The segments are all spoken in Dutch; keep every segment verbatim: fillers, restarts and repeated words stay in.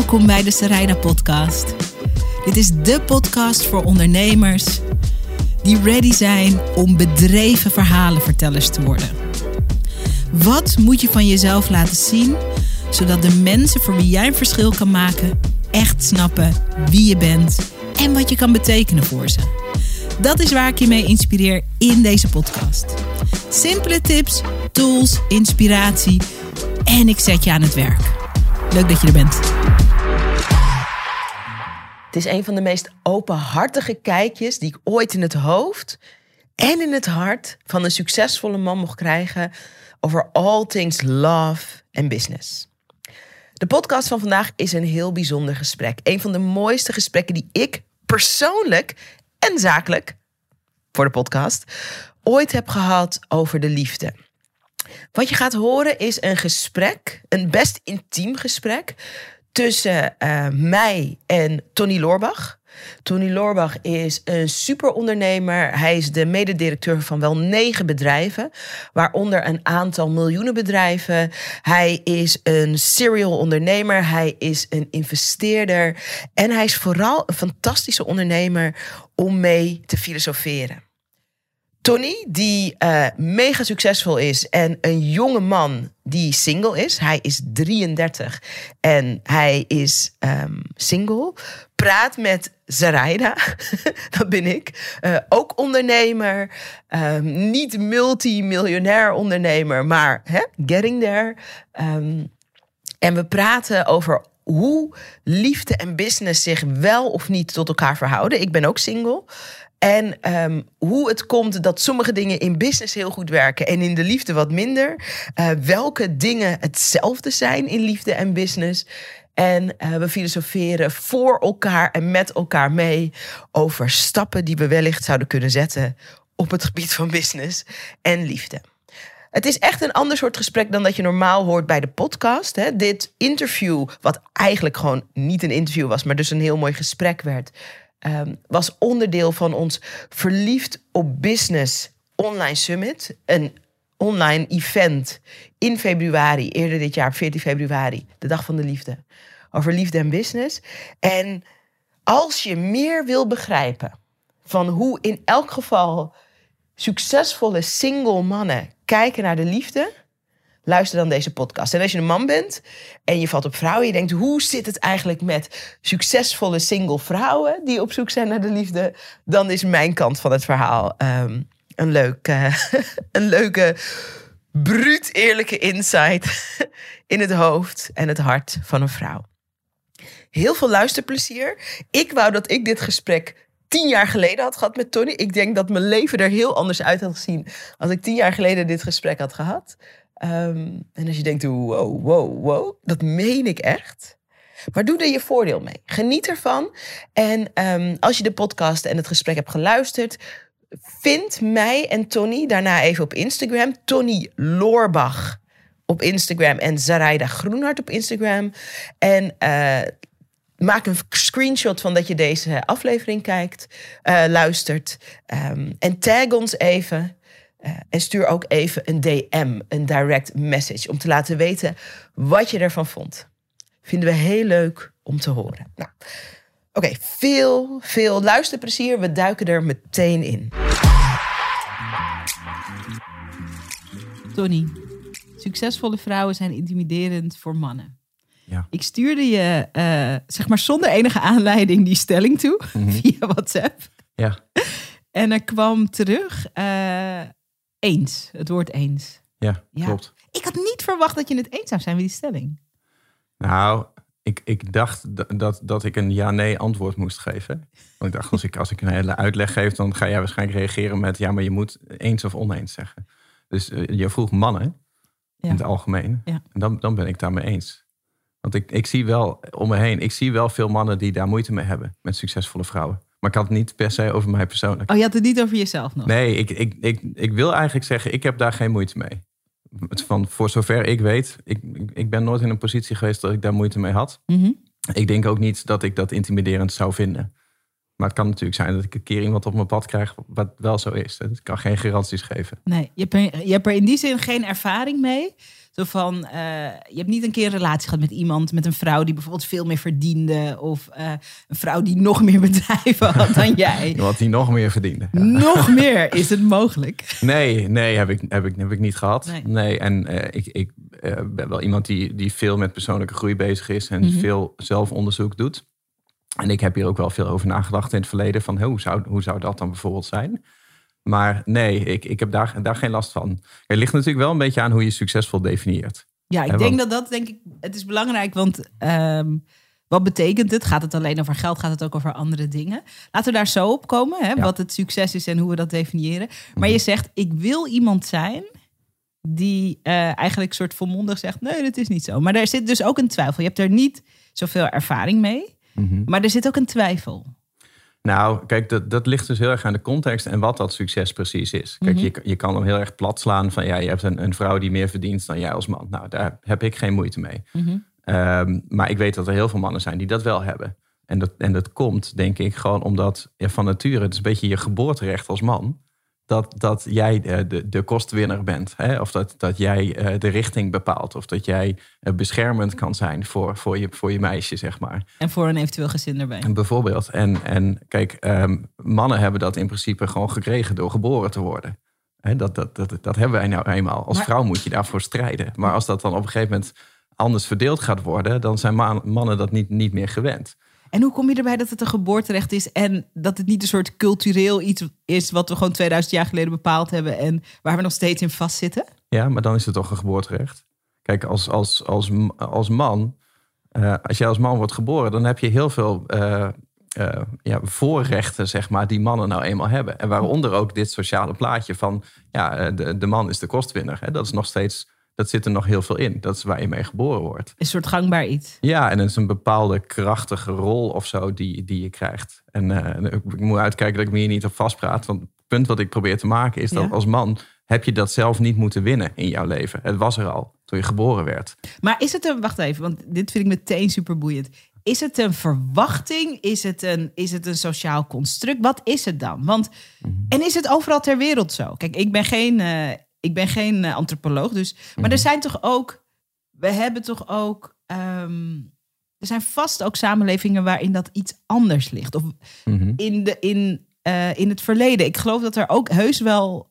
Welkom bij de Sarayda podcast. Dit is de podcast voor ondernemers die ready zijn om bedreven verhalenvertellers te worden. Wat moet je van jezelf laten zien, zodat de mensen voor wie jij een verschil kan maken echt snappen wie je bent en wat je kan betekenen voor ze. Dat is waar ik je mee inspireer in deze podcast. Simpele tips, tools, inspiratie en ik zet je aan het werk. Leuk dat je er bent. Het is een van de meest openhartige kijkjes die ik ooit in het hoofd en in het hart van een succesvolle man mocht krijgen over all things love en business. De podcast van vandaag is een heel bijzonder gesprek. Een van de mooiste gesprekken die ik persoonlijk en zakelijk, voor de podcast, ooit heb gehad over de liefde. Wat je gaat horen is een gesprek, een best intiem gesprek tussen uh, mij en Tony Loorbach. Tony Loorbach is een superondernemer. Hij is de mededirecteur van wel negen bedrijven, waaronder een aantal miljoenen bedrijven. Hij is een serial ondernemer. Hij is een investeerder. En hij is vooral een fantastische ondernemer om mee te filosoferen. Tony, die uh, mega succesvol is en een jonge man die single is. Hij is drieëndertig en hij is um, single. Praat met Sarayda, dat ben ik. Uh, ook ondernemer, um, niet multimiljonair ondernemer, maar hè, getting there. Um, en we praten over hoe liefde en business zich wel of niet tot elkaar verhouden. Ik ben ook single. En um, hoe het komt dat sommige dingen in business heel goed werken en in de liefde wat minder. Uh, welke dingen hetzelfde zijn in liefde en business. En uh, we filosoferen voor elkaar en met elkaar mee over stappen die we wellicht zouden kunnen zetten op het gebied van business en liefde. Het is echt een ander soort gesprek dan dat je normaal hoort bij de podcast. Hè. Dit interview, wat eigenlijk gewoon niet een interview was, maar dus een heel mooi gesprek werd, Um, was onderdeel van ons Verliefd op Business Online Summit. Een online event in februari, eerder dit jaar, veertien februari. De dag van de liefde. Over liefde en business. En als je meer wil begrijpen van hoe in elk geval succesvolle single mannen kijken naar de liefde, luister dan deze podcast. En als je een man bent en je valt op vrouwen, je denkt, hoe zit het eigenlijk met succesvolle single vrouwen die op zoek zijn naar de liefde, dan is mijn kant van het verhaal um, een, leuk, uh, een leuke, bruut eerlijke insight in het hoofd en het hart van een vrouw. Heel veel luisterplezier. Ik wou dat ik dit gesprek tien jaar geleden had gehad met Tony. Ik denk dat mijn leven er heel anders uit had gezien als ik tien jaar geleden dit gesprek had gehad. Um, en als je denkt, wow, wow, wow, dat meen ik echt. Maar doe er je voordeel mee. Geniet ervan. En um, als je de podcast en het gesprek hebt geluisterd, vind mij en Tony daarna even op Instagram. Tony Loorbach op Instagram en Sarayda Groenhart op Instagram. En uh, maak een screenshot van dat je deze aflevering kijkt, uh, luistert. Um, en tag ons even. Uh, en stuur ook even een D M, een direct message, om te laten weten wat je ervan vond. Vinden we heel leuk om te horen. Nou, Oké, okay, veel, veel luisterplezier. We duiken er meteen in. Tony, succesvolle vrouwen zijn intimiderend voor mannen. Ja. Ik stuurde je, uh, zeg maar zonder enige aanleiding, die stelling toe, mm-hmm. via WhatsApp. Ja. En er kwam terug... Uh, Eens, het woord eens. Ja, ja, klopt. Ik had niet verwacht dat je het eens zou zijn met die stelling. Nou, ik, ik dacht dat, dat, dat ik een ja-nee antwoord moest geven. Want ik dacht, als ik, als ik een hele uitleg geef, dan ga jij waarschijnlijk reageren met, ja, maar je moet eens of oneens zeggen. Dus uh, je vroeg mannen, ja, in het algemeen. Ja. En dan, dan ben ik daarmee eens. Want ik, ik zie wel om me heen, ik zie wel veel mannen die daar moeite mee hebben met succesvolle vrouwen. Maar ik had het niet per se over mij persoonlijk. Oh, je had het niet over jezelf nog? Nee, ik, ik, ik, ik wil eigenlijk zeggen, ik heb daar geen moeite mee. Van, voor zover ik weet, ik, ik ben nooit in een positie geweest dat ik daar moeite mee had. Mm-hmm. Ik denk ook niet dat ik dat intimiderend zou vinden. Maar het kan natuurlijk zijn dat ik een keer iemand op mijn pad krijg wat wel zo is. Ik kan geen garanties geven. Nee, je hebt er, je hebt er in die zin geen ervaring mee. Zo van, uh, je hebt niet een keer een relatie gehad met iemand, met een vrouw die bijvoorbeeld veel meer verdiende. Of uh, een vrouw die nog meer bedrijven had dan jij. Wat die nog meer verdiende. Ja. Nog meer, is het mogelijk? Nee, nee, heb ik, heb ik, heb ik niet gehad. Nee, nee en uh, ik, ik uh, ben wel iemand die, die veel met persoonlijke groei bezig is. En Mm-hmm. veel zelfonderzoek doet. En ik heb hier ook wel veel over nagedacht in het verleden. Van hoe zou, hoe zou dat dan bijvoorbeeld zijn? Maar nee, ik, ik heb daar, daar geen last van. Het ligt natuurlijk wel een beetje aan hoe je succesvol definieert. Ja, ik He, denk want... dat dat, denk ik, het is belangrijk. Want um, wat betekent het? Gaat het alleen over geld? Gaat het ook over andere dingen? Laten we daar zo op komen. Hè, ja. Wat het succes is en hoe we dat definiëren. Maar mm-hmm. je zegt, ik wil iemand zijn die uh, eigenlijk soort volmondig zegt, nee, dat is niet zo. Maar er zit dus ook een twijfel. Je hebt er niet zoveel ervaring mee. Mm-hmm. Maar er zit ook een twijfel. Nou, kijk, dat, dat ligt dus heel erg aan de context en wat dat succes precies is. Kijk, mm-hmm. je, je kan hem heel erg plat slaan van, ja, je hebt een, een vrouw die meer verdient dan jij als man. Nou, daar heb ik geen moeite mee. Mm-hmm. Um, maar ik weet dat er heel veel mannen zijn die dat wel hebben. En dat, en dat komt, denk ik, gewoon omdat ja, van nature, het is een beetje je geboorterecht als man, dat, dat jij de, de, de kostwinner bent. Hè? Of dat, dat jij uh, de richting bepaalt. Of dat jij uh, beschermend kan zijn voor, voor, je, voor je meisje, zeg maar. En voor een eventueel gezin erbij. En bijvoorbeeld. En, en kijk, um, mannen hebben dat in principe gewoon gekregen door geboren te worden. Hè? Dat, dat, dat, dat hebben wij nou eenmaal. Als maar... vrouw moet je daarvoor strijden. Maar als dat dan op een gegeven moment anders verdeeld gaat worden, dan zijn man, mannen dat niet, niet meer gewend. En hoe kom je erbij dat het een geboorterecht is en dat het niet een soort cultureel iets is wat we gewoon tweeduizend jaar geleden bepaald hebben en waar we nog steeds in vastzitten? Ja, maar dan is het toch een geboorterecht. Kijk, als, als, als, als man, uh, als jij als man wordt geboren, dan heb je heel veel uh, uh, ja, voorrechten, zeg maar, die mannen nou eenmaal hebben. En waaronder ook dit sociale plaatje van, ja, de, de man is de kostwinner. Hè? Dat is nog steeds... Dat zit er nog heel veel in. Dat is waar je mee geboren wordt. Een soort gangbaar iets. Ja, en het is een bepaalde krachtige rol of zo die, die je krijgt. En uh, ik moet uitkijken dat ik me hier niet op vastpraat. Want het punt wat ik probeer te maken is ja. dat als man heb je dat zelf niet moeten winnen in jouw leven. Het was er al toen je geboren werd. Maar is het een... Wacht even, want dit vind ik meteen super boeiend. Is het een verwachting? Is het een, is het een sociaal construct? Wat is het dan? Want, mm-hmm. En is het overal ter wereld zo? Kijk, ik ben geen... Uh, Ik ben geen uh, antropoloog, dus. Maar mm-hmm. er zijn toch ook. We hebben toch ook. Um, er zijn vast ook samenlevingen waarin dat iets anders ligt. Of mm-hmm. in, de, in, uh, in het verleden. Ik geloof dat er ook heus wel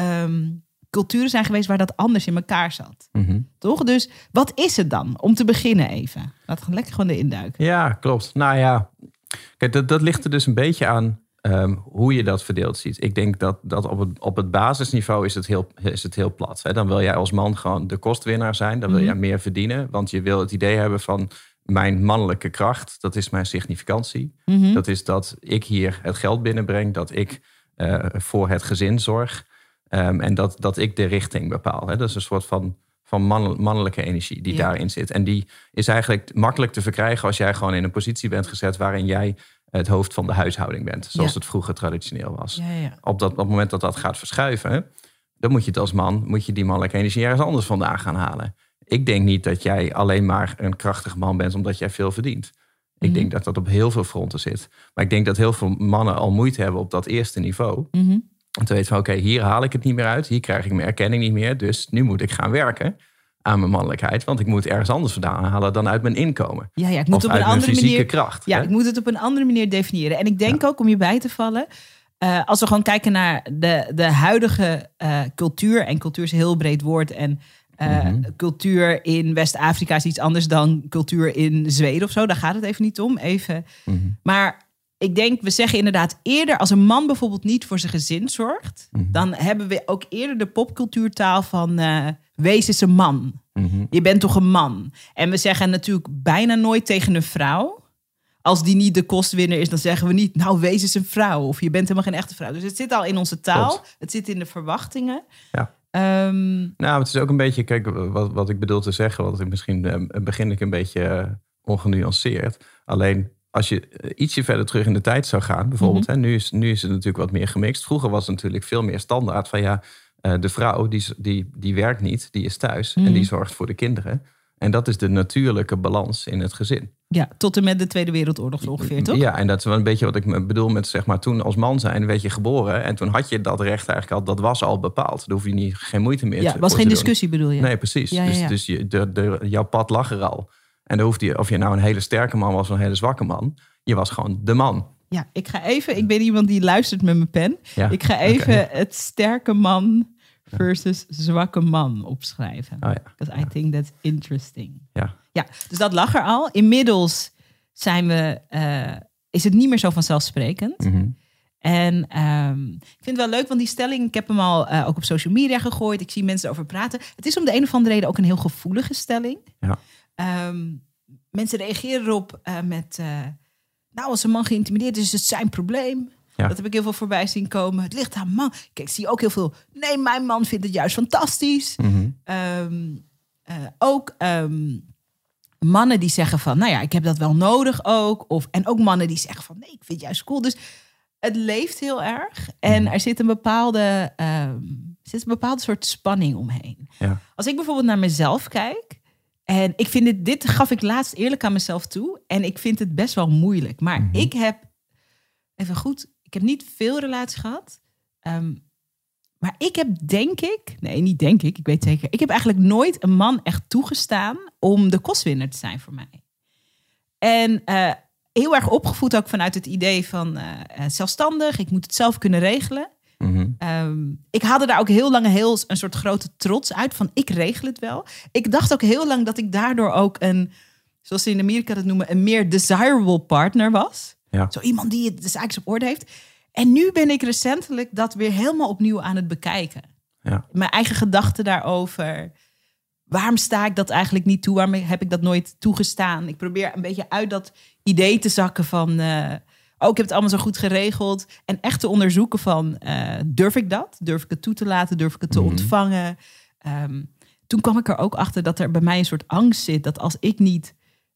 um, culturen zijn geweest waar dat anders in elkaar zat. Mm-hmm. Toch? Dus wat is het dan? Om te beginnen even. Laten we lekker gewoon erin duiken. Ja, klopt. Nou ja, kijk, dat, dat ligt er dus een beetje aan. Um, hoe je dat verdeeld ziet. Ik denk dat, dat op, het, op het basisniveau is het heel, is het heel plat. Hè? Dan wil jij als man gewoon de kostwinnaar zijn. Dan wil mm-hmm. jij meer verdienen. Want je wil het idee hebben van mijn mannelijke kracht. Dat is mijn significantie. Mm-hmm. Dat is dat ik hier het geld binnenbreng. Dat ik uh, voor het gezin zorg. Um, en dat, dat ik de richting bepaal. Hè? Dat is een soort van, van man, mannelijke energie die ja. daarin zit. En die is eigenlijk makkelijk te verkrijgen als jij gewoon in een positie bent gezet waarin jij het hoofd van de huishouding bent. Zoals ja. het vroeger traditioneel was. Ja, ja. Op, dat, op het moment dat dat gaat verschuiven, dan moet je het als man, moet je die mannelijke energie ergens anders vandaan gaan halen. Ik denk niet dat jij alleen maar een krachtig man bent omdat jij veel verdient. Ik mm-hmm. denk dat dat op heel veel fronten zit. Maar ik denk dat heel veel mannen al moeite hebben op dat eerste niveau. Mm-hmm. Om te weten van oké, okay, hier haal ik het niet meer uit. Hier krijg ik mijn erkenning niet meer. Dus nu moet ik gaan werken aan mijn mannelijkheid. Want ik moet ergens anders vandaan halen dan uit mijn inkomen. Ja, ja, ik moet of op uit een mijn andere fysieke manier, kracht. Ja, hè? ik moet het op een andere manier definiëren. En ik denk ja. ook, om je bij te vallen, uh, als we gewoon kijken naar de, de huidige uh, cultuur. En cultuur is een heel breed woord. En uh, mm-hmm. cultuur in West-Afrika is iets anders dan cultuur in Zweden of zo. Daar gaat het even niet om. Even. Mm-hmm. Maar ik denk, we zeggen inderdaad eerder, als een man bijvoorbeeld niet voor zijn gezin zorgt, mm-hmm. dan hebben we ook eerder de popcultuurtaal van uh, wees eens een man. Mm-hmm. Je bent toch een man. En we zeggen natuurlijk bijna nooit tegen een vrouw, als die niet de kostwinner is, dan zeggen we niet, nou wees eens een vrouw. Of je bent helemaal geen echte vrouw. Dus het zit al in onze taal. Klopt. Het zit in de verwachtingen. Ja. Um, nou, het is ook een beetje, kijk, wat, wat ik bedoel te zeggen, wat ik misschien uh, begin ik een beetje uh, ongenuanceerd. Alleen als je ietsje verder terug in de tijd zou gaan, bijvoorbeeld, mm-hmm. hè, nu, is, nu is het natuurlijk wat meer gemixt. Vroeger was het natuurlijk veel meer standaard van ja, uh, de vrouw die, die, die werkt niet, die is thuis mm-hmm. en die zorgt voor de kinderen. En dat is de natuurlijke balans in het gezin. Ja, tot en met de Tweede Wereldoorlog ongeveer, toch? Ja, en dat is wel een beetje wat ik bedoel met, zeg maar, toen als man zijn werd je geboren. En toen had je dat recht eigenlijk al, dat was al bepaald. Daar hoef je niet, geen moeite meer ja, te was geen discussie bedoel je? Nee, precies. Ja, ja, ja. Dus, dus je, de, de, jouw pad lag er al. En dan hoefde je, of je nou een hele sterke man was of een hele zwakke man. Je was gewoon de man. Ja, ik ga even, ik ben iemand die luistert met mijn pen. Ja, ik ga even okay. het sterke man versus zwakke man opschrijven. Oh ja. Because I ja. think that's interesting. Ja. Ja, dus dat lag er al. Inmiddels zijn we, uh, is het niet meer zo vanzelfsprekend. Mm-hmm. En um, ik vind het wel leuk, want die stelling, ik heb hem al uh, ook op social media gegooid. Ik zie mensen erover praten. Het is om de een of andere reden ook een heel gevoelige stelling. Ja. Um, mensen reageren erop uh, met... Uh, nou, als een man geïntimideerd is, is het zijn probleem. Ja. Dat heb ik heel veel voorbij zien komen. Het ligt aan man. Kijk, ik zie ook heel veel... Nee, mijn man vindt het juist fantastisch. Mm-hmm. Um, uh, ook um, mannen die zeggen van... Nou ja, ik heb dat wel nodig ook. Of, en ook mannen die zeggen van... Nee, ik vind het juist cool. Dus het leeft heel erg. En er zit een bepaalde, um, er zit een bepaalde soort spanning omheen. Ja. Als ik bijvoorbeeld naar mezelf kijk... En ik vind dit, dit gaf ik laatst eerlijk aan mezelf toe. En ik vind het best wel moeilijk. Maar mm-hmm. ik heb, even goed, ik heb niet veel relaties gehad. Um, maar ik heb denk ik, nee niet denk ik, ik weet zeker. Ik heb eigenlijk nooit een man echt toegestaan om de kostwinner te zijn voor mij. En uh, heel erg opgevoed ook vanuit het idee van uh, zelfstandig. Ik moet het zelf kunnen regelen. Mm-hmm. Um, ik haalde daar ook heel lang heel een soort grote trots uit van ik regel het wel. Ik dacht ook heel lang dat ik daardoor ook een, zoals ze in Amerika dat noemen, een meer desirable partner was. Ja. Zo iemand die het de zaakjes op orde heeft. En nu ben ik recentelijk dat weer helemaal opnieuw aan het bekijken. Ja. Mijn eigen gedachten daarover. Waarom sta ik dat eigenlijk niet toe? Waarom heb ik dat nooit toegestaan? Ik probeer een beetje uit dat idee te zakken van... Uh, oh, ik heb het allemaal zo goed geregeld. En echt te onderzoeken van, uh, durf ik dat? Durf ik het toe te laten? Durf ik het te mm-hmm. ontvangen? Um, toen kwam ik er ook achter dat er bij mij een soort angst zit. Dat als ik niet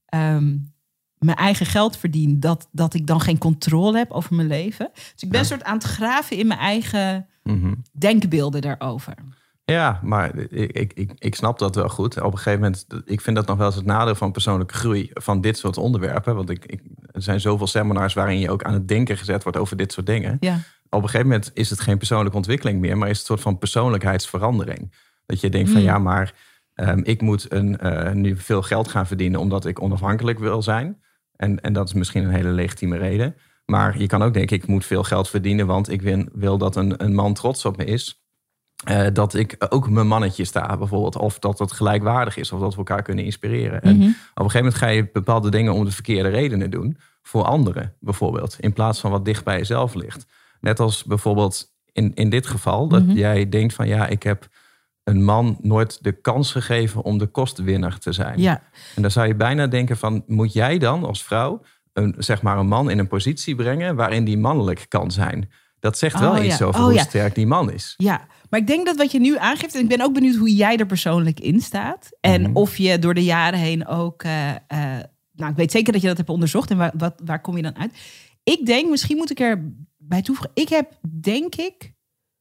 um, mijn eigen geld verdien... Dat, dat ik dan geen controle heb over mijn leven. Dus ik ben ja. een soort aan het graven in mijn eigen mm-hmm. denkbeelden daarover. Ja, maar ik, ik, ik, ik snap dat wel goed. Op een gegeven moment, ik vind dat nog wel eens het nadeel van persoonlijke groei van dit soort onderwerpen. Want ik, ik, er zijn zoveel seminars waarin je ook aan het denken gezet wordt over dit soort dingen. Ja. Op een gegeven moment is het geen persoonlijke ontwikkeling meer, maar is het een soort van persoonlijkheidsverandering. Dat je denkt van mm. ja, maar um, ik moet een, uh, nu veel geld gaan verdienen omdat ik onafhankelijk wil zijn. En, en dat is misschien een hele legitieme reden. Maar je kan ook denken, ik moet veel geld verdienen, want ik wil, wil dat een, een man trots op me is. Uh, dat ik ook mijn mannetje sta bijvoorbeeld. Of dat het gelijkwaardig is. Of dat we elkaar kunnen inspireren. Mm-hmm. En op een gegeven moment ga je bepaalde dingen om de verkeerde redenen doen. Voor anderen bijvoorbeeld. In plaats van wat dicht bij jezelf ligt. Net als bijvoorbeeld in, in dit geval. Dat mm-hmm. jij denkt van ja, ik heb een man nooit de kans gegeven om de kostwinner te zijn. Ja. En dan zou je bijna denken van, moet jij dan als vrouw een, zeg maar een man in een positie brengen waarin die mannelijk kan zijn? Dat zegt wel oh, iets ja. over oh, hoe ja. sterk die man is. Ja, maar ik denk dat wat je nu aangeeft... en ik ben ook benieuwd hoe jij er persoonlijk in staat. En mm-hmm. of je door de jaren heen ook... Uh, uh, nou, ik weet zeker dat je dat hebt onderzocht. En waar, wat, waar kom je dan uit? Ik denk, misschien moet ik er bij toevoegen... ik heb, denk ik...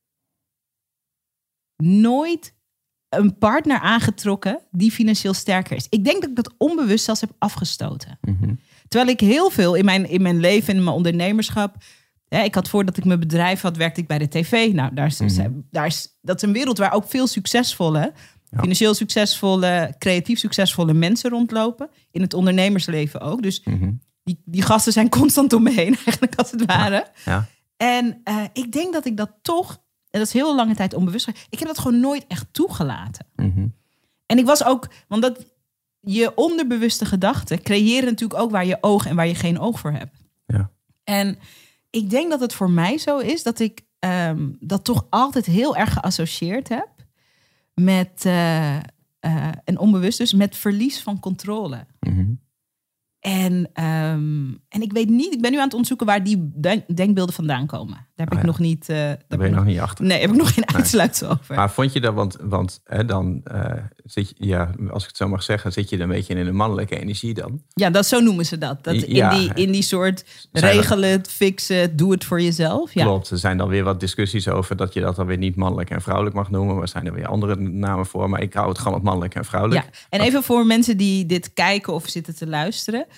nooit een partner aangetrokken... die financieel sterker is. Ik denk dat ik dat onbewust zelfs heb afgestoten. Mm-hmm. Terwijl ik heel veel in mijn, in mijn leven en in mijn ondernemerschap... Ja, ik had voordat ik mijn bedrijf had, werkte ik bij de tv. Nou, daar is, mm-hmm. daar is, dat is een wereld waar ook veel succesvolle, ja. financieel succesvolle, creatief succesvolle mensen rondlopen. In het ondernemersleven ook. Dus mm-hmm. die, die gasten zijn constant om me heen, eigenlijk als het ware. Ja. Ja. En uh, ik denk dat ik dat toch, en dat is heel lange tijd onbewust, ik heb dat gewoon nooit echt toegelaten. Mm-hmm. En ik was ook, want dat je onderbewuste gedachten creëren natuurlijk ook waar je oog en waar je geen oog voor hebt. Ja. En ik denk dat het voor mij zo is dat ik um, dat toch altijd heel erg geassocieerd heb met, uh, uh, en onbewust dus, met verlies van controle. Mm-hmm. En, um, en ik weet niet, ik ben nu aan het onderzoeken waar die denk- denkbeelden vandaan komen. Daar heb oh, ik ja. nog niet... Uh, daar ben je nog, nog niet achter. Nee, heb ik nog geen nee. uitsluitsel over. Maar vond je dat, want, want hè, dan uh, zit je, ja, als ik het zo mag zeggen, zit je een beetje in een mannelijke energie dan? Ja, dat, zo noemen ze dat. dat in, ja, die, in die soort regel het, fix het, doe het voor jezelf. Ja. Klopt, er zijn dan weer wat discussies over dat je dat dan weer niet mannelijk en vrouwelijk mag noemen. Maar er zijn er weer andere namen voor. Maar ik hou het gewoon op mannelijk en vrouwelijk. Ja. En even voor mensen die dit kijken of zitten te luisteren.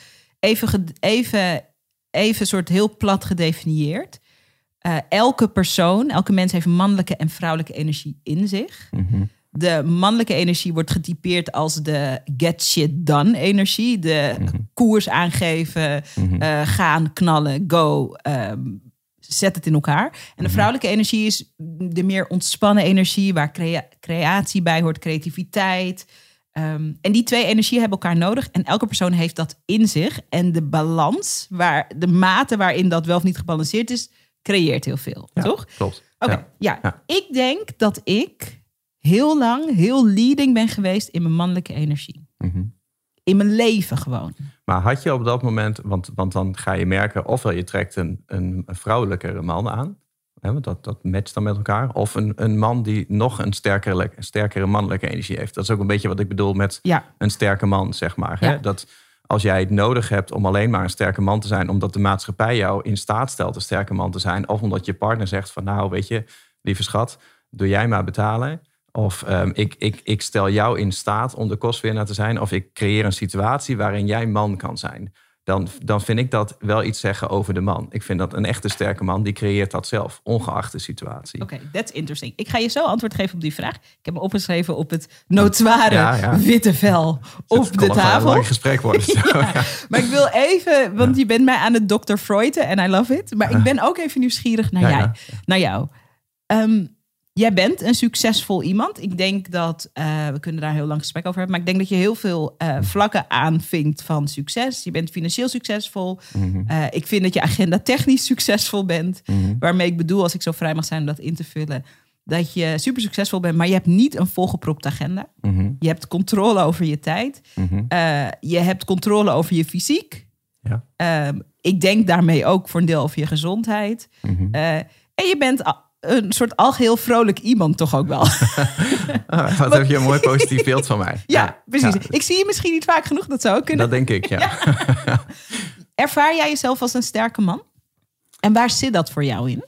even, ge- even, even soort heel plat gedefinieerd. Uh, elke persoon, elke mens heeft mannelijke en vrouwelijke energie in zich. Mm-hmm. De mannelijke energie wordt getypeerd als de get shit done energie. De Mm-hmm. koers aangeven, Mm-hmm. uh, gaan, knallen, go, um, zet het in elkaar. En de Mm-hmm. vrouwelijke energie is de meer ontspannen energie... waar crea- creatie bij hoort, creativiteit. Um, en die twee energieën hebben elkaar nodig. En elke persoon heeft dat in zich. En de balans, waar, de mate waarin dat wel of niet gebalanceerd is... creëert heel veel, Ja, toch? klopt. Oké, Ja. ja. Ja. Ik denk dat ik heel lang heel leading ben geweest in mijn mannelijke energie. Mm-hmm. In mijn leven gewoon. Maar had je op dat moment, want, want dan ga je merken... ofwel je trekt een, een, een vrouwelijkere man aan... Hè, want dat, dat matcht dan met elkaar... of een, een man die nog een sterkere, sterkere mannelijke energie heeft. Dat is ook een beetje wat ik bedoel met Ja. een sterke man, zeg maar. Hè? Ja. Dat als jij het nodig hebt om alleen maar een sterke man te zijn... omdat de maatschappij jou in staat stelt een sterke man te zijn... of omdat je partner zegt van nou, weet je, lieve schat... doe jij maar betalen... Of um, ik, ik, ik stel jou in staat om de kostwinnaar te zijn... of ik creëer een situatie waarin jij man kan zijn... Dan, dan vind ik dat wel iets zeggen over de man. Ik vind dat een echte sterke man, die creëert dat zelf... ongeacht de situatie. Oké, okay, that's interesting. Ik ga je zo antwoord geven op die vraag. Ik heb me opgeschreven op het notoire Ja, ja. witte vel op Het de kan nog wel een tafel. lang gesprek worden. Zo, Ja, ja. maar ik wil even, want je bent mij aan het dokter Freuden en I love it. Maar ik ben ook even nieuwsgierig naar, Ja, jij, ja. naar jou. Um, Jij bent een succesvol iemand. Ik denk dat, uh, we kunnen daar heel lang gesprek over hebben... maar ik denk dat je heel veel uh, vlakken aanvinkt van succes. Je bent financieel succesvol. Mm-hmm. Uh, ik vind dat je agenda technisch succesvol bent. Mm-hmm. Waarmee ik bedoel, als ik zo vrij mag zijn om dat in te vullen... dat je super succesvol bent, maar je hebt niet een volgepropte agenda. Mm-hmm. Je hebt controle over je tijd. Mm-hmm. Uh, je hebt controle over je fysiek. Ja. Uh, ik denk daarmee ook voor een deel over je gezondheid. Mm-hmm. Uh, en je bent... A- een soort algeheel vrolijk iemand toch ook wel. Ah, wat heb je een mooi positief beeld van mij. Ja, ja precies. Ja. Ik zie je misschien niet vaak genoeg, dat zou ook kunnen. Dat denk ik, ja. ja. Ervaar jij jezelf als een sterke man? En waar zit dat voor jou in?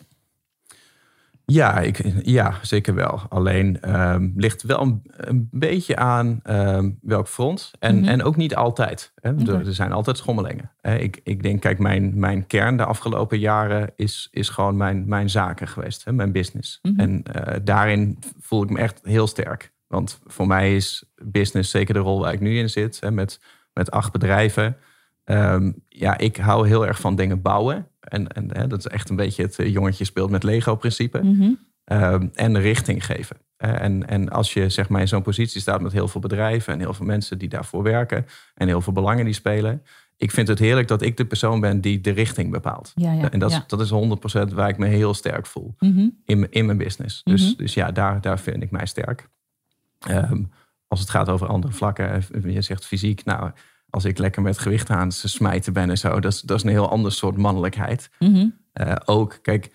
Ja, ik, ja zeker wel. Alleen um, ligt wel een, een beetje aan um, welk front. En, Mm-hmm. en ook niet altijd. Hè. Okay. Er, er zijn altijd schommelingen. Hè. Ik, ik denk, kijk, mijn, mijn kern de afgelopen jaren is, is gewoon mijn, mijn zaken geweest. Hè, mijn business. Mm-hmm. En uh, daarin voel ik me echt heel sterk. Want voor mij is business zeker de rol waar ik nu in zit. Hè, met, met acht bedrijven. Um, ja, ik hou heel erg van dingen bouwen. En, en hè, dat is echt een beetje het jongetje speelt met Lego-principe. Mm-hmm. Um, en richting geven. Uh, en, en als je zeg maar in zo'n positie staat met heel veel bedrijven... en heel veel mensen die daarvoor werken... en heel veel belangen die spelen... ik vind het heerlijk dat ik de persoon ben die de richting bepaalt. Ja, ja, en dat, ja. is, dat is honderd procent waar ik me heel sterk voel. Mm-hmm. In, in mijn business. Dus, Mm-hmm. dus ja, daar, daar vind ik mij sterk. Um, als het gaat over andere vlakken... je zegt fysiek... nou. Als ik lekker met gewicht aan ze smijten ben en zo... dat is, dat is een heel ander soort mannelijkheid. Mm-hmm. Uh, ook, kijk...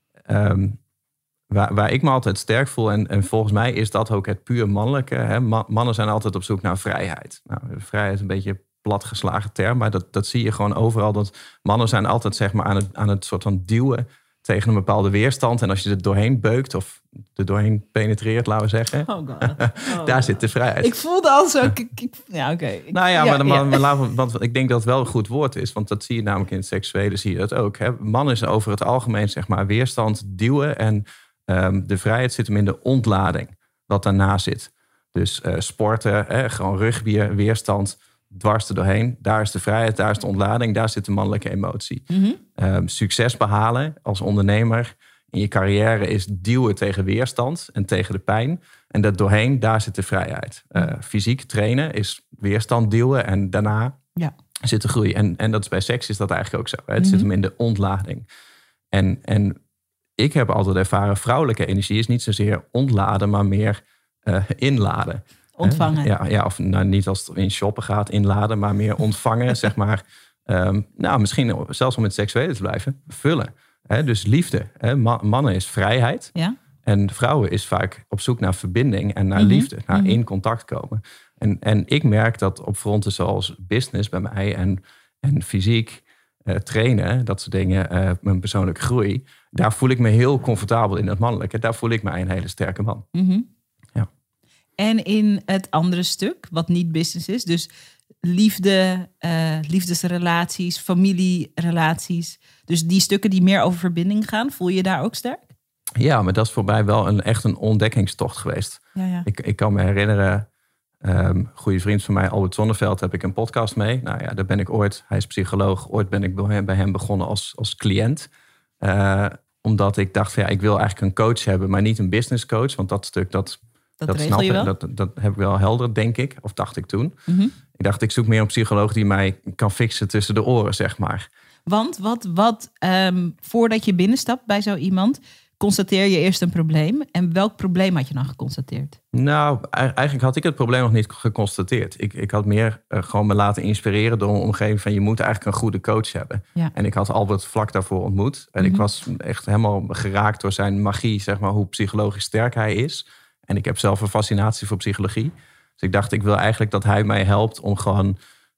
Um, waar, waar ik me altijd sterk voel... En, en volgens mij is dat ook het puur mannelijke. Hè? Ma- mannen zijn altijd op zoek naar vrijheid. Nou, vrijheid is een beetje een platgeslagen term... maar dat, dat zie je gewoon overal. Dat mannen zijn altijd zeg maar, aan, het, aan het soort van duwen... tegen een bepaalde weerstand. En als je er doorheen beukt of er doorheen penetreert, laten we zeggen... Oh god. Oh daar god. zit de vrijheid. Ik voelde al zo... Ik, ik, ja, oké. Okay. Nou ja, ja, maar, dan, ja. maar laten we, want ik denk dat het wel een goed woord is. Want dat zie je namelijk in het seksuele, zie je dat ook. Hè? Man is over het algemeen zeg maar weerstand duwen. En um, de vrijheid zit hem in de ontlading. Wat daarna zit. Dus uh, sporten, hè, gewoon rugby, weerstand, dwars er doorheen. Daar is de vrijheid, daar is de ontlading. Daar zit de mannelijke emotie. Mm-hmm. Um, succes behalen als ondernemer in je carrière is duwen tegen weerstand en tegen de pijn. En dat doorheen, daar zit de vrijheid. Uh, fysiek trainen is weerstand duwen en daarna ja. zit de groei. En, en dat is bij seks is dat eigenlijk ook zo. Hè? Het Mm-hmm. zit hem in de ontlading. En, en ik heb altijd ervaren, vrouwelijke energie is niet zozeer ontladen, maar meer uh, inladen. Ontvangen. Ja, ja, of nou, niet als het in shoppen gaat inladen, maar meer ontvangen, zeg maar. Um, nou, misschien zelfs om het seksuele te blijven, vullen. He, dus liefde. He, ma- mannen is vrijheid. Ja. En vrouwen is vaak op zoek naar verbinding en naar Mm-hmm. liefde. Naar Mm-hmm. in contact komen. En, en ik merk dat op fronten zoals business bij mij en, en fysiek uh, trainen, dat soort dingen, uh, mijn persoonlijke groei, daar voel ik me heel comfortabel in het mannelijke. Daar voel ik mij een hele sterke man. Mm-hmm. Ja. En in het andere stuk, wat niet business is, dus liefde, uh, liefdesrelaties, familierelaties. Dus die stukken die meer over verbinding gaan, voel je daar ook sterk? Ja, maar dat is voor mij wel een, echt een ontdekkingstocht geweest. Ja, ja. Ik, ik kan me herinneren, um, goede vriend van mij, Albert Zonneveld, heb ik een podcast mee. Nou ja, daar ben ik ooit, hij is psycholoog, ooit ben ik bij hem, bij hem begonnen als, als cliënt. Uh, omdat ik dacht, van, ja, ik wil eigenlijk een coach hebben, maar niet een business coach. Want dat stuk, dat, dat, dat snap ik, wel? dat, dat heb ik wel helder, denk ik. Of dacht ik toen. Mm-hmm. Ik dacht, ik zoek meer een psycholoog die mij kan fixen tussen de oren, zeg maar. Want wat, wat um, voordat je binnenstapt bij zo iemand, constateer je eerst een probleem. En welk probleem had je dan geconstateerd? Nou, eigenlijk had ik het probleem nog niet geconstateerd. Ik, ik had meer uh, gewoon me laten inspireren door een omgeving van je moet eigenlijk een goede coach hebben. Ja. En ik had Albert vlak daarvoor ontmoet. En mm-hmm. ik was echt helemaal geraakt door zijn magie, zeg maar, hoe psychologisch sterk hij is. En ik heb zelf een fascinatie voor psychologie. Dus ik dacht, ik wil eigenlijk dat hij mij helpt om gewoon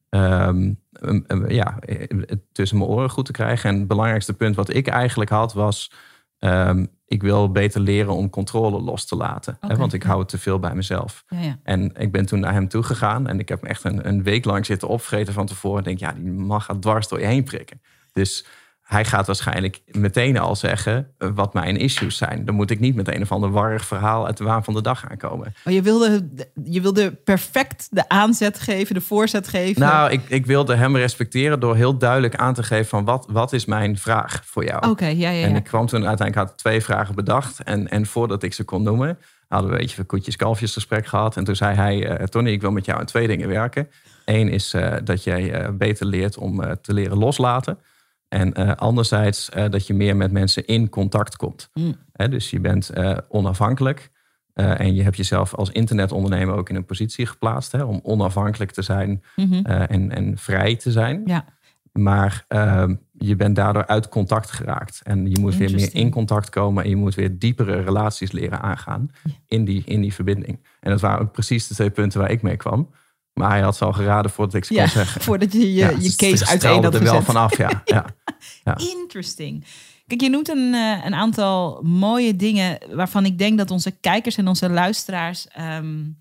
um, um, um, ja, tussen mijn oren goed te krijgen. En het belangrijkste punt wat ik eigenlijk had was, Um, ik wil beter leren om controle los te laten. Okay, hè, want ik hou het te veel bij mezelf. Ja, ja. En ik ben toen naar hem toe gegaan. En ik heb me echt een, een week lang zitten opvreten van tevoren. En denk, ja, die man gaat dwars door je heen prikken. Dus hij gaat waarschijnlijk meteen al zeggen wat mijn issues zijn. Dan moet ik niet met een of ander warrig verhaal uit de waan van de dag aankomen. Maar je wilde, je wilde perfect de aanzet geven, de voorzet geven. Nou, ik, ik wilde hem respecteren door heel duidelijk aan te geven van wat, wat is mijn vraag voor jou? Oké, okay, ja, ja, ja. En ik kwam toen uiteindelijk, had twee vragen bedacht. En, en voordat ik ze kon noemen, hadden we een beetje een koetjes-kalfjes gesprek gehad. En toen zei hij, uh, Tony, ik wil met jou aan twee dingen werken. Eén is uh, dat jij uh, beter leert om uh, te leren loslaten. En uh, anderzijds uh, dat je meer met mensen in contact komt. Mm. He, dus je bent uh, onafhankelijk. Uh, en je hebt jezelf als internetondernemer ook in een positie geplaatst. Hè, om onafhankelijk te zijn mm-hmm. uh, en, en vrij te zijn. Ja. Maar uh, je bent daardoor uit contact geraakt. En je moet weer meer in contact komen. En je moet weer diepere relaties leren aangaan in die, in die verbinding. En dat waren ook precies de twee punten waar ik mee kwam. Maar hij had ze al geraden voordat ik ze ja, kon zeggen. Voordat je je, ja, je case uiteen had er gezet. wel vanaf, ja. ja. ja. Interesting. Kijk, je noemt een, een aantal mooie dingen waarvan ik denk dat onze kijkers en onze luisteraars um,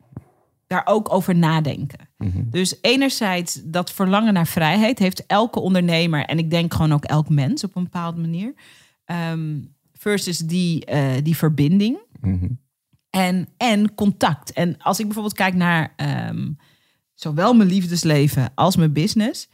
daar ook over nadenken. Mm-hmm. Dus enerzijds dat verlangen naar vrijheid heeft elke ondernemer en ik denk gewoon ook elk mens op een bepaalde manier. Um, versus die, uh, die verbinding. Mm-hmm. En, en contact. En als ik bijvoorbeeld kijk naar um, zowel mijn liefdesleven als mijn business,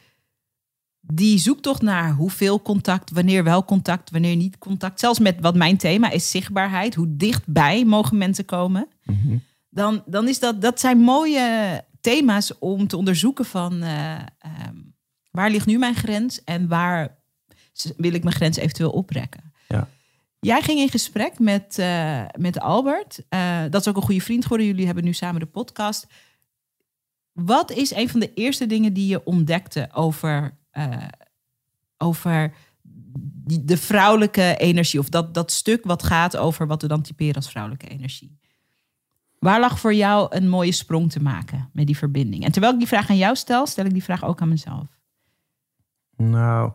die zoektocht naar hoeveel contact, wanneer wel contact, wanneer niet contact. Zelfs met wat mijn thema is zichtbaarheid. Hoe dichtbij mogen mensen komen? Mm-hmm. Dan, dan is dat, dat zijn mooie thema's om te onderzoeken van uh, um, waar ligt nu mijn grens en waar wil ik mijn grens eventueel oprekken. Ja. Jij ging in gesprek met, uh, met Albert. Uh, dat is ook een goede vriend geworden. Jullie hebben nu samen de podcast. Wat is een van de eerste dingen die je ontdekte over, uh, over die, de vrouwelijke energie? Of dat, dat stuk wat gaat over wat we dan typeren als vrouwelijke energie. Waar lag voor jou een mooie sprong te maken met die verbinding? En terwijl ik die vraag aan jou stel, stel ik die vraag ook aan mezelf. Nou...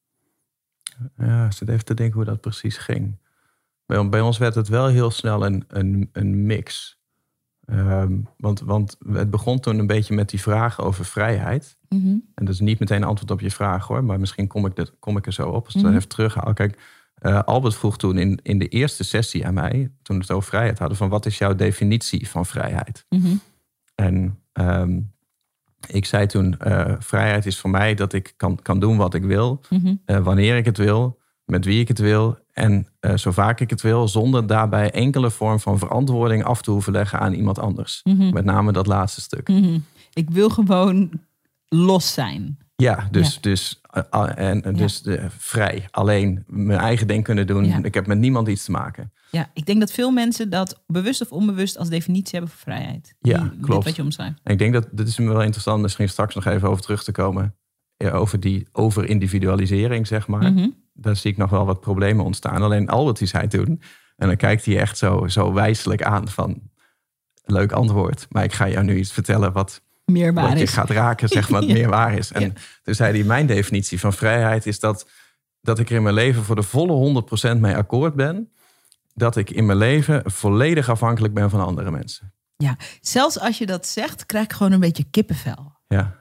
Ja, ik zit even te denken hoe dat precies ging. Bij, bij ons werd het wel heel snel een, een, een mix. Um, want, want het begon toen een beetje met die vraag over vrijheid. Mm-hmm. En dat is niet meteen een antwoord op je vraag hoor. Maar misschien kom ik, dit, kom ik er zo op. Als ik mm-hmm. even terughaal. Kijk, uh, Albert vroeg toen in, in de eerste sessie aan mij, toen we het over vrijheid hadden, van wat is jouw definitie van vrijheid? Mm-hmm. En um, ik zei toen, uh, vrijheid is voor mij dat ik kan, kan doen wat ik wil. Mm-hmm. Uh, wanneer ik het wil, met wie ik het wil. En uh, zo vaak ik het wil, zonder daarbij enkele vorm van verantwoording af te hoeven leggen aan iemand anders. Mm-hmm. Met name dat laatste stuk. Mm-hmm. Ik wil gewoon los zijn. Ja, dus, ja. dus, uh, en, ja. dus uh, vrij. Alleen mijn eigen ding kunnen doen. Ja. Ik heb met niemand iets te maken. Ja, ik denk dat veel mensen dat bewust of onbewust als definitie hebben voor vrijheid. Ja, die, klopt. Wat je omschrijft. En ik denk dat, dit is wel interessant, misschien straks nog even over terug te komen. Ja, over die overindividualisering, zeg maar. Mm-hmm. Daar zie ik nog wel wat problemen ontstaan. Alleen Albert die zei toen, en dan kijkt hij echt zo, zo wijselijk aan van, leuk antwoord. Maar ik ga jou nu iets vertellen wat, meer waar wat je is. gaat raken, zeg maar, wat ja. meer waar is. En ja. toen zei hij, mijn definitie van vrijheid is dat, dat ik er in mijn leven voor de volle honderd procent mee akkoord ben. Dat ik in mijn leven volledig afhankelijk ben van andere mensen. Ja, zelfs als je dat zegt, krijg ik gewoon een beetje kippenvel. Ja.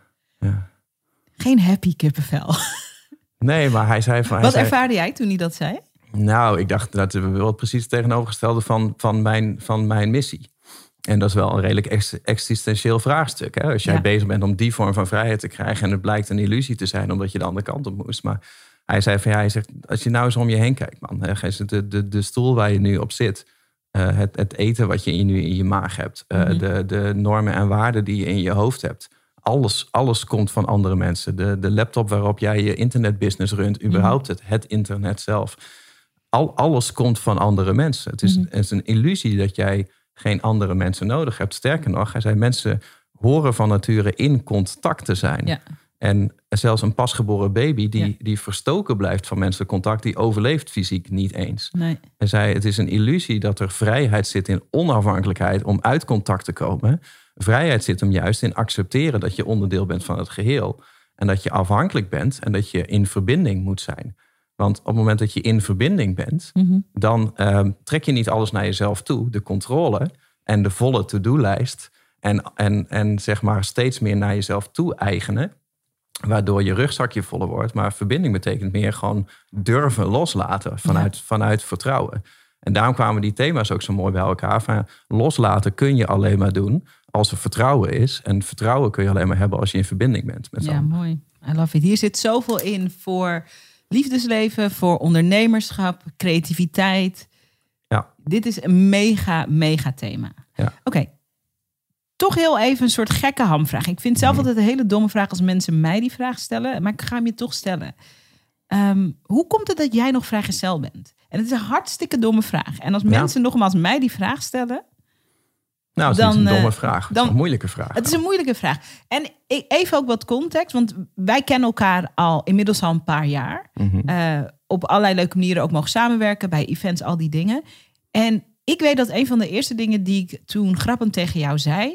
Ja. Geen happy kippenvel. Nee, maar hij zei van... Hij Wat zei, ervaarde jij toen hij dat zei? Nou, ik dacht dat we wel precies het tegenovergestelde van, van, mijn, van mijn missie. En dat is wel een redelijk ex- existentieel vraagstuk. Hè? Als jij Ja. bezig bent om die vorm van vrijheid te krijgen... en het blijkt een illusie te zijn omdat je de andere kant op moest. Maar hij zei van ja, hij zegt, als je nou eens om je heen kijkt, man. Hè, de, de, de stoel waar je nu op zit... Uh, het, het eten wat je nu in je maag hebt... Uh, mm-hmm. de, de normen en waarden die je in je hoofd hebt... Alles, alles komt van andere mensen. De, de laptop waarop jij je internetbusiness runt... überhaupt het, het internet zelf. Al, alles komt van andere mensen. Het is, mm-hmm. het is een illusie dat jij geen andere mensen nodig hebt. Sterker nog, hij zei, mensen horen van nature in contact te zijn. Ja. En zelfs een pasgeboren baby die, ja. die verstoken blijft van menselijk contact... die overleeft fysiek niet eens. Nee. Hij zei, het is een illusie dat er vrijheid zit in onafhankelijkheid... om uit contact te komen. Vrijheid zit hem juist in accepteren dat je onderdeel bent van het geheel. En dat je afhankelijk bent en dat je in verbinding moet zijn. Want op het moment dat je in verbinding bent... Mm-hmm. dan uh, trek je niet alles naar jezelf toe. De controle en de volle to-do-lijst... En, en, en zeg maar steeds meer naar jezelf toe-eigenen... waardoor je rugzakje voller wordt. Maar verbinding betekent meer gewoon durven loslaten vanuit, ja. vanuit vertrouwen. En daarom kwamen die thema's ook zo mooi bij elkaar. Van, loslaten kun je alleen maar doen als er vertrouwen is. En vertrouwen kun je alleen maar hebben als je in verbinding bent met z'n Ja, mooi. I love it. Hier zit zoveel in voor liefdesleven, voor ondernemerschap, creativiteit. Ja. Dit is een mega, mega thema. Ja. Oké. Okay. Toch heel even een soort gekke hamvraag. Ik vind zelf altijd een hele domme vraag als mensen mij die vraag stellen. Maar ik ga hem je toch stellen. Um, hoe komt het dat jij nog vrijgezel bent? En het is een hartstikke domme vraag. En als ja. mensen nogmaals mij die vraag stellen... Nou, het is dan, niet een domme vraag. Het dan, is een moeilijke vraag. Het is een moeilijke vraag. En even ook wat context. Want wij kennen elkaar al inmiddels al een paar jaar. Mm-hmm. Uh, op allerlei leuke manieren ook mogen samenwerken. Bij events, al die dingen. En ik weet dat een van de eerste dingen die ik toen grappend tegen jou zei...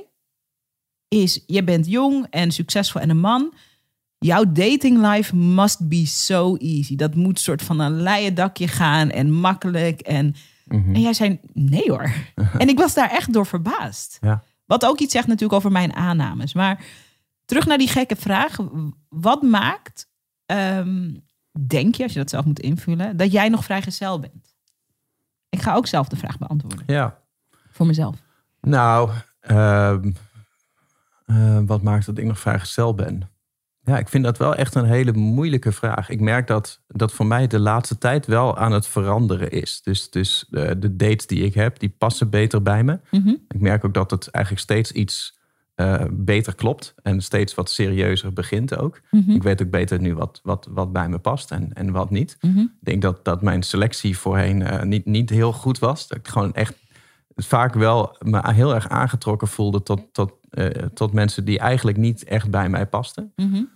is, je bent jong en succesvol en een man. Jouw dating life must be so easy. Dat moet soort van een leien dakje gaan en makkelijk. En, mm-hmm. en jij zei, nee hoor. En ik was daar echt door verbaasd. Ja. Wat ook iets zegt natuurlijk over mijn aannames. Maar terug naar die gekke vraag. Wat maakt, um, denk je, als je dat zelf moet invullen... dat jij nog vrijgezel bent? Ik ga ook zelf de vraag beantwoorden. Ja. Voor mezelf. Nou... Uh... Uh, wat maakt dat ik nog vrijgezel ben? Ja, ik vind dat wel echt een hele moeilijke vraag. Ik merk dat dat voor mij de laatste tijd wel aan het veranderen is. Dus, dus uh, de dates die ik heb, die passen beter bij me. Mm-hmm. Ik merk ook dat het eigenlijk steeds iets uh, beter klopt. En steeds wat serieuzer begint ook. Mm-hmm. Ik weet ook beter nu wat, wat, wat bij me past en, en wat niet. Mm-hmm. Ik denk dat, dat mijn selectie voorheen uh, niet, niet heel goed was. Dat ik gewoon echt vaak wel me heel erg aangetrokken voelde tot... tot Uh, tot mensen die eigenlijk niet echt bij mij pasten. Mm-hmm.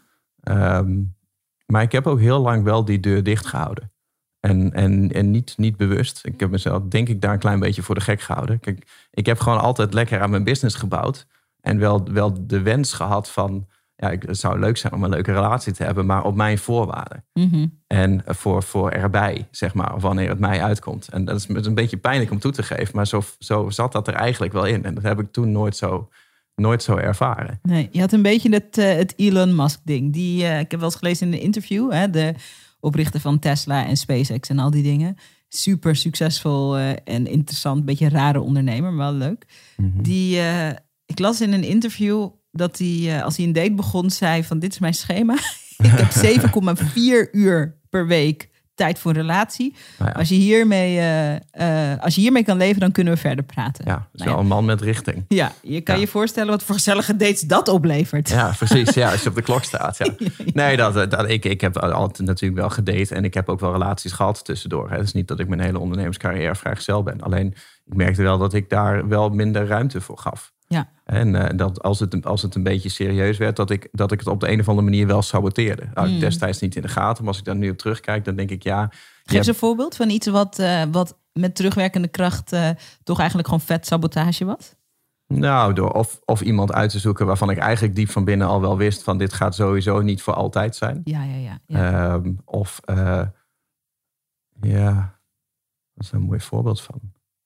Um, maar ik heb ook heel lang wel die deur dicht gehouden. En, en, en niet, niet bewust. Ik heb mezelf, denk ik, daar een klein beetje voor de gek gehouden. Kijk, ik heb gewoon altijd lekker aan mijn business gebouwd. En wel, wel de wens gehad van... ja, het zou leuk zijn om een leuke relatie te hebben... maar op mijn voorwaarden. Mm-hmm. En voor, voor erbij, zeg maar, wanneer het mij uitkomt. En dat is een beetje pijnlijk om toe te geven... maar zo, zo zat dat er eigenlijk wel in. En dat heb ik toen nooit zo... nooit zo ervaren. Nee, je had een beetje het, uh, het Elon Musk ding. Die, uh, ik heb wel eens gelezen in een interview. Hè, de oprichter van Tesla en SpaceX en al die dingen. Super succesvol uh, en interessant. Beetje een rare ondernemer, maar wel leuk. Mm-hmm. Die, uh, ik las in een interview dat hij, uh, als hij een date begon, zei van dit is mijn schema. Ik heb zeven komma vier uur per week tijd voor een relatie. Nou ja. Als je hiermee, uh, uh, als je hiermee kan leven, dan kunnen we verder praten. Ja, dus nou wel ja. een man met richting. Ja, je kan ja. je voorstellen wat voor gezellige dates dat oplevert. Ja, precies. Ja, als je op de klok staat. Ja. Nee, dat, dat, ik, ik heb altijd natuurlijk wel gedate en ik heb ook wel relaties gehad tussendoor. Het is niet dat ik mijn hele ondernemerscarrière vrijgezel ben. Alleen, ik merkte wel dat ik daar wel minder ruimte voor gaf. Ja. En uh, dat als het, als het een beetje serieus werd, dat ik, dat ik het op de een of andere manier wel saboteerde. Nou, mm. destijds niet in de gaten, maar als ik daar nu op terugkijk, dan denk ik ja... Geef eens een voorbeeld van iets wat, uh, wat met terugwerkende kracht uh, toch eigenlijk gewoon vet sabotage was? Nou, door of, of iemand uit te zoeken waarvan ik eigenlijk diep van binnen al wel wist van dit gaat sowieso niet voor altijd zijn. Ja, ja, ja. ja. Um, of uh, ja, dat is een mooi voorbeeld van.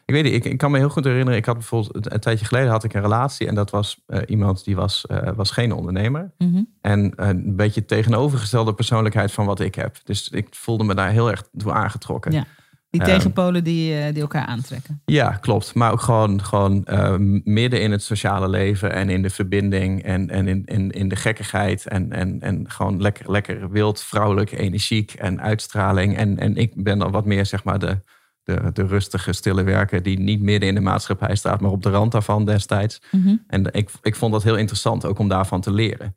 Ik weet niet, ik, ik kan me heel goed herinneren. Ik had bijvoorbeeld een tijdje geleden had ik een relatie. En dat was uh, iemand die was, uh, was geen ondernemer. Mm-hmm. En uh, een beetje tegenovergestelde persoonlijkheid van wat ik heb. Dus ik voelde me daar heel erg toe aangetrokken. Ja. Die tegenpolen die, uh, die elkaar aantrekken. Ja, klopt. Maar ook gewoon, gewoon uh, midden in het sociale leven en in de verbinding en, en in, in, in de gekkigheid. En, en, en gewoon lekker, lekker wild, vrouwelijk, energiek en uitstraling. En, en ik ben dan wat meer, zeg maar, de, de, de rustige, stille werker die niet midden in de maatschappij staat, maar op de rand daarvan destijds. Mm-hmm. En ik, ik vond dat heel interessant, ook om daarvan te leren.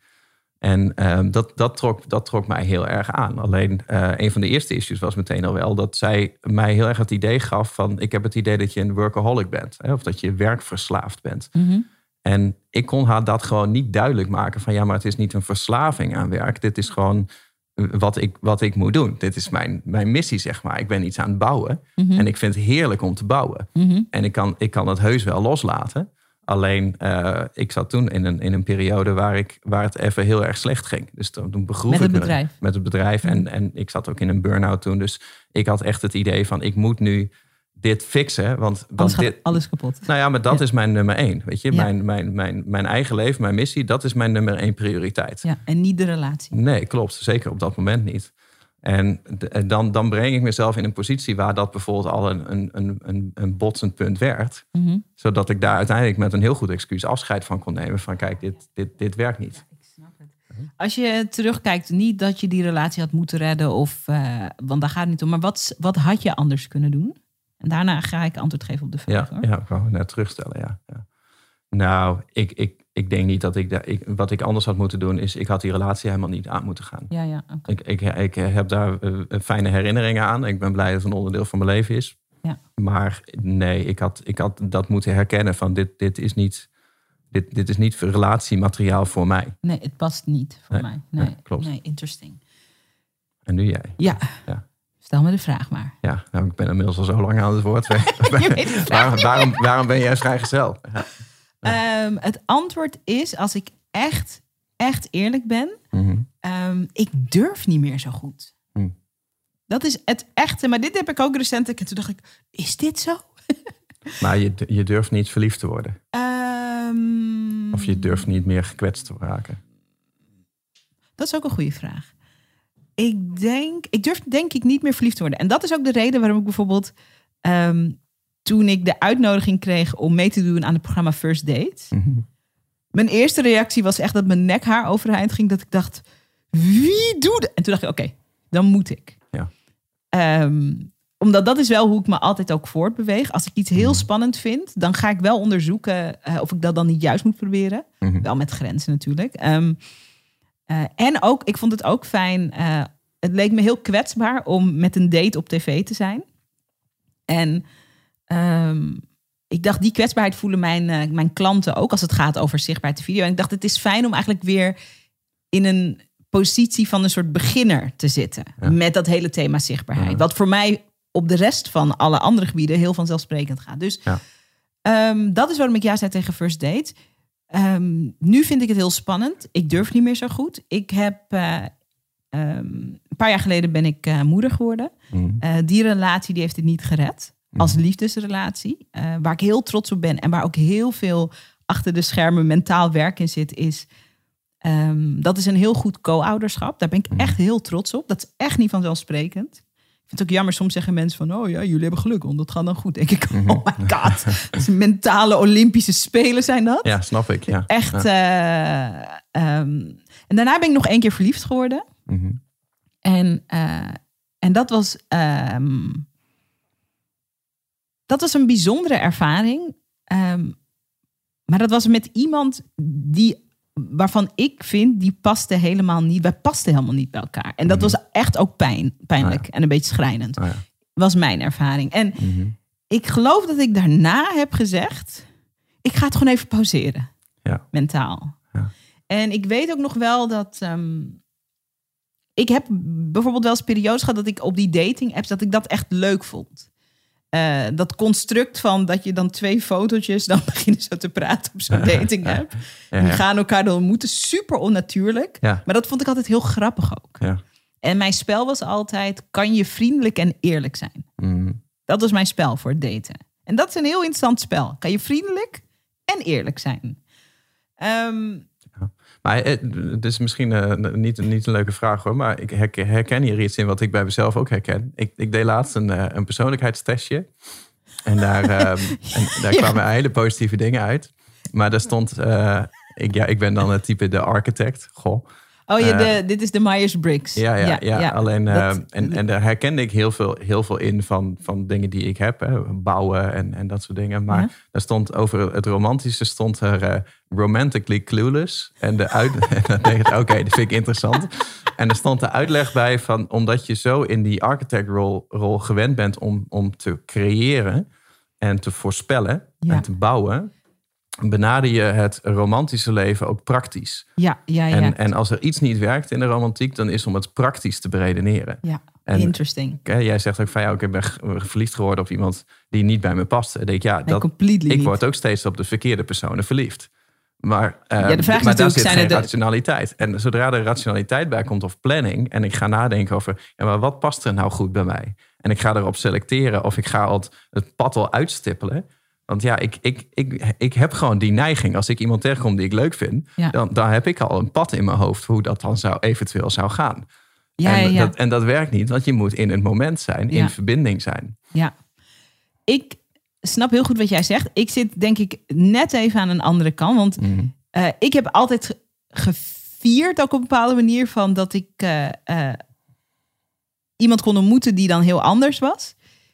En um, dat, dat, trok, dat trok mij heel erg aan. Alleen uh, een van de eerste issues was meteen al wel dat zij mij heel erg het idee gaf van, ik heb het idee dat je een workaholic bent. Hè, of dat je werkverslaafd bent. Mm-hmm. En ik kon haar dat gewoon niet duidelijk maken van, ja, maar het is niet een verslaving aan werk. Dit is gewoon wat ik, wat ik moet doen. Dit is mijn, mijn missie, zeg maar. Ik ben iets aan het bouwen. Mm-hmm. En ik vind het heerlijk om te bouwen. Mm-hmm. En ik kan, ik kan het heus wel loslaten. Alleen, uh, ik zat toen in een, in een periode waar, ik, waar het even heel erg slecht ging. Dus toen begroef met het ik bedrijf. Me, met het bedrijf. Mm. En, en ik zat ook in een burn-out toen. Dus ik had echt het idee van, ik moet nu dit fixen. Want, want alles gaat dit, alles kapot. Nou ja, maar dat ja. is mijn nummer één. Weet je, ja. mijn, mijn, mijn, mijn eigen leven, mijn missie, dat is mijn nummer één prioriteit. Ja, en niet de relatie. Nee, klopt. Zeker op dat moment niet. En dan, dan breng ik mezelf in een positie waar dat bijvoorbeeld al een, een, een, een botsend punt werd. Mm-hmm. Zodat ik daar uiteindelijk met een heel goed excuus afscheid van kon nemen. Van kijk, dit, dit, dit werkt niet. Ja, ik snap het. Als je terugkijkt, niet dat je die relatie had moeten redden. Of, uh, want daar gaat het niet om. Maar wat, wat had je anders kunnen doen? En daarna ga ik antwoord geven op de vraag. Ja, hoor. ja ik wou het net terugstellen. Ja, ja. Nou, ik, ik, ik denk niet dat ik, da- ik... Wat ik anders had moeten doen is, ik had die relatie helemaal niet aan moeten gaan. Ja, ja, okay. ik, ik, ik heb daar uh, fijne herinneringen aan. Ik ben blij dat het een onderdeel van mijn leven is. Ja. Maar nee, ik had, ik had dat moeten herkennen van dit, dit is niet... Dit, dit is niet relatiemateriaal voor mij. Nee, het past niet voor nee, mij. Nee, nee, klopt. Nee, interesting. En nu jij. Ja. ja. Stel me de vraag maar. Ja, nou, ik ben inmiddels al zo lang aan het woord. waarom, waarom, waarom ben jij vrijgezel? Ja. Ja. Um, het antwoord is, als ik echt, echt eerlijk ben... Mm-hmm. Um, ik durf niet meer zo goed. Mm. Dat is het echte. Maar dit heb ik ook recent. En toen dacht ik, is dit zo? Maar je, je durft niet verliefd te worden? Um, of je durft niet meer gekwetst te raken? Dat is ook een goede vraag. Ik denk, ik durf denk ik niet meer verliefd te worden. En dat is ook de reden waarom ik bijvoorbeeld... Um, toen ik de uitnodiging kreeg om mee te doen aan het programma First Date... Mm-hmm. Mijn eerste reactie was echt dat mijn nekhaar overeind ging. Dat ik dacht, wie doet dat? En toen dacht ik, oké, okay, dan moet ik. Ja. Um, omdat dat is wel hoe ik me altijd ook voortbeweeg. Als ik iets heel mm-hmm. spannend vind, dan ga ik wel onderzoeken... Uh, of ik dat dan niet juist moet proberen. Mm-hmm. Wel met grenzen natuurlijk. Um, uh, en ook, ik vond het ook fijn... Uh, het leek me heel kwetsbaar om met een date op tv te zijn. En... Um, ik dacht, die kwetsbaarheid voelen mijn, uh, mijn klanten ook als het gaat over zichtbaarheid de video. En ik dacht, het is fijn om eigenlijk weer in een positie van een soort beginner te zitten. Ja. Met dat hele thema zichtbaarheid. Ja. Wat voor mij op de rest van alle andere gebieden heel vanzelfsprekend gaat. Dus ja. um, dat is waarom ik ja zei tegen First Date. Um, nu vind ik het heel spannend. Ik durf niet meer zo goed. Ik heb... Uh, um, een paar jaar geleden ben ik uh, moeder geworden. Mm. Uh, die relatie die heeft het niet gered. Als liefdesrelatie, uh, waar ik heel trots op ben... en waar ook heel veel achter de schermen mentaal werk in zit... is um, dat is een heel goed co-ouderschap. Daar ben ik echt heel trots op. Dat is echt niet vanzelfsprekend. Ik vind het ook jammer, soms zeggen mensen van... oh ja, jullie hebben geluk, want dat gaat dan goed. Denk ik, oh my god. Dat is mentale Olympische Spelen zijn dat. Ja, snap ik. Ja. Echt. Ja. Uh, um, en daarna ben ik nog één keer verliefd geworden. Mm-hmm. En, uh, en dat was... Um, Dat was een bijzondere ervaring. Um, maar dat was met iemand die, waarvan ik vind, die paste helemaal niet. Wij pasten helemaal niet bij elkaar. En dat mm-hmm. was echt ook pijn, pijnlijk oh ja. en een beetje schrijnend. Oh ja. Was mijn ervaring. En mm-hmm. ik geloof dat ik daarna heb gezegd, ik ga het gewoon even pauzeren. Ja. Mentaal. Ja. En ik weet ook nog wel dat... Um, ik heb bijvoorbeeld wel eens periodes gehad dat ik op die dating apps, dat ik dat echt leuk vond. Uh, dat construct van dat je dan twee fotootjes... dan beginnen zo te praten op zo'n dating app. Ja, ja. Die gaan elkaar dan ontmoeten. Super onnatuurlijk. Ja. Maar dat vond ik altijd heel grappig ook. Ja. En mijn spel was altijd... kan je vriendelijk en eerlijk zijn? Mm. Dat was mijn spel voor het daten. En dat is een heel interessant spel. Kan je vriendelijk en eerlijk zijn. Um, ja. Maar het is misschien uh, niet, niet een leuke vraag hoor. Maar ik herken hier iets in wat ik bij mezelf ook herken. Ik, ik deed laatst een, uh, een persoonlijkheidstestje. En daar, um, en daar ja. kwamen hele positieve dingen uit. Maar daar stond... Uh, ik, ja, ik ben dan het type de architect. Goh. Oh ja, de, uh, dit is de Myers-Briggs. Ja, ja, ja, ja. ja. alleen uh, dat, en, en daar herkende ik heel veel, heel veel in van, van dingen die ik heb. Hè, bouwen en, en dat soort dingen. Maar ja. daar stond over het romantische stond er uh, romantically clueless. En de uit, en dan denk ik, oké, okay, dat vind ik interessant. En er stond de uitleg bij van omdat je zo in die architect-rol rol gewend bent om, om te creëren en te voorspellen ja. en te bouwen, benader je het romantische leven ook praktisch. Ja, ja, ja. En, en als er iets niet werkt in de romantiek, dan is om het praktisch te beredeneren. Ja, en, interesting. Jij zegt ook van ja, ik ben verliefd geworden op iemand die niet bij me past. Dan denk ik, ja, dat, nee, ik niet. word ook steeds op de verkeerde personen verliefd. Maar, uh, ja, de vraag is maar daar zit zijn geen de... rationaliteit. En zodra er rationaliteit bij komt of planning, en ik ga nadenken over, ja, maar wat past er nou goed bij mij? En ik ga erop selecteren of ik ga al het pad al uitstippelen. Want ja, ik, ik, ik, ik heb gewoon die neiging. Als ik iemand tegenkom die ik leuk vind, ja. dan, dan heb ik al een pad in mijn hoofd hoe dat dan zou eventueel zou gaan. Ja, en, ja. Dat, en dat werkt niet, want je moet in het moment zijn, in ja. verbinding zijn. Ja, ik snap heel goed wat jij zegt. Ik zit denk ik net even aan een andere kant. Want mm. uh, ik heb altijd gevierd, ook op een bepaalde manier, van dat ik uh, uh, iemand kon ontmoeten die dan heel anders was.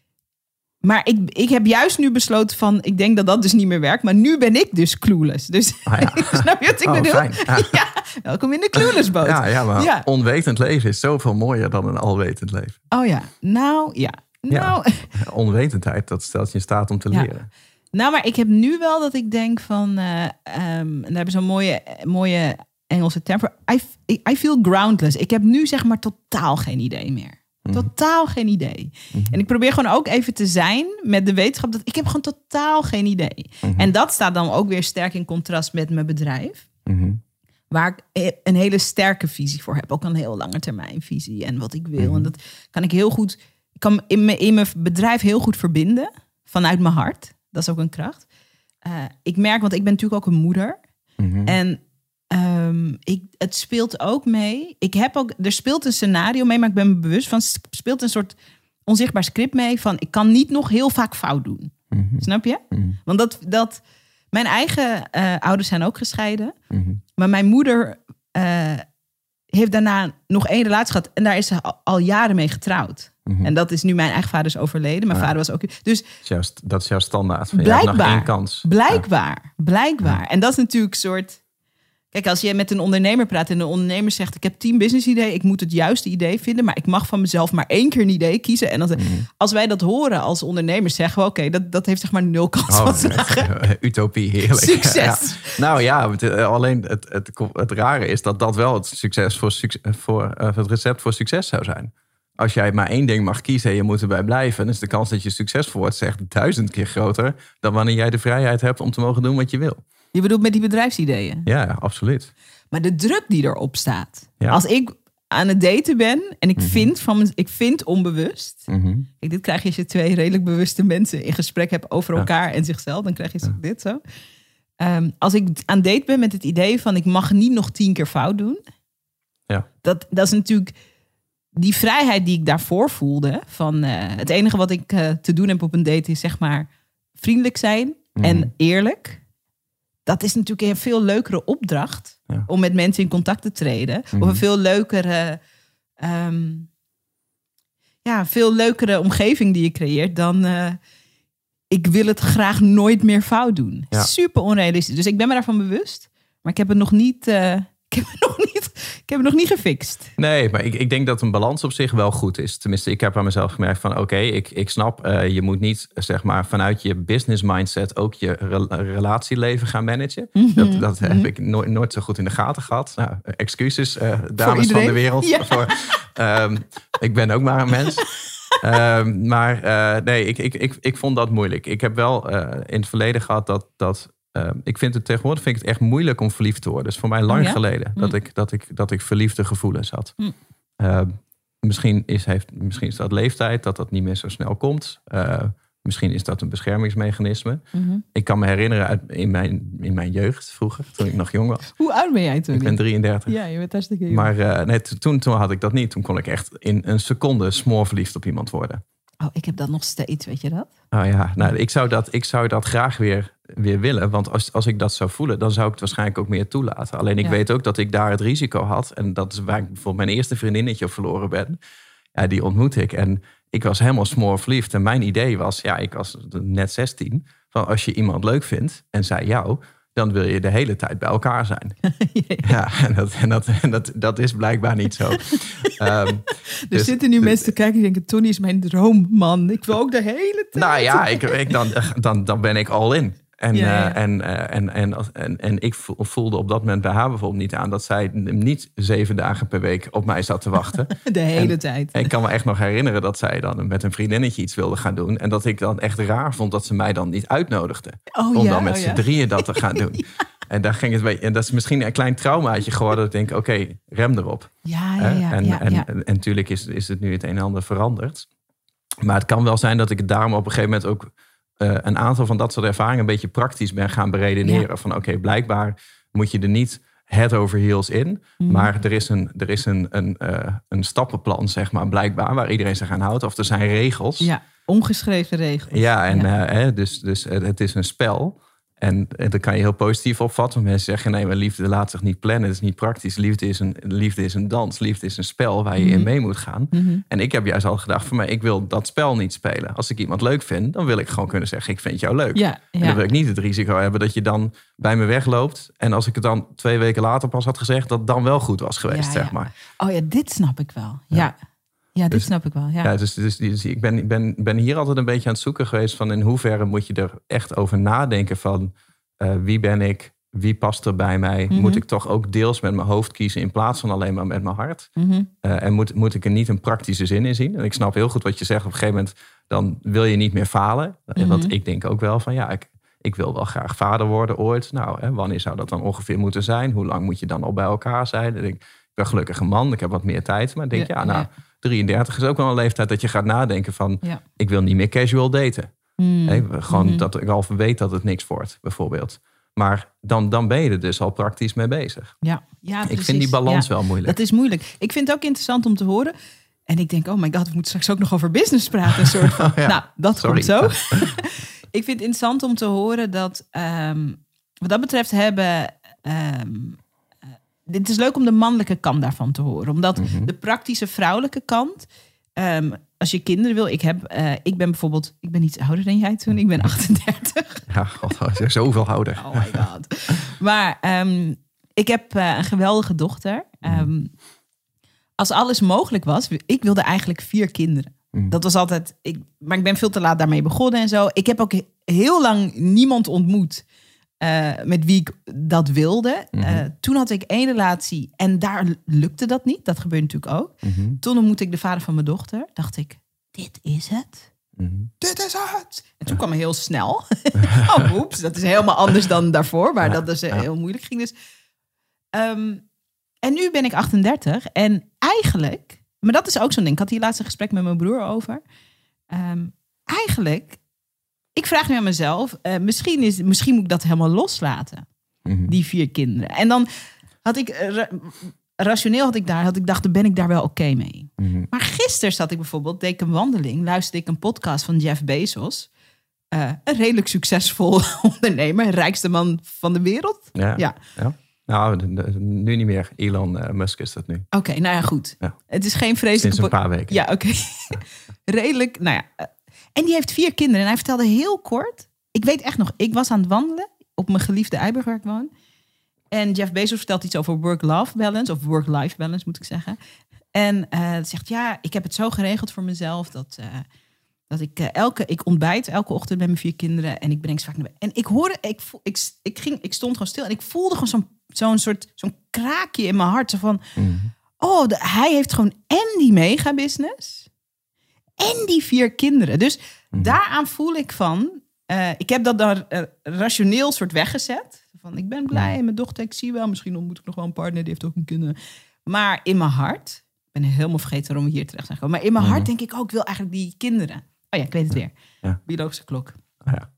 Maar ik, ik heb juist nu besloten van, ik denk dat dat dus niet meer werkt. Maar nu ben ik dus clueless. Dus ah, ja. snap je wat ik oh, bedoel? Fijn. Ja. Ja, welkom in de clueless boot. Ja, ja maar ja. onwetend leven is zoveel mooier dan een alwetend leven. Oh ja, nou ja. Nou. ja. Onwetendheid, dat stelt je in staat om te ja. leren. Nou, maar ik heb nu wel dat ik denk van, uh, um, en daar hebben ze een mooie, mooie Engelse term voor. I, I feel groundless. Ik heb nu zeg maar totaal geen idee meer. Totaal geen idee. Mm-hmm. En ik probeer gewoon ook even te zijn met de wetenschap dat ik heb gewoon totaal geen idee. Mm-hmm. En dat staat dan ook weer sterk in contrast met mijn bedrijf. Mm-hmm. Waar ik een hele sterke visie voor heb. Ook een heel lange termijn visie en wat ik wil. Mm-hmm. En dat kan ik heel goed, ik kan in mijn, in mijn bedrijf heel goed verbinden. Vanuit mijn hart. Dat is ook een kracht. Uh, ik merk, want ik ben natuurlijk ook een moeder. Mm-hmm. En Um, ik, het speelt ook mee. Ik heb ook, er speelt een scenario mee, maar ik ben me bewust van, speelt een soort onzichtbaar script mee van, ik kan niet nog heel vaak fout doen. Mm-hmm. Snap je? Mm-hmm. Want dat, dat, mijn eigen uh, ouders zijn ook gescheiden. Mm-hmm. Maar mijn moeder uh, heeft daarna nog één relatie gehad en daar is ze al, al jaren mee getrouwd. Mm-hmm. En dat is nu mijn eigen vader is overleden. Mijn ja. vader was ook... Dus Juist, dat is jouw standaard. Van, blijkbaar. Je hebt nog één kans. Blijkbaar. Ja. Blijkbaar. Ja. En dat is natuurlijk een soort... Kijk, als je met een ondernemer praat en de ondernemer zegt, ik heb tien business ideeën, ik moet het juiste idee vinden, maar ik mag van mezelf maar één keer een idee kiezen. En als, mm. als wij dat horen als ondernemers, zeggen we, oké, okay, dat, dat heeft zeg maar nul kans oh, van slagen. Utopie, heerlijk. Succes. Ja. Nou ja, het, alleen het, het, het rare is dat dat wel het, succes voor, voor, uh, het recept voor succes zou zijn. Als jij maar één ding mag kiezen en je moet erbij blijven, dan is de kans dat je succesvol wordt echt duizend keer groter dan wanneer jij de vrijheid hebt om te mogen doen wat je wil. Je bedoelt met die bedrijfsideeën? Ja, absoluut. Maar de druk die erop staat. Ja. Als ik aan het daten ben en ik, mm-hmm. vind, van, ik vind onbewust. Mm-hmm. Kijk, dit krijg je als je twee redelijk bewuste mensen in gesprek hebt over elkaar ja. en zichzelf. Dan krijg je ja. dit zo. Um, als ik aan het date ben met het idee van ik mag niet nog tien keer fout doen. Ja. Dat, dat is natuurlijk die vrijheid die ik daarvoor voelde. Van uh, het enige wat ik uh, te doen heb op een date is zeg maar vriendelijk zijn mm-hmm. en eerlijk. Dat is natuurlijk een veel leukere opdracht ja. om met mensen in contact te treden. Mm-hmm. Of een veel leukere, um, ja, veel leukere omgeving die je creëert dan uh, ik wil het graag nooit meer fout doen. Ja. Super onrealistisch. Dus ik ben me daarvan bewust. Maar ik heb het nog niet, uh, ik heb het nog niet, ik heb het nog niet gefixt. Nee, maar ik, ik denk dat een balans op zich wel goed is. Tenminste, ik heb aan mezelf gemerkt van oké, okay, ik, ik snap, uh, je moet niet zeg maar vanuit je business mindset ook je re- relatieleven gaan managen. Mm-hmm. Dat, dat heb mm-hmm. ik nooit, nooit zo goed in de gaten gehad. Nou, excuses, uh, dames van de wereld. Ja. Voor, um, ik ben ook maar een mens. um, maar uh, nee, ik, ik, ik, ik vond dat moeilijk. Ik heb wel uh, in het verleden gehad dat... dat Uh, ik vind het tegenwoordig vind ik het echt moeilijk om verliefd te worden. Dus voor mij lang oh ja? geleden mm. dat, ik, dat, ik, dat ik verliefde gevoelens had. Mm. Uh, misschien, is, heeft, misschien is dat leeftijd, dat dat niet meer zo snel komt. Uh, Misschien is dat een beschermingsmechanisme. Mm-hmm. Ik kan me herinneren uit, in, mijn, in mijn jeugd vroeger, toen ik nog jong was. Hoe oud ben jij toen? Ik ben drieëndertig. Ja, je bent hartstikke jong. Maar uh, nee, toen, toen had ik dat niet. Toen kon ik echt in een seconde smoorverliefd op iemand worden. Oh, ik heb dat nog steeds, weet je dat? Oh ja, nou, ik zou dat, ik zou dat graag weer, weer willen. Want als, als ik dat zou voelen, dan zou ik het waarschijnlijk ook meer toelaten. Alleen ik ja. weet ook dat ik daar het risico had. En dat is waar ik bijvoorbeeld mijn eerste vriendinnetje op verloren ben. Ja, die ontmoette ik. En ik was helemaal smoorverliefd. En mijn idee was, ja, ik was net zestien. Van als je iemand leuk vindt en zij jou, dan wil je de hele tijd bij elkaar zijn. ja, ja en, dat, en, dat, en dat, dat is blijkbaar niet zo. um, er dus, zitten nu dus, mensen te kijken die denken, Tony is mijn droomman. Ik wil ook de hele tijd. Nou ja, ik, ik, dan, dan, dan ben ik all in. En, ja, ja. Uh, en, uh, en, en, en, en ik voelde op dat moment bij haar bijvoorbeeld niet aan dat zij niet zeven dagen per week op mij zat te wachten. De hele en, tijd. En ik kan me echt nog herinneren dat zij dan met een vriendinnetje iets wilde gaan doen. En dat ik dan echt raar vond dat ze mij dan niet uitnodigde. Oh, om ja, dan met oh, z'n ja. drieën dat te gaan doen. ja. En daar ging het een beetje, en dat is misschien een klein traumaatje geworden. Dat ik denk, oké, okay, rem erop. Ja, ja, ja. En, ja, en, ja. en, en natuurlijk is, is het nu het een en ander veranderd. Maar het kan wel zijn dat ik het daarom op een gegeven moment ook Uh, een aantal van dat soort ervaringen een beetje praktisch ben gaan beredeneren. Ja. Van oké, okay, blijkbaar moet je er niet head over heels in. Mm. Maar er is, een, er is een, een, uh, een stappenplan, zeg maar, blijkbaar, waar iedereen zich aan houdt. Of er zijn regels. Ja, ongeschreven regels. Ja, en ja. Uh, hè, dus, dus uh, het is een spel. En uh, dat kan je heel positief opvatten. Want mensen zeggen, nee, maar liefde laat zich niet plannen. Het is niet praktisch. Liefde is een, liefde is een dans. Liefde is een spel waar je mm-hmm. in mee moet gaan. Mm-hmm. En ik heb juist al gedacht van mij, ik wil dat spel niet spelen. Als ik iemand leuk vind, dan wil ik gewoon kunnen zeggen, ik vind jou leuk. Ja, ja. En dan wil ik niet het risico hebben dat je dan bij me wegloopt. En als ik het dan twee weken later pas had gezegd, dat het dan wel goed was geweest, ja, zeg ja. maar. Oh ja, dit snap ik wel. Ja. ja. Ja, dit dus, snap ik wel. Ja, ja dus, dus, dus ik ben, ben, ben hier altijd een beetje aan het zoeken geweest van in hoeverre moet je er echt over nadenken van uh, wie ben ik, wie past er bij mij? Mm-hmm. Moet ik toch ook deels met mijn hoofd kiezen in plaats van alleen maar met mijn hart? Mm-hmm. Uh, en moet, moet ik er niet een praktische zin in zien? En ik snap heel goed wat je zegt. Op een gegeven moment dan wil je niet meer falen. Mm-hmm. Want ik denk ook wel van ja, ik, ik wil wel graag vader worden ooit. Nou, hè, wanneer zou dat dan ongeveer moeten zijn? Hoe lang moet je dan al bij elkaar zijn? Ik, ik ben gelukkig een man, ik heb wat meer tijd. Maar ik denk ja, ja nou, ja. drieëndertig is ook wel een leeftijd dat je gaat nadenken van ja. ik wil niet meer casual daten. Mm. Hey, gewoon mm-hmm. dat ik al weet dat het niks wordt, bijvoorbeeld. Maar dan, dan ben je er dus al praktisch mee bezig. Ja, ja, ik vind die balans ja, wel moeilijk. Dat is moeilijk. Ik vind het ook interessant om te horen. En ik denk, oh my god, we moeten straks ook nog over business praten. Een soort van, oh ja. Nou, dat Sorry. komt zo. Ik vind het interessant om te horen dat um, wat dat betreft hebben... Um, uh, dit is leuk om de mannelijke kant daarvan te horen. Omdat mm-hmm. de praktische vrouwelijke kant... Um, als je kinderen wil, ik heb, uh, ik ben bijvoorbeeld, ik ben iets ouder dan jij toen, ik ben achtendertig. Ja, god, je zoveel ouder. Oh my god. Maar um, ik heb uh, een geweldige dochter. Um, als alles mogelijk was, ik wilde eigenlijk vier kinderen. Mm. Dat was altijd, ik, maar ik ben veel te laat daarmee begonnen en zo. Ik heb ook heel lang niemand ontmoet uh, met wie ik dat wilde. Mm-hmm. Uh, toen had ik één relatie en daar lukte dat niet. Dat gebeurt natuurlijk ook. Mm-hmm. Toen ontmoette ik de vader van mijn dochter. Dacht ik, dit is het. Mm-hmm. Dit is het. En toen kwam hij heel snel. Oh, oeps, dat is helemaal anders dan daarvoor. Maar ja, dat is uh, ja. heel moeilijk ging. Dus, um, en nu ben ik achtendertig. En eigenlijk, maar dat is ook zo'n ding. Ik had hier laatst een gesprek met mijn broer over. Um, eigenlijk... Ik vraag nu aan mezelf, uh, misschien, is, misschien moet ik dat helemaal loslaten. Mm-hmm. Die vier kinderen. En dan had ik, uh, ra- rationeel had ik daar, had ik dacht, dan ben ik daar wel oké okay mee. Mm-hmm. Maar gisteren zat ik bijvoorbeeld, deed ik een wandeling, luisterde ik een podcast van Jeff Bezos. Uh, een redelijk succesvol ondernemer, rijkste man van de wereld. Ja, ja. ja. Nou, de, de, nu niet meer. Elon uh, Musk is dat nu. Oké, okay, nou ja, goed. Ja. Het is geen vreselijke... Sinds een paar weken. Ja, oké. Okay. Redelijk, nou ja... Uh, En die heeft vier kinderen. En hij vertelde heel kort. Ik weet echt nog, ik was aan het wandelen op mijn geliefde Eiburg waar ik woon. En Jeff Bezos vertelt iets over work-life balance. Of work-life balance moet ik zeggen. En uh, zegt, ja, ik heb het zo geregeld voor mezelf. Dat, uh, dat ik uh, elke, ik ontbijt elke ochtend met mijn vier kinderen. En ik breng ze vaak naar bed. En ik hoorde, ik, ik, ik, ging, ik stond gewoon stil. En ik voelde gewoon zo'n, zo'n soort, zo'n kraakje in mijn hart. Zo van, mm-hmm. oh, de, hij heeft gewoon en die mega business... En die vier kinderen. Dus mm-hmm. daaraan voel ik van... Uh, ik heb dat dan uh, rationeel soort weggezet. Van ik ben blij en mijn dochter, ik zie wel... misschien ontmoet ik nog wel een partner, die heeft ook een kinderen. Maar in mijn hart... Ik ben helemaal vergeten waarom we hier terecht zijn gekomen. Maar in mijn mm-hmm. hart denk ik ook... ik wil eigenlijk die kinderen Oh ja, ik weet het weer. Ja. Biologische klok. Oh ja.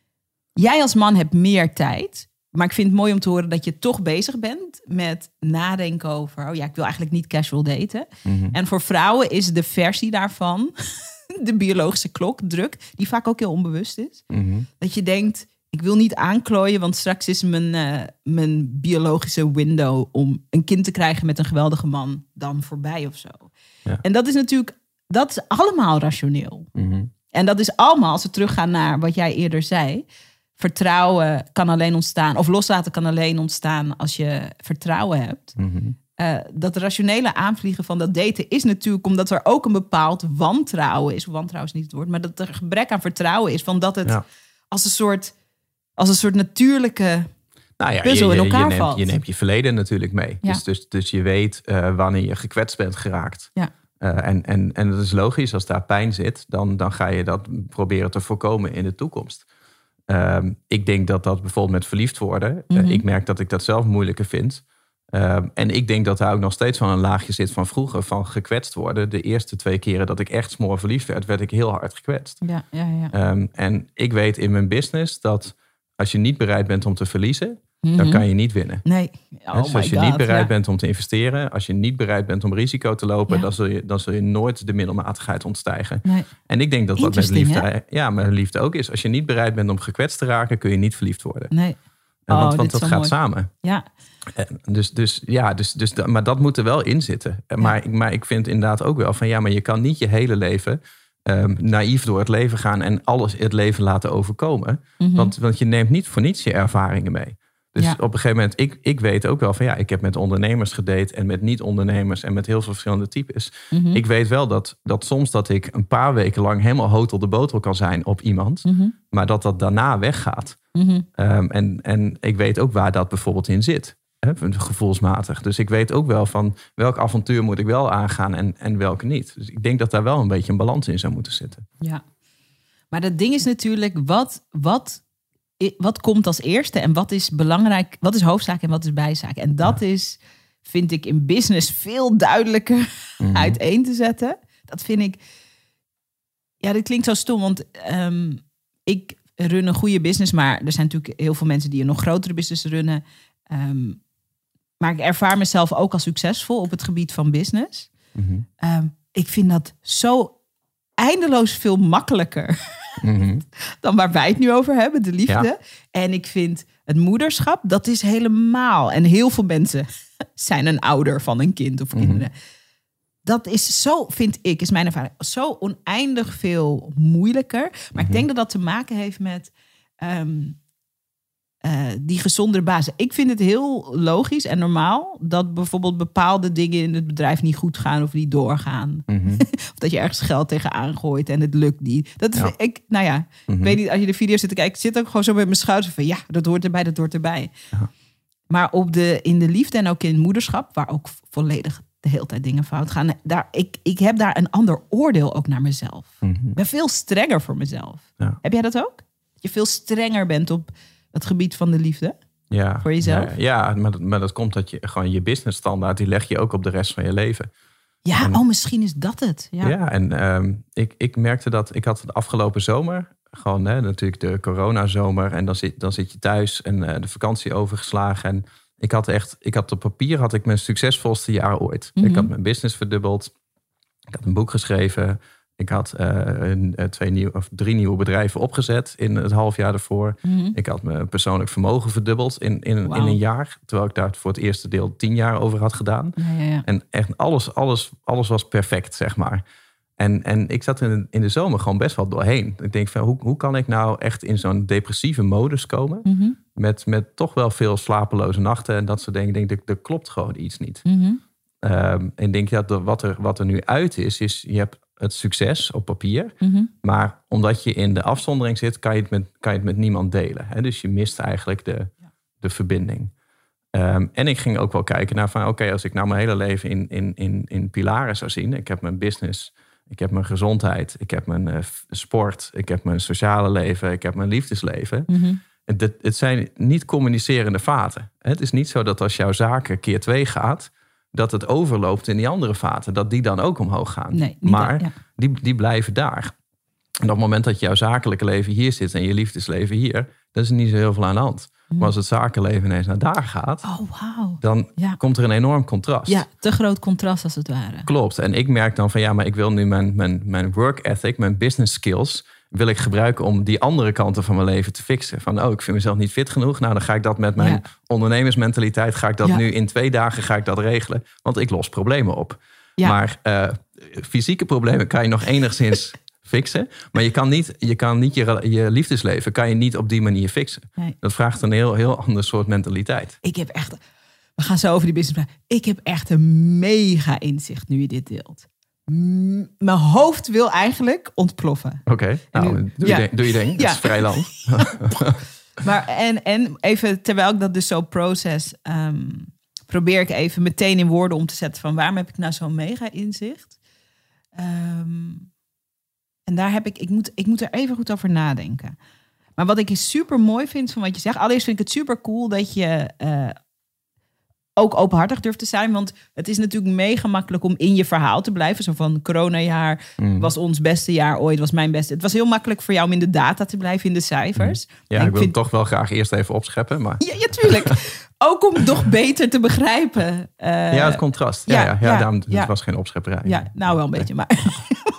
Jij als man hebt meer tijd. Maar ik vind het mooi om te horen dat je toch bezig bent met nadenken over... oh ja, ik wil eigenlijk niet casual daten. Mm-hmm. En voor vrouwen is de versie daarvan... de biologische klok, druk, die vaak ook heel onbewust is. Mm-hmm. Dat je denkt, ik wil niet aanklooien... want straks is mijn, uh, mijn biologische window... om een kind te krijgen met een geweldige man... dan voorbij of zo. Ja. En dat is natuurlijk... dat is allemaal rationeel. Mm-hmm. En dat is allemaal, als we teruggaan naar wat jij eerder zei... vertrouwen kan alleen ontstaan... of loslaten kan alleen ontstaan als je vertrouwen hebt... Mm-hmm. Uh, dat rationele aanvliegen van dat daten is natuurlijk... omdat er ook een bepaald wantrouwen is. Wantrouwen is niet het woord, maar dat er gebrek aan vertrouwen is. Van dat het ja. als, een soort, als een soort natuurlijke nou ja, puzzel je, je, in elkaar je neemt, valt. Je neemt je verleden natuurlijk mee. Ja. Dus, dus, dus je weet uh, wanneer je gekwetst bent geraakt. Ja. Uh, en, en, en dat is logisch, als daar pijn zit... dan, dan ga je dat proberen te voorkomen in de toekomst. Um, ik denk dat dat bijvoorbeeld met verliefd worden... Mm-hmm. Uh, ik merk dat ik dat zelf moeilijker vind... Uh, en ik denk dat daar ook nog steeds wel een laagje zit van vroeger... van gekwetst worden. De eerste twee keren dat ik echt smoor verliefd werd... werd ik heel hard gekwetst. Ja, ja, ja. Um, en ik weet in mijn business dat als je niet bereid bent om te verliezen... Mm-hmm. dan kan je niet winnen. Nee. Oh dus als je God, niet bereid ja. bent om te investeren... als je niet bereid bent om risico te lopen... Ja. Dan, zul je, dan zul je nooit de middelmatigheid ontstijgen. Nee. En ik denk dat dat met liefde, hè? ja, met liefde ook is. Als je niet bereid bent om gekwetst te raken... kun je niet verliefd worden. Nee. Oh, want want dit dat is gaat mooi. samen. Ja. Dus, dus ja, dus, dus, maar dat moet er wel in zitten. Ja. Maar, maar ik vind inderdaad ook wel van... ja, maar je kan niet je hele leven... Um, naïef door het leven gaan... en alles het leven laten overkomen. Mm-hmm. Want, want je neemt niet voor niets je ervaringen mee. Dus ja. op een gegeven moment... Ik, ik weet ook wel van ja... ik heb met ondernemers gedate... en met niet-ondernemers... en met heel veel verschillende types. Mm-hmm. Ik weet wel dat, dat soms dat ik een paar weken lang... helemaal hotel de botel kan zijn op iemand... Mm-hmm. maar dat dat daarna weggaat. Mm-hmm. Um, en, en ik weet ook waar dat bijvoorbeeld in zit. Hè, gevoelsmatig. Dus ik weet ook wel van welk avontuur moet ik wel aangaan en, en welke niet. Dus ik denk dat daar wel een beetje een balans in zou moeten zitten. Ja, maar dat ding is natuurlijk, wat, wat, wat komt als eerste en wat is belangrijk, wat is hoofdzaak en wat is bijzaak? En dat ja. is, vind ik in business veel duidelijker mm-hmm. uiteen te zetten. Dat vind ik, ja, dit klinkt zo stom, want um, ik run een goede business, maar er zijn natuurlijk heel veel mensen die een nog grotere business runnen. Um, maar ik ervaar mezelf ook als succesvol op het gebied van business. Mm-hmm. Um, ik vind dat zo eindeloos veel makkelijker mm-hmm. dan waar wij het nu over hebben, de liefde. Ja. En ik vind het moederschap, dat is helemaal... En heel veel mensen zijn een ouder van een kind of kinderen. Mm-hmm. Dat is zo, vind ik, is mijn ervaring, zo oneindig veel moeilijker. Maar mm-hmm. ik denk dat dat te maken heeft met... Um, Uh, die gezondere basis. Ik vind het heel logisch en normaal dat bijvoorbeeld bepaalde dingen in het bedrijf niet goed gaan of niet doorgaan. Mm-hmm. Of dat je ergens geld tegenaan gooit en het lukt niet. Dat ja. ik, nou ja, mm-hmm. ik weet niet, als je de video zit te kijken, ik zit ook gewoon zo met mijn schouders van ja, dat hoort erbij, dat hoort erbij. Ja. Maar op de, in de liefde en ook in het moederschap, waar ook volledig de hele tijd dingen fout gaan, daar, ik, ik heb daar een ander oordeel ook naar mezelf. Mm-hmm. Ik ben veel strenger voor mezelf. Ja. Heb jij dat ook? Dat je veel strenger bent op het gebied van de liefde? Ja, voor jezelf? Ja, ja maar, dat, maar dat komt dat je gewoon je business standaard... die leg je ook op de rest van je leven. Ja, en, oh, misschien is dat het. Ja, ja en um, ik, ik merkte dat... Ik had de afgelopen zomer... gewoon hè, natuurlijk de coronazomer... en dan zit, dan zit je thuis en uh, de vakantie overgeslagen... en ik had echt... ik had op papier had ik mijn succesvolste jaar ooit. Mm-hmm. Ik had mijn business verdubbeld. Ik had een boek geschreven... Ik had uh, een, twee nieuw, of drie nieuwe bedrijven opgezet in het half jaar ervoor. Mm-hmm. Ik had mijn persoonlijk vermogen verdubbeld in, in, wow. in een jaar. Terwijl ik daar voor het eerste deel tien jaar over had gedaan. Ja, ja, ja. En echt alles, alles, alles was perfect, zeg maar. En, en ik zat in, in de zomer gewoon best wel doorheen. Ik denk van, hoe, hoe kan ik nou echt in zo'n depressieve modus komen? Mm-hmm. Met, met toch wel veel slapeloze nachten en dat soort dingen. Ik denk, er klopt gewoon iets niet. Mm-hmm. Um, en ik denk, ja, wat, er, wat er nu uit is, is je hebt het succes op papier. Mm-hmm. Maar omdat je in de afzondering zit, kan je het met, kan je het met niemand delen. Hè? Dus je mist eigenlijk de, ja. de verbinding. Um, en ik ging ook wel kijken naar van... oké, okay, als ik nou mijn hele leven in, in, in, in pilaren zou zien... ik heb mijn business, ik heb mijn gezondheid... ik heb mijn uh, sport, ik heb mijn sociale leven... ik heb mijn liefdesleven... Mm-hmm. Het, het zijn niet communicerende vaten. Het is niet zo dat als jouw zaken keer twee gaat... dat het overloopt in die andere vaten. Dat die dan ook omhoog gaan. Nee, niet maar dat, ja. die, die blijven daar. En op het moment dat jouw zakelijke leven hier zit en je liefdesleven hier, dan is er niet zo heel veel aan de hand. Mm. Maar als het zakenleven ineens naar daar gaat, oh, wow. dan ja. komt er een enorm contrast. Ja, te groot contrast als het ware. Klopt. En ik merk dan van ja, maar ik wil nu mijn, mijn, mijn work ethic, mijn business skills, wil ik gebruiken om die andere kanten van mijn leven te fixen. Van oh, ik vind mezelf niet fit genoeg. Nou, dan ga ik dat met mijn ja. ondernemersmentaliteit, ga ik dat ja. nu in twee dagen ga ik dat regelen. Want ik los problemen op. Ja. Maar uh, fysieke problemen kan je nog enigszins fixen. Maar je kan niet je, kan niet je, je liefdesleven kan je niet op die manier fixen. Nee. Dat vraagt een heel, heel ander soort mentaliteit. Ik heb echt, we gaan zo over die business praten. Ik heb echt een mega inzicht nu je dit deelt. M- mijn hoofd wil eigenlijk ontploffen. Oké, okay. nou, nu, doe, ja. je ding, doe je ding. Dat ja. is vrij land. maar en, en even, terwijl ik dat dus zo proces, um, probeer ik even meteen in woorden om te zetten van waarom heb ik nou zo'n mega inzicht? Um, en daar heb ik, ik moet, ik moet er even goed over nadenken. Maar wat ik super mooi vind van wat je zegt, allereerst vind ik het super cool dat je uh, ook openhartig durft te zijn. Want het is natuurlijk mega makkelijk om in je verhaal te blijven. Zo van coronajaar mm. was ons beste jaar ooit, was mijn beste. Het was heel makkelijk voor jou om in de data te blijven, in de cijfers. Mm. Ja, en ik wil vind... het toch wel graag eerst even opscheppen. Maar... Ja, ja, tuurlijk. Ook om het nog beter te begrijpen. Uh, ja, het contrast. Ja, ja, ja, ja, ja daarom ja. Het was geen opschepperij. Ja, nou wel een beetje, maar...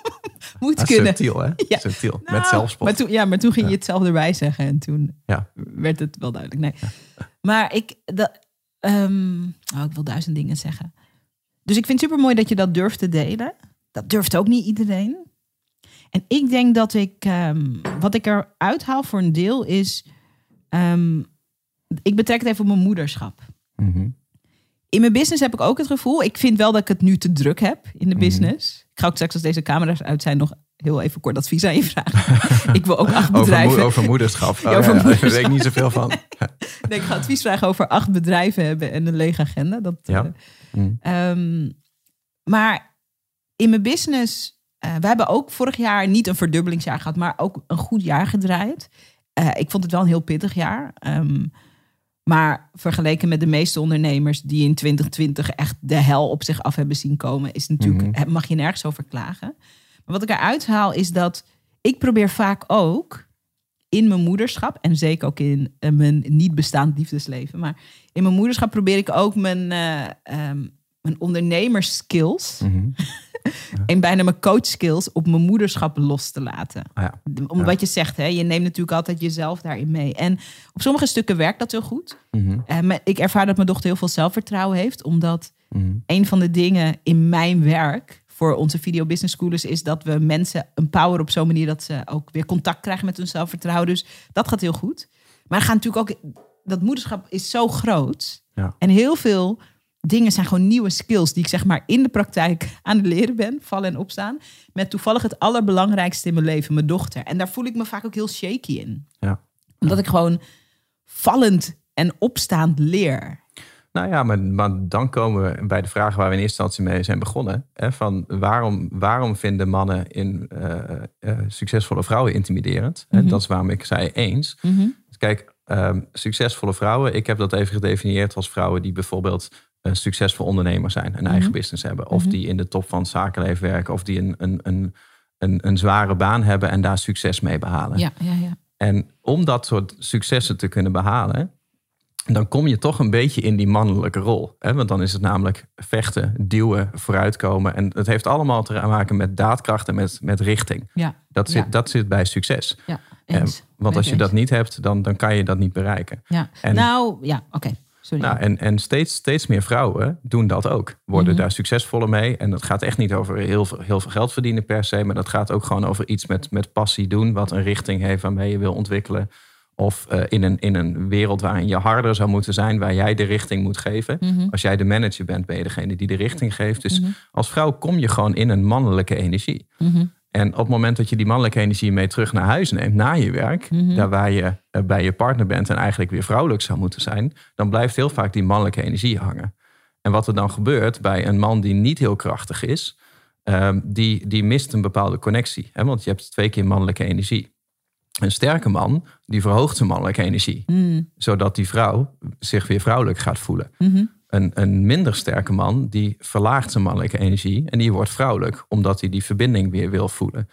Moet ah, kunnen. Subtiel, hè? Ja. Subtiel. Nou, met zelfspot. Maar toen, ja, maar toen ging ja. je het zelf erbij zeggen. En toen ja. werd het wel duidelijk. Nee. Ja. Maar ik... Dat, um, oh, ik wil duizend dingen zeggen. Dus ik vind het super mooi dat je dat durft te delen. Dat durft ook niet iedereen. En ik denk dat ik... Um, wat ik eruit haal voor een deel is... Um, ik betrek het even op mijn moederschap. Mm-hmm. In mijn business heb ik ook het gevoel... Ik vind wel dat ik het nu te druk heb in de business. Mm-hmm. Ik ga ook straks als deze camera's uit zijn... nog heel even kort advies aan je vragen. Ik wil ook acht bedrijven... Over, mo- over moederschap. Oh, ja, over ja, moederschap. Daar weet ik niet zoveel van. Nee, ik ga advies vragen over acht bedrijven hebben... en een lege agenda. Dat, ja. uh, mm. um, maar in mijn business... Uh, we hebben ook vorig jaar niet een verdubbelingsjaar gehad... maar ook een goed jaar gedraaid. Uh, ik vond het wel een heel pittig jaar... Um, Maar vergeleken met de meeste ondernemers die in twintig twintig echt de hel op zich af hebben zien komen, is natuurlijk, mm-hmm. mag je nergens over klagen. Maar wat ik eruit haal is dat ik probeer vaak ook in mijn moederschap, en zeker ook in uh, mijn niet bestaand liefdesleven, maar in mijn moederschap probeer ik ook mijn, uh, um, mijn ondernemerskills mm-hmm. Ja. En bijna mijn coachskills op mijn moederschap los te laten. Ah ja. Om ja. wat je zegt, hè, je neemt natuurlijk altijd jezelf daarin mee. En op sommige stukken werkt dat heel goed. Mm-hmm. Uh, ik ervaar dat mijn dochter heel veel zelfvertrouwen heeft. Omdat mm-hmm. een van de dingen in mijn werk voor onze Video Business Schoolers is dat we mensen empoweren op zo'n manier dat ze ook weer contact krijgen met hun zelfvertrouwen. Dus dat gaat heel goed. Maar er gaat natuurlijk ook, dat moederschap is zo groot. Ja. En heel veel dingen zijn gewoon nieuwe skills die ik zeg maar in de praktijk aan het leren ben, vallen en opstaan. Met toevallig het allerbelangrijkste in mijn leven, mijn dochter. En daar voel ik me vaak ook heel shaky in. Ja. Omdat ik gewoon vallend en opstaand leer. Nou ja, maar, maar dan komen we bij de vraag waar we in eerste instantie mee zijn begonnen. Hè, van waarom, waarom vinden mannen in uh, uh, succesvolle vrouwen intimiderend? Mm-hmm. Dat is waarom ik zei eens. Mm-hmm. Kijk, um, succesvolle vrouwen, ik heb dat even gedefinieerd als vrouwen die bijvoorbeeld een succesvol ondernemer zijn, een mm-hmm. eigen business hebben. Of mm-hmm. die in de top van het zakenleven werken. Of die een, een, een, een, een zware baan hebben en daar succes mee behalen. Ja, ja, ja. En om dat soort successen te kunnen behalen, dan kom je toch een beetje in die mannelijke rol. Hè? Want dan is het namelijk vechten, duwen, vooruitkomen. En het heeft allemaal te maken met daadkracht en met, met richting. Ja, dat, zit, ja. dat zit bij succes. Ja, eens. En, want als je eens. dat niet hebt, dan, dan kan je dat niet bereiken. Ja. En, nou, ja, oké. Okay. Sorry. Nou, en en steeds, steeds meer vrouwen doen dat ook. Worden mm-hmm. daar succesvoller mee. En dat gaat echt niet over heel veel, heel veel geld verdienen per se. Maar dat gaat ook gewoon over iets met, met passie doen. Wat een richting heeft waarmee je wil ontwikkelen. Of uh, in, een, in een wereld waarin je harder zou moeten zijn. Waar jij de richting moet geven. Mm-hmm. Als jij de manager bent, ben je degene die de richting geeft. Dus mm-hmm. als vrouw kom je gewoon in een mannelijke energie. Mm-hmm. En op het moment dat je die mannelijke energie mee terug naar huis neemt, na je werk, mm-hmm. daar waar je uh, bij je partner bent en eigenlijk weer vrouwelijk zou moeten zijn, dan blijft heel vaak die mannelijke energie hangen. En wat er dan gebeurt bij een man die niet heel krachtig is, uh, die, die mist een bepaalde connectie. Hè? Want je hebt twee keer mannelijke energie. Een sterke man, die verhoogt zijn mannelijke energie. Mm. Zodat die vrouw zich weer vrouwelijk gaat voelen. Mm-hmm. Een, een minder sterke man, die verlaagt zijn mannelijke energie en die wordt vrouwelijk, omdat hij die verbinding weer wil voelen.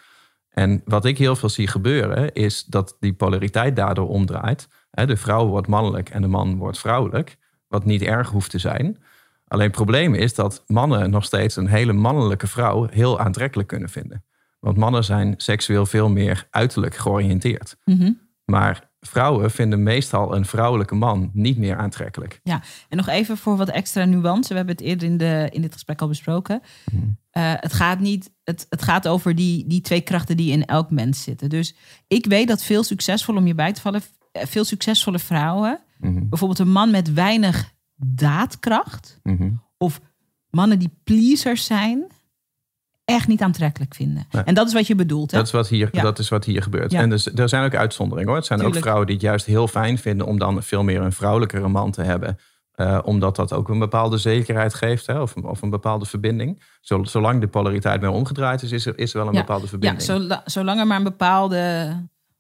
En wat ik heel veel zie gebeuren is dat die polariteit daardoor omdraait. De vrouw wordt mannelijk en de man wordt vrouwelijk. Wat niet erg hoeft te zijn. Alleen het probleem is dat mannen nog steeds een hele mannelijke vrouw heel aantrekkelijk kunnen vinden. Want mannen zijn seksueel veel meer uiterlijk georiënteerd. Mm-hmm. Maar vrouwen vinden meestal een vrouwelijke man niet meer aantrekkelijk. Ja, en nog even voor wat extra nuance. We hebben het eerder in, de, in dit gesprek al besproken. Mm. Uh, het gaat niet. Het, het gaat over die, die twee krachten die in elk mens zitten. Dus ik weet dat veel succesvol, om je bij te vallen, veel succesvolle vrouwen, Mm-hmm. bijvoorbeeld een man met weinig daadkracht, Mm-hmm. of mannen die pleasers zijn, echt niet aantrekkelijk vinden. Nee. En dat is wat je bedoelt, hè? Dat is wat hier, Ja. dat is wat hier gebeurt. Ja. En dus, er zijn ook uitzonderingen hoor. Het zijn Tuurlijk. ook vrouwen die het juist heel fijn vinden om dan veel meer een vrouwelijkere man te hebben. Uh, omdat dat ook een bepaalde zekerheid geeft, hè, of, of een bepaalde verbinding. Zolang de polariteit mee omgedraaid is, is er, is er wel een Ja. bepaalde verbinding. Ja, zola- zolang er maar een bepaalde...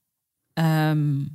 Um,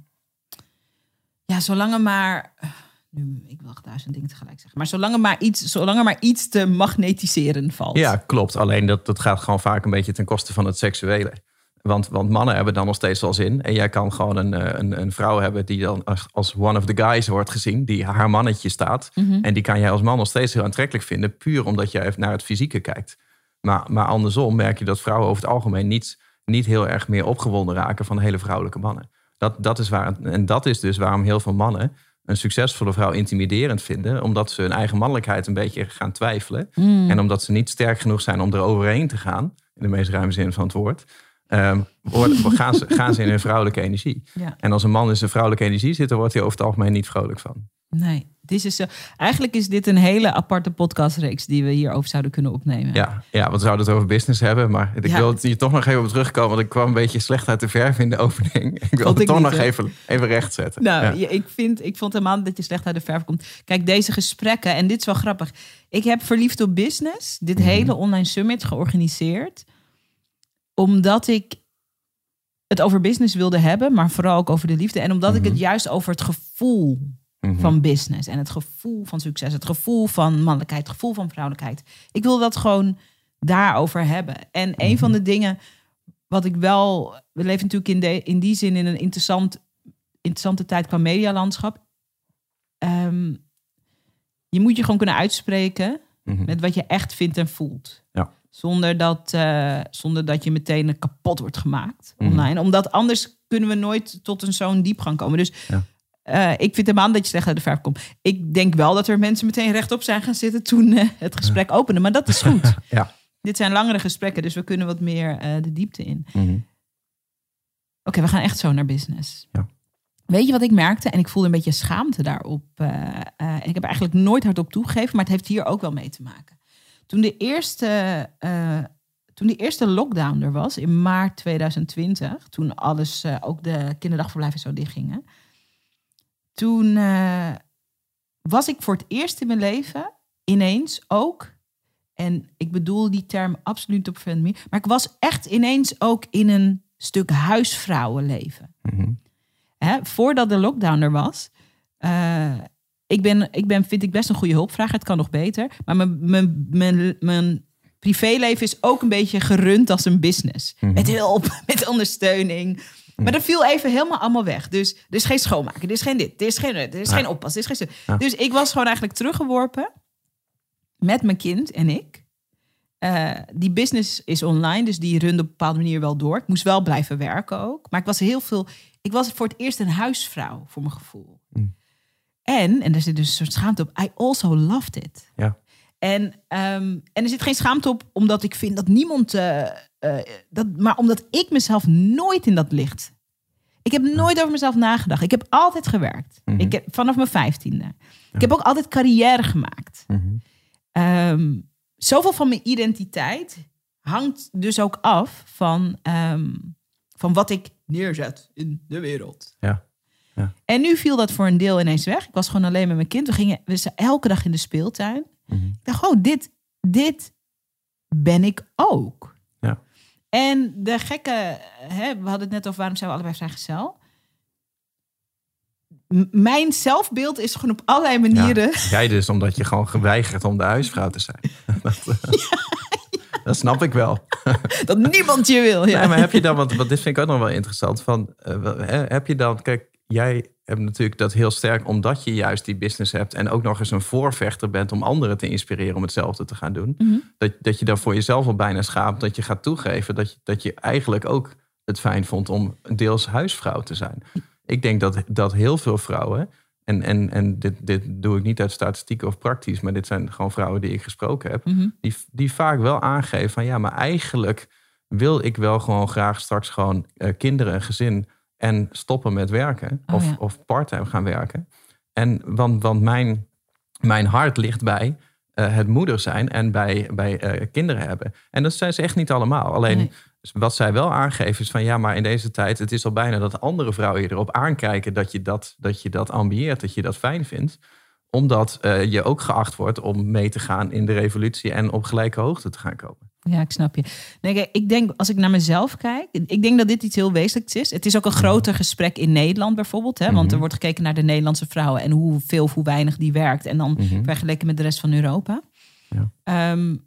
ja, zolang er maar... Nu, ik wil duizend dingen tegelijk zeggen. Maar zolang er maar iets, zolang er maar iets te magnetiseren valt. Ja, klopt. Alleen dat, dat gaat gewoon vaak een beetje ten koste van het seksuele. Want, want mannen hebben dan nog steeds wel zin. En jij kan gewoon een, een, een vrouw hebben die dan als, als one of the guys wordt gezien. Die haar mannetje staat. Mm-hmm. En die kan jij als man nog steeds heel aantrekkelijk vinden. Puur omdat jij naar het fysieke kijkt. Maar, maar andersom merk je dat vrouwen over het algemeen niet, niet heel erg meer opgewonden raken van hele vrouwelijke mannen. Dat, dat is waar, en dat is dus waarom heel veel mannen een succesvolle vrouw intimiderend vinden. Omdat ze hun eigen mannelijkheid een beetje gaan twijfelen. Mm. En omdat ze niet sterk genoeg zijn om er overheen te gaan. In de meest ruime zin van het woord. Um, worden, gaan, ze, gaan ze in hun vrouwelijke energie. Ja. En als een man in zijn vrouwelijke energie zit, dan wordt hij over het algemeen niet vrolijk van. Nee, dit is zo. Eigenlijk is dit een hele aparte podcastreeks die we hierover zouden kunnen opnemen. Ja, ja, want we zouden het over business hebben. Maar ik Ja. wil hier toch nog even op terugkomen. Want ik kwam een beetje slecht uit de verf in de opening. Ik wil Vond het ik toch niet, nog hè? even, even recht zetten. Nou, Ja. ja, ik, vind, ik vond helemaal dat je slecht uit de verf komt. Kijk, deze gesprekken, en dit is wel grappig. Ik heb Verliefd op Business, dit Mhm. hele online summit georganiseerd. Omdat ik het over business wilde hebben, maar vooral ook over de liefde. En omdat Mhm. ik het juist over het gevoel Mhm. van business en het gevoel van succes, het gevoel van mannelijkheid, het gevoel van vrouwelijkheid. Ik wil dat gewoon daarover hebben. En een Mhm. van de dingen wat ik wel... We leven natuurlijk in, de, in die zin in een interessant, interessante tijd qua medialandschap. Um, je moet je gewoon kunnen uitspreken Mhm. met wat je echt vindt en voelt. Ja. Zonder dat, uh, zonder dat je meteen kapot wordt gemaakt Mhm. online. Omdat anders kunnen we nooit tot een zo'n diepgang komen. Dus Ja. uh, ik vind helemaal dat je slecht uit de verf komt. Ik denk wel dat er mensen meteen rechtop zijn gaan zitten toen uh, het gesprek ja. opende. Maar dat is goed. Ja. Dit zijn langere gesprekken, dus we kunnen wat meer uh, de diepte in. Mhm. Oké, okay, we gaan echt zo naar business. Ja. Weet je wat ik merkte? En ik voelde een beetje schaamte daarop. Uh, uh, en ik heb eigenlijk nooit hardop toegegeven, maar het heeft hier ook wel mee te maken. Toen de eerste, uh, toen de eerste lockdown er was, in maart tweeduizend twintig... toen alles, uh, ook de kinderdagverblijven zo dichtgingen... toen uh, was ik voor het eerst in mijn leven ineens ook... en ik bedoel die term absoluut op veel meer... maar ik was echt ineens ook in een stuk huisvrouwenleven. Mm-hmm. Hè, voordat de lockdown er was... Uh, Ik ben, ik ben, vind ik best een goede hulpvrager. Het kan nog beter. Maar mijn, mijn, mijn, mijn privéleven is ook een beetje gerund als een business. Mm-hmm. Met hulp, met ondersteuning. Mm-hmm. Maar dat viel even helemaal allemaal weg. Dus er is geen schoonmaken, er is geen dit, er is geen, er is ja. geen oppas. Er is geen... Ja. Dus ik was gewoon eigenlijk teruggeworpen met mijn kind en ik. Uh, die business is online, dus die runde op een bepaalde manier wel door. Ik moest wel blijven werken ook. Maar ik was heel veel... Ik was voor het eerst een huisvrouw, voor mijn gevoel. Mm. En, en er zit dus een soort schaamte op, I also loved it. Ja. En, um, en er zit geen schaamte op, omdat ik vind dat niemand... Uh, uh, dat, maar omdat ik mezelf nooit in dat licht... Ik heb nooit over mezelf nagedacht. Ik heb altijd gewerkt. Mm-hmm. Ik heb, vanaf mijn vijftiende. Ja. Ik heb ook altijd carrière gemaakt. Mm-hmm. Um, zoveel van mijn identiteit hangt dus ook af van, um, van wat ik neerzet in de wereld. Ja. Ja. En nu viel dat voor een deel ineens weg. Ik was gewoon alleen met mijn kind. We gingen we zijn elke dag in de speeltuin. Mm-hmm. Ik dacht, oh, dit, dit ben ik ook. Ja. En de gekke, hè, we hadden het net over waarom zijn we allebei vrijgezel. M- mijn zelfbeeld is gewoon op allerlei manieren. Ja, jij dus, omdat je gewoon geweigerd om de huisvrouw te zijn. dat, uh... ja, ja. Dat snap ik wel. Dat niemand je wil. Ja. Nee, maar heb je dan, want, want dit vind ik ook nog wel interessant. Van, uh, heb je dan, kijk, jij hebt natuurlijk dat heel sterk, omdat je juist die business hebt en ook nog eens een voorvechter bent om anderen te inspireren om hetzelfde te gaan doen. Mm-hmm. Dat, dat je dan voor jezelf al bijna schaamt, dat je gaat toegeven dat je, dat je eigenlijk ook het fijn vond om deels huisvrouw te zijn. Ik denk dat, dat heel veel vrouwen, en, en, en dit, dit doe ik niet uit statistieken of praktisch, maar dit zijn gewoon vrouwen die ik gesproken heb, mm-hmm. die, die vaak wel aangeven van ja, maar eigenlijk wil ik wel gewoon graag straks gewoon uh, kinderen, een gezin en stoppen met werken. Oh, of, ja. of parttime gaan werken. En want, want mijn, mijn hart ligt bij uh, het moeder zijn en bij, bij uh, kinderen hebben. En dat zijn ze echt niet allemaal. Alleen nee. Wat zij wel aangeven is van ja, maar in deze tijd, het is al bijna dat andere vrouwen je erop aankijken dat je dat, dat je dat ambieert, dat je dat fijn vindt. Omdat uh, je ook geacht wordt om mee te gaan in de revolutie en op gelijke hoogte te gaan komen. Ja, ik snap je. Nee, kijk, ik denk, als ik naar mezelf kijk, ik denk dat dit iets heel wezenlijks is. Het is ook een groter gesprek in Nederland bijvoorbeeld. Hè? Want mm-hmm. er wordt gekeken naar de Nederlandse vrouwen en hoeveel, hoe weinig die werkt. En dan mm-hmm. vergeleken met de rest van Europa. Ja. Um,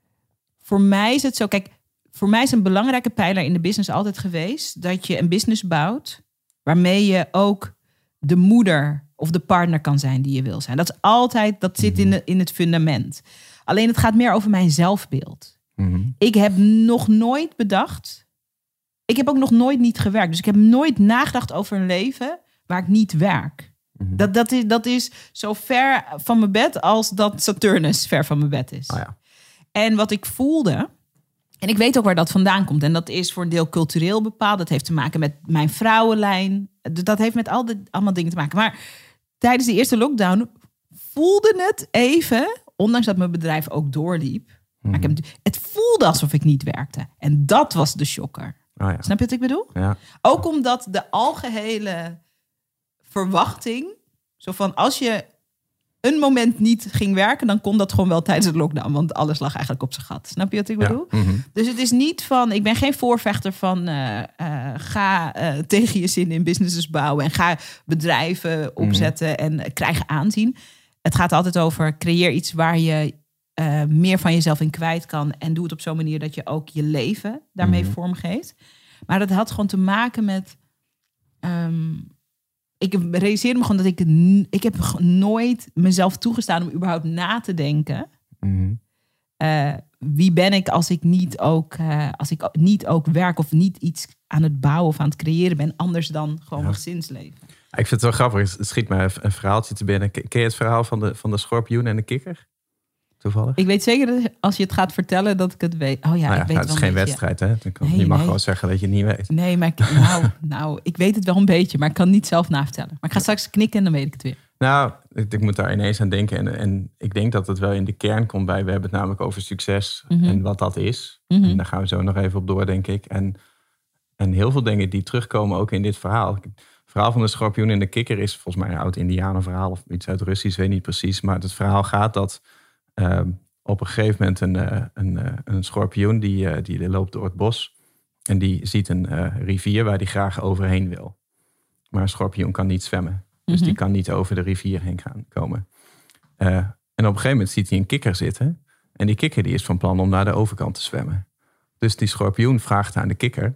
voor mij is het zo, kijk, voor mij is een belangrijke pijler in de business altijd geweest dat je een business bouwt waarmee je ook de moeder of de partner kan zijn die je wil zijn. Dat is altijd, dat zit in, de, in het fundament. Alleen het gaat meer over mijn zelfbeeld. Mm-hmm. Ik heb nog nooit bedacht. Ik heb ook nog nooit niet gewerkt. Dus ik heb nooit nagedacht over een leven waar ik niet werk. Mm-hmm. Dat, dat, is, dat is zo ver van mijn bed als dat Saturnus ver van mijn bed is. Oh ja. En wat ik voelde, en ik weet ook waar dat vandaan komt. En dat is voor een deel cultureel bepaald. Dat heeft te maken met mijn vrouwenlijn. Dat heeft met al de, allemaal dingen te maken. Maar tijdens die eerste lockdown voelde het even, ondanks dat mijn bedrijf ook doorliep. Maar ik heb, het voelde alsof ik niet werkte. En dat was de shocker. Oh ja. Snap je wat ik bedoel? Ja. Ook omdat de algehele verwachting, zo van als je een moment niet ging werken, dan kon dat gewoon wel tijdens het lockdown. Want alles lag eigenlijk op zijn gat. Snap je wat ik bedoel? Ja. Mm-hmm. Dus het is niet van, ik ben geen voorvechter van uh, uh, ga uh, tegen je zin in businesses bouwen en ga bedrijven opzetten mm-hmm. en uh, krijgen aanzien. Het gaat altijd over creëer iets waar je Uh, meer van jezelf in kwijt kan. En doe het op zo'n manier dat je ook je leven daarmee mm-hmm. vormgeeft. Maar dat had gewoon te maken met Um, ik realiseerde me gewoon dat ik... Ik heb nooit mezelf toegestaan om überhaupt na te denken. Mm-hmm. Uh, wie ben ik als ik niet ook uh, als ik niet ook werk of niet iets aan het bouwen of aan het creëren ben, anders dan gewoon ja. mijn gezinsleven. Ik vind het wel grappig. Het schiet me een verhaaltje te binnen. Ken je het verhaal van de, van de schorpioen en de kikker? Toevallig? Ik weet zeker dat als je het gaat vertellen dat ik het weet. Oh ja, nou ja ik weet nou, het is geen wedstrijd, hè? Dan kan, nee, je mag nee. gewoon zeggen dat je het niet weet. Nee, maar ik, nou, nou, ik weet het wel een beetje, maar ik kan het niet zelf navertellen. Maar ik ga straks knikken en dan weet ik het weer. Nou, ik, ik moet daar ineens aan denken. En, en ik denk dat het wel in de kern komt bij. We hebben het namelijk over succes mm-hmm. en wat dat is. Mm-hmm. En daar gaan we zo nog even op door, denk ik. En, en heel veel dingen die terugkomen ook in dit verhaal. Het verhaal van de schorpioen en de kikker is volgens mij een oud-Indianenverhaal of iets uit Russisch, weet niet precies. Maar het verhaal gaat dat uh, op een gegeven moment een, een, een schorpioen die, die loopt door het bos. En die ziet een uh, rivier waar die graag overheen wil. Maar een schorpioen kan niet zwemmen. Dus mm-hmm. die kan niet over de rivier heen gaan komen. Uh, en op een gegeven moment ziet hij een kikker zitten. En die kikker die is van plan om naar de overkant te zwemmen. Dus die schorpioen vraagt aan de kikker: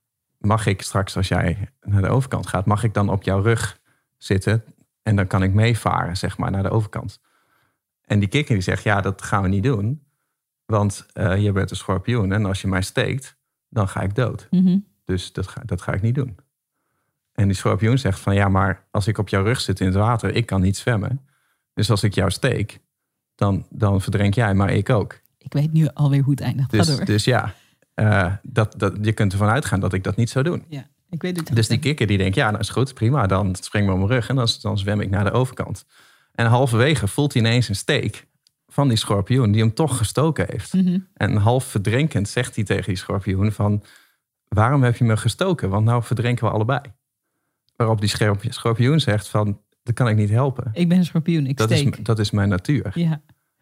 mag ik straks, als jij naar de overkant gaat, mag ik dan op jouw rug zitten? En dan kan ik meevaren, zeg maar, naar de overkant. En die kikker die zegt: ja, dat gaan we niet doen. Want uh, je bent een schorpioen. En als je mij steekt, dan ga ik dood. Mm-hmm. Dus dat ga, dat ga ik niet doen. En die schorpioen zegt van ja, maar als ik op jouw rug zit in het water, ik kan niet zwemmen. Dus als ik jou steek, dan, dan verdrink jij, maar ik ook. Ik weet nu alweer hoe het eindigt. Dus, dus ja, uh, dat, dat, je kunt ervan uitgaan dat ik dat niet zou doen. Ja, ik weet het. Dus die kikker die denkt, ja, nou is goed, prima. Dan spring ik op mijn rug en dan, dan zwem ik naar de overkant. En halverwege voelt hij ineens een steek van die schorpioen die hem toch gestoken heeft. Mm-hmm. En half verdrinkend zegt hij tegen die schorpioen van: waarom heb je me gestoken? Want nou verdrinken we allebei. Waarop die schorpioen zegt van: dat kan ik niet helpen. Ik ben een schorpioen, ik dat steek. Is, dat is mijn natuur. Ja.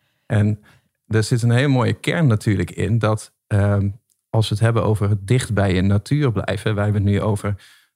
En er zit een hele mooie kern natuurlijk in. Dat um, als we het hebben over het dicht bij je natuur blijven. Wij hebben het nu over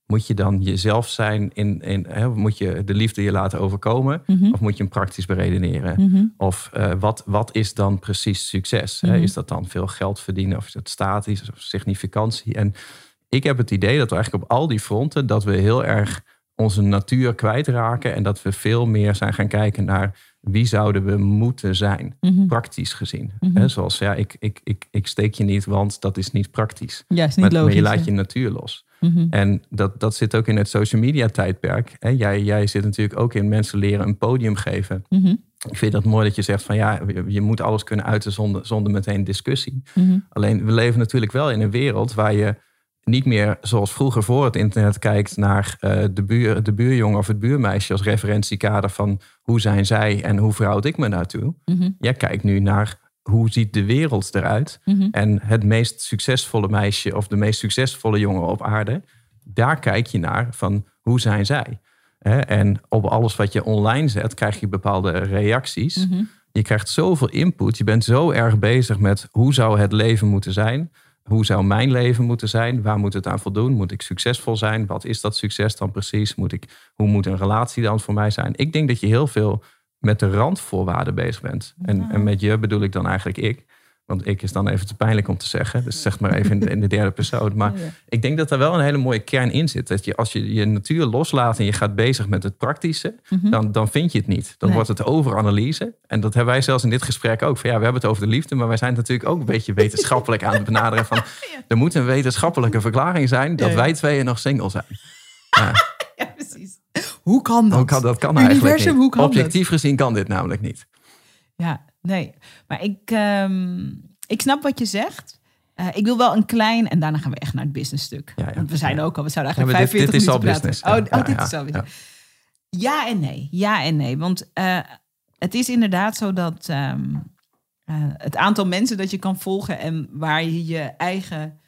moet je dan jezelf zijn? In, in, hè, moet je de liefde je laten overkomen? Mm-hmm. Of moet je hem praktisch beredeneren? Mm-hmm. Of uh, wat, wat is dan precies succes? Mm-hmm. Hè? Is dat dan veel geld verdienen? Of is het statisch of significantie? En ik heb het idee dat we eigenlijk op al die fronten... dat we heel erg onze natuur kwijtraken... en dat we veel meer zijn gaan kijken naar... wie zouden we moeten zijn, mm-hmm. praktisch gezien. Mm-hmm. He, zoals, ja, ik, ik, ik, ik steek je niet, want dat is niet praktisch. Ja, is niet maar, logisch, maar je laat hè? je natuur los. Mm-hmm. En dat, dat zit ook in het social media tijdperk. He, jij, jij zit natuurlijk ook in mensen leren een podium geven. Mm-hmm. Ik vind dat mooi dat je zegt van ja, je moet alles kunnen uiten zonder, zonder meteen discussie. Mm-hmm. Alleen we leven natuurlijk wel in een wereld waar je niet meer zoals vroeger voor het internet kijkt naar uh, de, buur, de buurjongen of het buurmeisje als referentiekader van hoe zijn zij en hoe verhoud ik me daartoe. Mm-hmm. Jij kijkt nu naar hoe ziet de wereld eruit. Mm-hmm. En het meest succesvolle meisje of de meest succesvolle jongen op aarde, daar kijk je naar van hoe zijn zij. He, en op alles wat je online zet krijg je bepaalde reacties. Mm-hmm. Je krijgt zoveel input. Je bent zo erg bezig met hoe zou het leven moeten zijn. Hoe zou mijn leven moeten zijn? Waar moet het aan voldoen? Moet ik succesvol zijn? Wat is dat succes dan precies? Moet ik, hoe moet een relatie dan voor mij zijn? Ik denk dat je heel veel met de randvoorwaarden bezig bent. En, Ja. en met je bedoel ik dan eigenlijk ik. Want ik is dan even te pijnlijk om te zeggen. Dus zeg maar even in de, in de derde persoon. Maar Ja, ja. ik denk dat er wel een hele mooie kern in zit. Dat je als je je natuur loslaat en je gaat bezig met het praktische, Mm-hmm. dan, dan vind je het niet. Dan Nee. wordt het overanalyse. En dat hebben wij zelfs in dit gesprek ook. Van ja, we hebben het over de liefde, maar wij zijn het natuurlijk ook een beetje wetenschappelijk aan het benaderen. Van er moet een wetenschappelijke verklaring zijn dat Ja, ja. wij tweeën nog single zijn. Ja, Ja, precies. Hoe kan dat? hoe kan, dat kan eigenlijk Universum, niet. hoe kan Objectief gezien kan dit namelijk niet. Ja, nee. Maar ik, um, ik snap wat je zegt. Uh, ik wil wel een klein... En daarna gaan we echt naar het business stuk. Ja, ja. Want we zijn Ja. ook al... We zouden Ja, maar eigenlijk dit- vijfenveertig dit is al minuten praten. business. Ja. Oh, oh, Ja, dit ja, is al ja. business. Ja en nee. Ja en nee. Want uh, het is inderdaad zo dat... Um, uh, het aantal mensen dat je kan volgen... en waar je je eigen...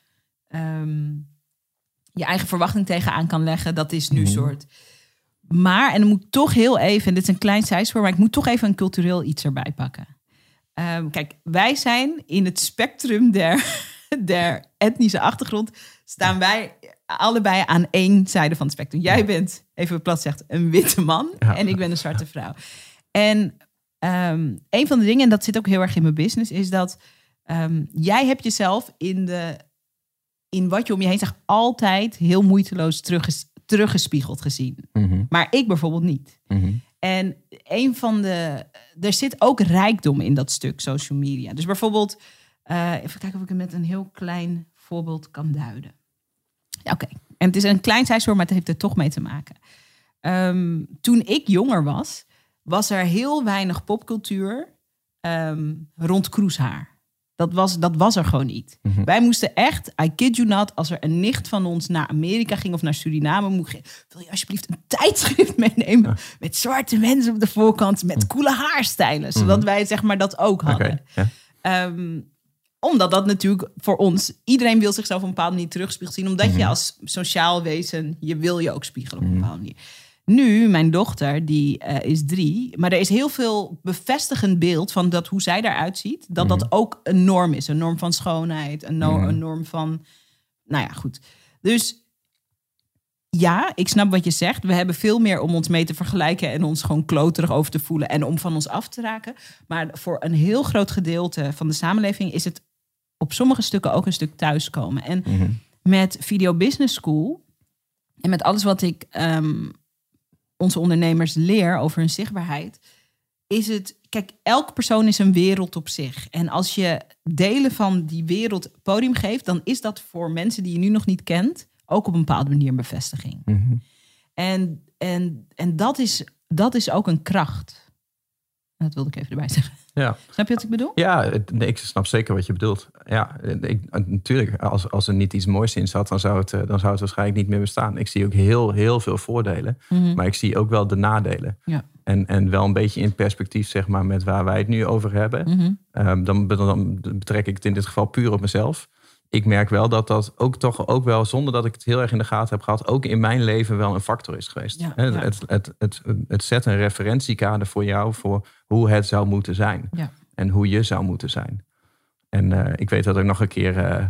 Um, je eigen verwachting tegenaan kan leggen... dat is nu Mhm. soort... Maar, en dan moet ik toch heel even... en dit is een klein zijspoor... maar ik moet toch even een cultureel iets erbij pakken. Um, kijk, wij zijn in het spectrum der, der etnische achtergrond... staan wij allebei aan één zijde van het spectrum. Jij bent, even plat gezegd, een witte man... Ja. en ik ben een zwarte vrouw. En um, een van de dingen, en dat zit ook heel erg in mijn business... is dat um, jij hebt jezelf in, de, in wat je om je heen zegt... altijd heel moeiteloos terugges, teruggespiegeld gezien. Mm-hmm. Maar ik bijvoorbeeld niet. Mm-hmm. En een van de... Er zit ook rijkdom in dat stuk social media. Dus bijvoorbeeld... Uh, even kijken of ik het met een heel klein voorbeeld kan duiden. Ja, oké. Okay. En het is een klein zijspoor, maar het heeft er toch mee te maken. Um, toen ik jonger was... was er heel weinig popcultuur um, rond kroeshaar. Dat was, dat was er gewoon niet. Mm-hmm. Wij moesten echt, I kid you not... als er een nicht van ons naar Amerika ging of naar Suriname... Moest, wil je alsjeblieft een tijdschrift meenemen... Ja. met zwarte mensen op de voorkant... met coole haarstijlen. Zodat mm-hmm. wij zeg maar dat ook hadden. Okay, ja. um, omdat dat natuurlijk voor ons... iedereen wil zichzelf op een bepaalde manier terugspiegeld zien... omdat mm-hmm. je als sociaal wezen... je wil je ook spiegelen op een mm-hmm. bepaalde manier. Nu, mijn dochter, die uh, is drie... maar er is heel veel bevestigend beeld... van dat hoe zij eruit ziet... dat mm-hmm. dat ook een norm is. Een norm van schoonheid. Een, no- mm-hmm. een norm van... Nou ja, goed. Dus ja, ik snap wat je zegt. We hebben veel meer om ons mee te vergelijken... en ons gewoon kloterig over te voelen... en om van ons af te raken. Maar voor een heel groot gedeelte van de samenleving... is het op sommige stukken ook een stuk thuiskomen. En mm-hmm. met Video Business School... en met alles wat ik... Um, onze ondernemers leer over hun zichtbaarheid... is het... Kijk, elke persoon is een wereld op zich. En als je delen van die wereld podium geeft... dan is dat voor mensen die je nu nog niet kent... ook op een bepaalde manier een bevestiging. Mm-hmm. En, en, en dat, is, dat is ook een kracht. Dat wilde ik even erbij zeggen. Ja. Snap je wat ik bedoel? Ja, nee, ik snap zeker wat je bedoelt. Ja, ik, natuurlijk, als, als er niet iets moois in zat... Dan zou, het, dan zou het waarschijnlijk niet meer bestaan. Ik zie ook heel, heel veel voordelen. Mm-hmm. Maar ik zie ook wel de nadelen. Ja. En, en wel een beetje in perspectief, zeg maar, met waar wij het nu over hebben. Mm-hmm. Um, dan, dan betrek ik het in dit geval puur op mezelf. Ik merk wel dat dat ook toch ook wel, zonder dat ik het heel erg in de gaten heb gehad... ook in mijn leven wel een factor is geweest. Ja, He, ja. Het, het, het, het zet een referentiekader voor jou... voor hoe het zou moeten zijn. Ja. En hoe je zou moeten zijn. En uh, ik weet dat ik nog een keer... Uh,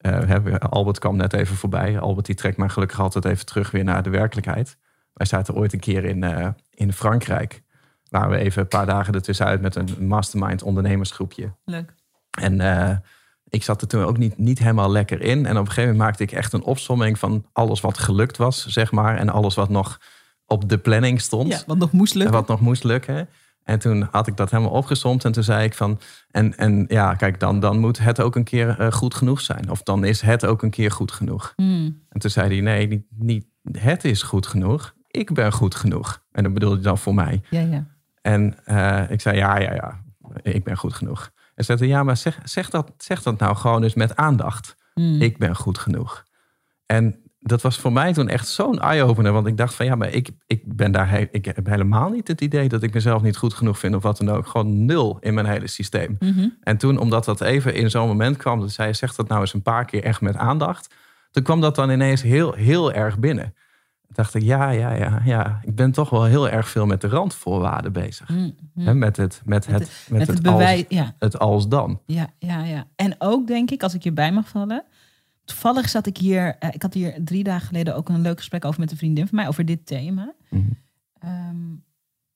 Uh, Albert kwam net even voorbij. Albert die trekt mij gelukkig altijd even terug weer naar de werkelijkheid. Wij zaten ooit een keer in, uh, in Frankrijk. Waar we even een paar dagen ertussenuit met een mastermind ondernemersgroepje. Leuk. En uh, ik zat er toen ook niet, niet helemaal lekker in. En op een gegeven moment maakte ik echt een opsomming van alles wat gelukt was, zeg maar. En alles wat nog op de planning stond. Ja, wat nog moest lukken. Wat nog moest lukken. En toen had ik dat helemaal opgesomd. En toen zei ik van... En, en ja, kijk, dan, dan moet het ook een keer uh, goed genoeg zijn. Of dan is het ook een keer goed genoeg. Mm. En toen zei hij, nee, niet, niet het is goed genoeg. Ik ben goed genoeg. En dat bedoelde hij dan voor mij. Ja, ja. En uh, ik zei, ja, ja, ja. Ik ben goed genoeg. En zei hij, ja, maar zeg, zeg, dat, zeg dat nou gewoon eens met aandacht. Mm. Ik ben goed genoeg. En... dat was voor mij toen echt zo'n eye-opener. Want ik dacht van ja, maar ik, ik ben daar he- ik heb helemaal niet het idee dat ik mezelf niet goed genoeg vind of wat dan ook. Gewoon nul in mijn hele systeem. Mm-hmm. En toen, omdat dat even in zo'n moment kwam, dat zij zegt dat nou eens een paar keer echt met aandacht. Toen kwam dat dan ineens heel, heel erg binnen. Toen dacht ik, ja, ja, ja, ja. Ik ben toch wel heel erg veel met de randvoorwaarden bezig. Mm-hmm. He, met het, met het, met, met met het, het bewijs, als, ja. het als dan. Ja, ja, ja. En ook denk ik, als ik hierbij mag vallen. Toevallig zat ik hier, uh, ik had hier drie dagen geleden ook een leuk gesprek over met een vriendin van mij, over dit thema. Mm-hmm. Um,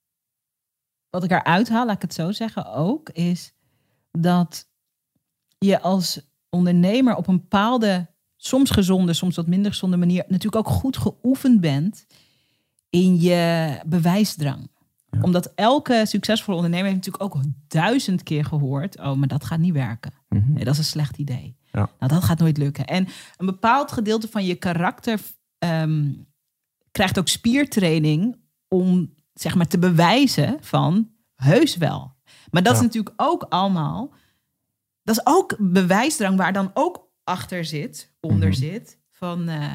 wat ik eruit haal, laat ik het zo zeggen ook, is dat je als ondernemer op een bepaalde, soms gezonde, soms wat minder gezonde manier, natuurlijk ook goed geoefend bent in je bewijsdrang. Ja. Omdat elke succesvolle ondernemer heeft natuurlijk ook duizend keer gehoord, oh, maar dat gaat niet werken. Mm-hmm. Nee, dat is een slecht idee. Ja. Nou, dat gaat nooit lukken. En een bepaald gedeelte van je karakter um, krijgt ook spiertraining om, zeg maar, te bewijzen van heus wel. Maar dat ja. is natuurlijk ook allemaal, dat is ook bewijsdrang waar dan ook achter zit, onder mm-hmm. zit, van uh,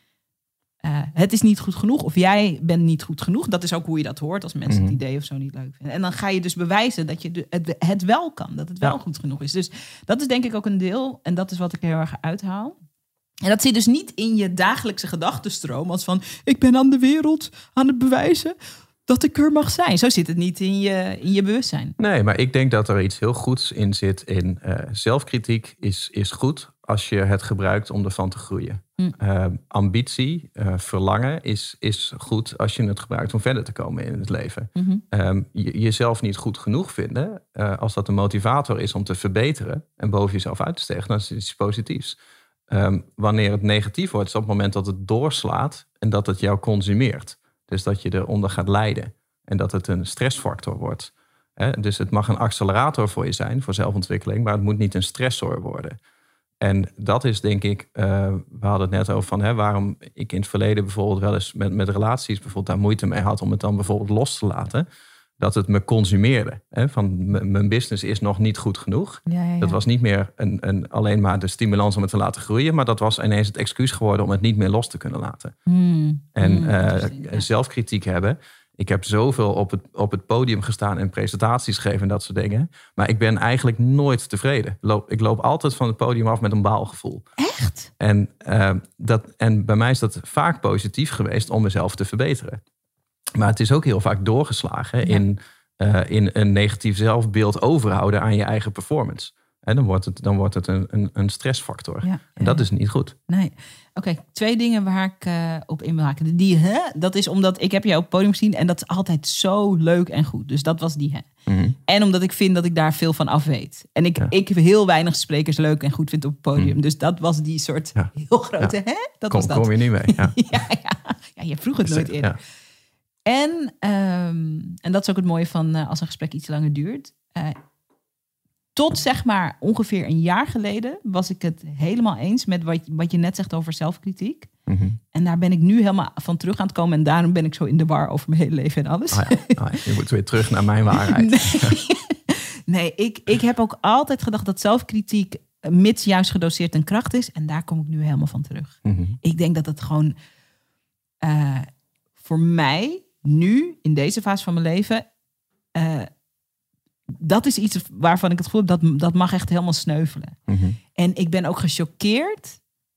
uh, het is niet goed genoeg of jij bent niet goed genoeg. Dat is ook hoe je dat hoort als mensen mm-hmm. het idee of zo niet leuk vinden. En dan ga je dus bewijzen dat je de, het, het wel kan, dat het wel ja. goed genoeg is. Dus dat is denk ik ook een deel en dat is wat ik heel erg uithaal. En dat zit dus niet in je dagelijkse gedachtenstroom als van ik ben aan de wereld aan het bewijzen dat ik er mag zijn. Zo zit het niet in je, in je bewustzijn. Nee, maar ik denk dat er iets heel goeds in zit in uh, zelfkritiek is, is goed als je het gebruikt om ervan te groeien. Mm. Uh, ambitie, uh, verlangen is, is goed als je het gebruikt om verder te komen in het leven. Mm-hmm. Um, je, jezelf niet goed genoeg vinden, uh, als dat een motivator is om te verbeteren en boven jezelf uit te stegen, dan is het iets positiefs. Um, wanneer het negatief wordt, is op het moment dat het doorslaat en dat het jou consumeert. Dus dat je eronder gaat lijden en dat het een stressfactor wordt. He, dus het mag een accelerator voor je zijn, voor zelfontwikkeling, maar het moet niet een stressor worden. En dat is denk ik, uh, we hadden het net over van hè, waarom ik in het verleden bijvoorbeeld wel eens met, met relaties bijvoorbeeld daar moeite mee had om het dan bijvoorbeeld los te laten. Dat het me consumeerde. Hè, van m- mijn business is nog niet goed genoeg. Ja, ja, ja. Dat was niet meer een, een, alleen maar de stimulans om het te laten groeien, maar dat was ineens het excuus geworden om het niet meer los te kunnen laten. Hmm. En hmm, uh, ja. zelfkritiek hebben. Ik heb zoveel op het, op het podium gestaan en presentaties gegeven en dat soort dingen. Maar ik ben eigenlijk nooit tevreden. Loop, ik loop altijd van het podium af met een baalgevoel. Echt? En, uh, dat, en bij mij is dat vaak positief geweest om mezelf te verbeteren. Maar het is ook heel vaak doorgeslagen ja. in, uh, in een negatief zelfbeeld overhouden aan je eigen performance. En dan wordt het, dan wordt het een, een, een stressfactor. Ja, en dat ja. is niet goed. Nee. Oké, okay, twee dingen waar ik uh, op in wil haken. Die hè, dat is omdat ik heb jou op het podium gezien en dat is altijd zo leuk en goed. Dus dat was die hè. Mm-hmm. En omdat ik vind dat ik daar veel van af weet. En ik, ja. ik heel weinig sprekers leuk en goed vind op het podium. Mm-hmm. Dus dat was die soort ja. heel grote ja. hè. Dat kom, was dat. Kom je niet mee. Ja, ja, ja. ja je vroeg het nooit eerder. Ja. En, um, en dat is ook het mooie van uh, als een gesprek iets langer duurt. Uh, tot zeg maar ongeveer een jaar geleden was ik het helemaal eens met wat, wat je net zegt over zelfkritiek. Mm-hmm. En daar ben ik nu helemaal van terug aan het komen. En daarom ben ik zo in de war over mijn hele leven en alles. Oh ja, oh ja. Je moet weer terug naar mijn waarheid. Nee, nee ik, ik heb ook altijd gedacht dat zelfkritiek mits juist gedoseerd een kracht is. En daar kom ik nu helemaal van terug. Mm-hmm. Ik denk dat het gewoon uh, voor mij nu in deze fase van mijn leven... Uh, dat is iets waarvan ik het gevoel heb, dat, dat mag echt helemaal sneuvelen. Mm-hmm. En ik ben ook gechoqueerd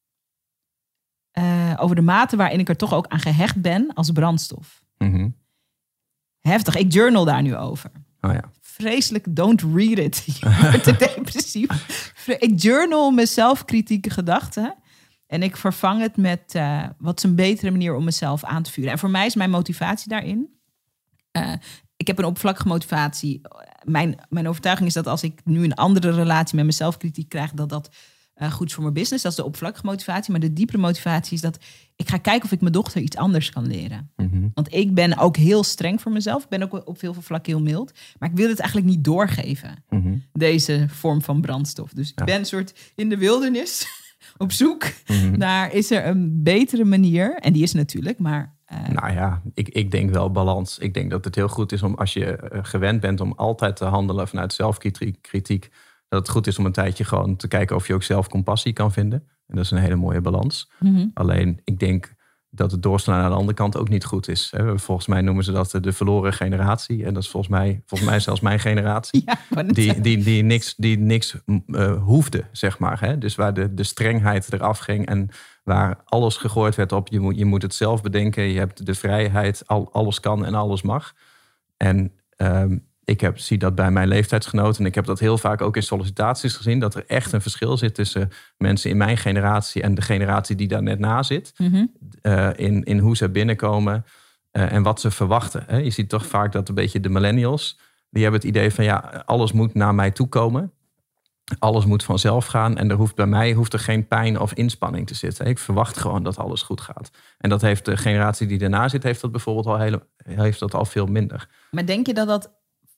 uh, over de mate waarin ik er toch ook aan gehecht ben als brandstof. Mm-hmm. Heftig. Ik journal daar nu over. Oh ja. vreselijk. Don't read it. Je wordt te depressief. Ik journal mezelf kritieke gedachten. En ik vervang het met uh, wat is een betere manier om mezelf aan te vuren. En voor mij is mijn motivatie daarin. Uh, ik heb een oppervlakkige motivatie. Mijn, mijn overtuiging is dat als ik nu een andere relatie met mezelf kritiek krijg, dat dat uh, goed is voor mijn business. Dat is de oppervlakkige motivatie. Maar de diepere motivatie is dat ik ga kijken of ik mijn dochter iets anders kan leren. Mm-hmm. Want ik ben ook heel streng voor mezelf. Ik ben ook op veel vlakken heel mild. Maar ik wil het eigenlijk niet doorgeven. Mm-hmm. Deze vorm van brandstof. Dus ik ja. ben een soort in de wildernis op zoek mm-hmm. naar, is er een betere manier? En die is natuurlijk, maar... Uh... Nou ja, ik, ik denk wel balans. Ik denk dat het heel goed is om, als je uh, gewend bent om altijd te handelen vanuit zelfkritiek, dat het goed is om een tijdje gewoon te kijken of je ook zelf compassie kan vinden. En dat is een hele mooie balans. Mm-hmm. Alleen, ik denk dat het doorslaan aan de andere kant ook niet goed is. Volgens mij noemen ze dat de verloren generatie. En dat is volgens mij, volgens mij zelfs mijn generatie. Ja, die, die, die niks, die niks uh, hoefde, zeg maar. Hè? Dus waar de, de strengheid eraf ging en waar alles gegooid werd op. Je moet, je moet het zelf bedenken. Je hebt de vrijheid. Al, alles kan en alles mag. En um, ik heb, zie dat bij mijn leeftijdsgenoten. En ik heb dat heel vaak ook in sollicitaties gezien. Dat er echt een verschil zit tussen mensen in mijn generatie en de generatie die daar net na zit. Mm-hmm. Uh, in, in hoe ze binnenkomen uh, en wat ze verwachten. Hè? Je ziet toch vaak dat een beetje de millennials, die hebben het idee van ja, alles moet naar mij toe komen. Alles moet vanzelf gaan. En er hoeft bij mij hoeft er geen pijn of inspanning te zitten. Ik verwacht gewoon dat alles goed gaat. En dat heeft de generatie die daarna zit, heeft dat bijvoorbeeld al, hele, heeft dat al veel minder. Maar denk je dat dat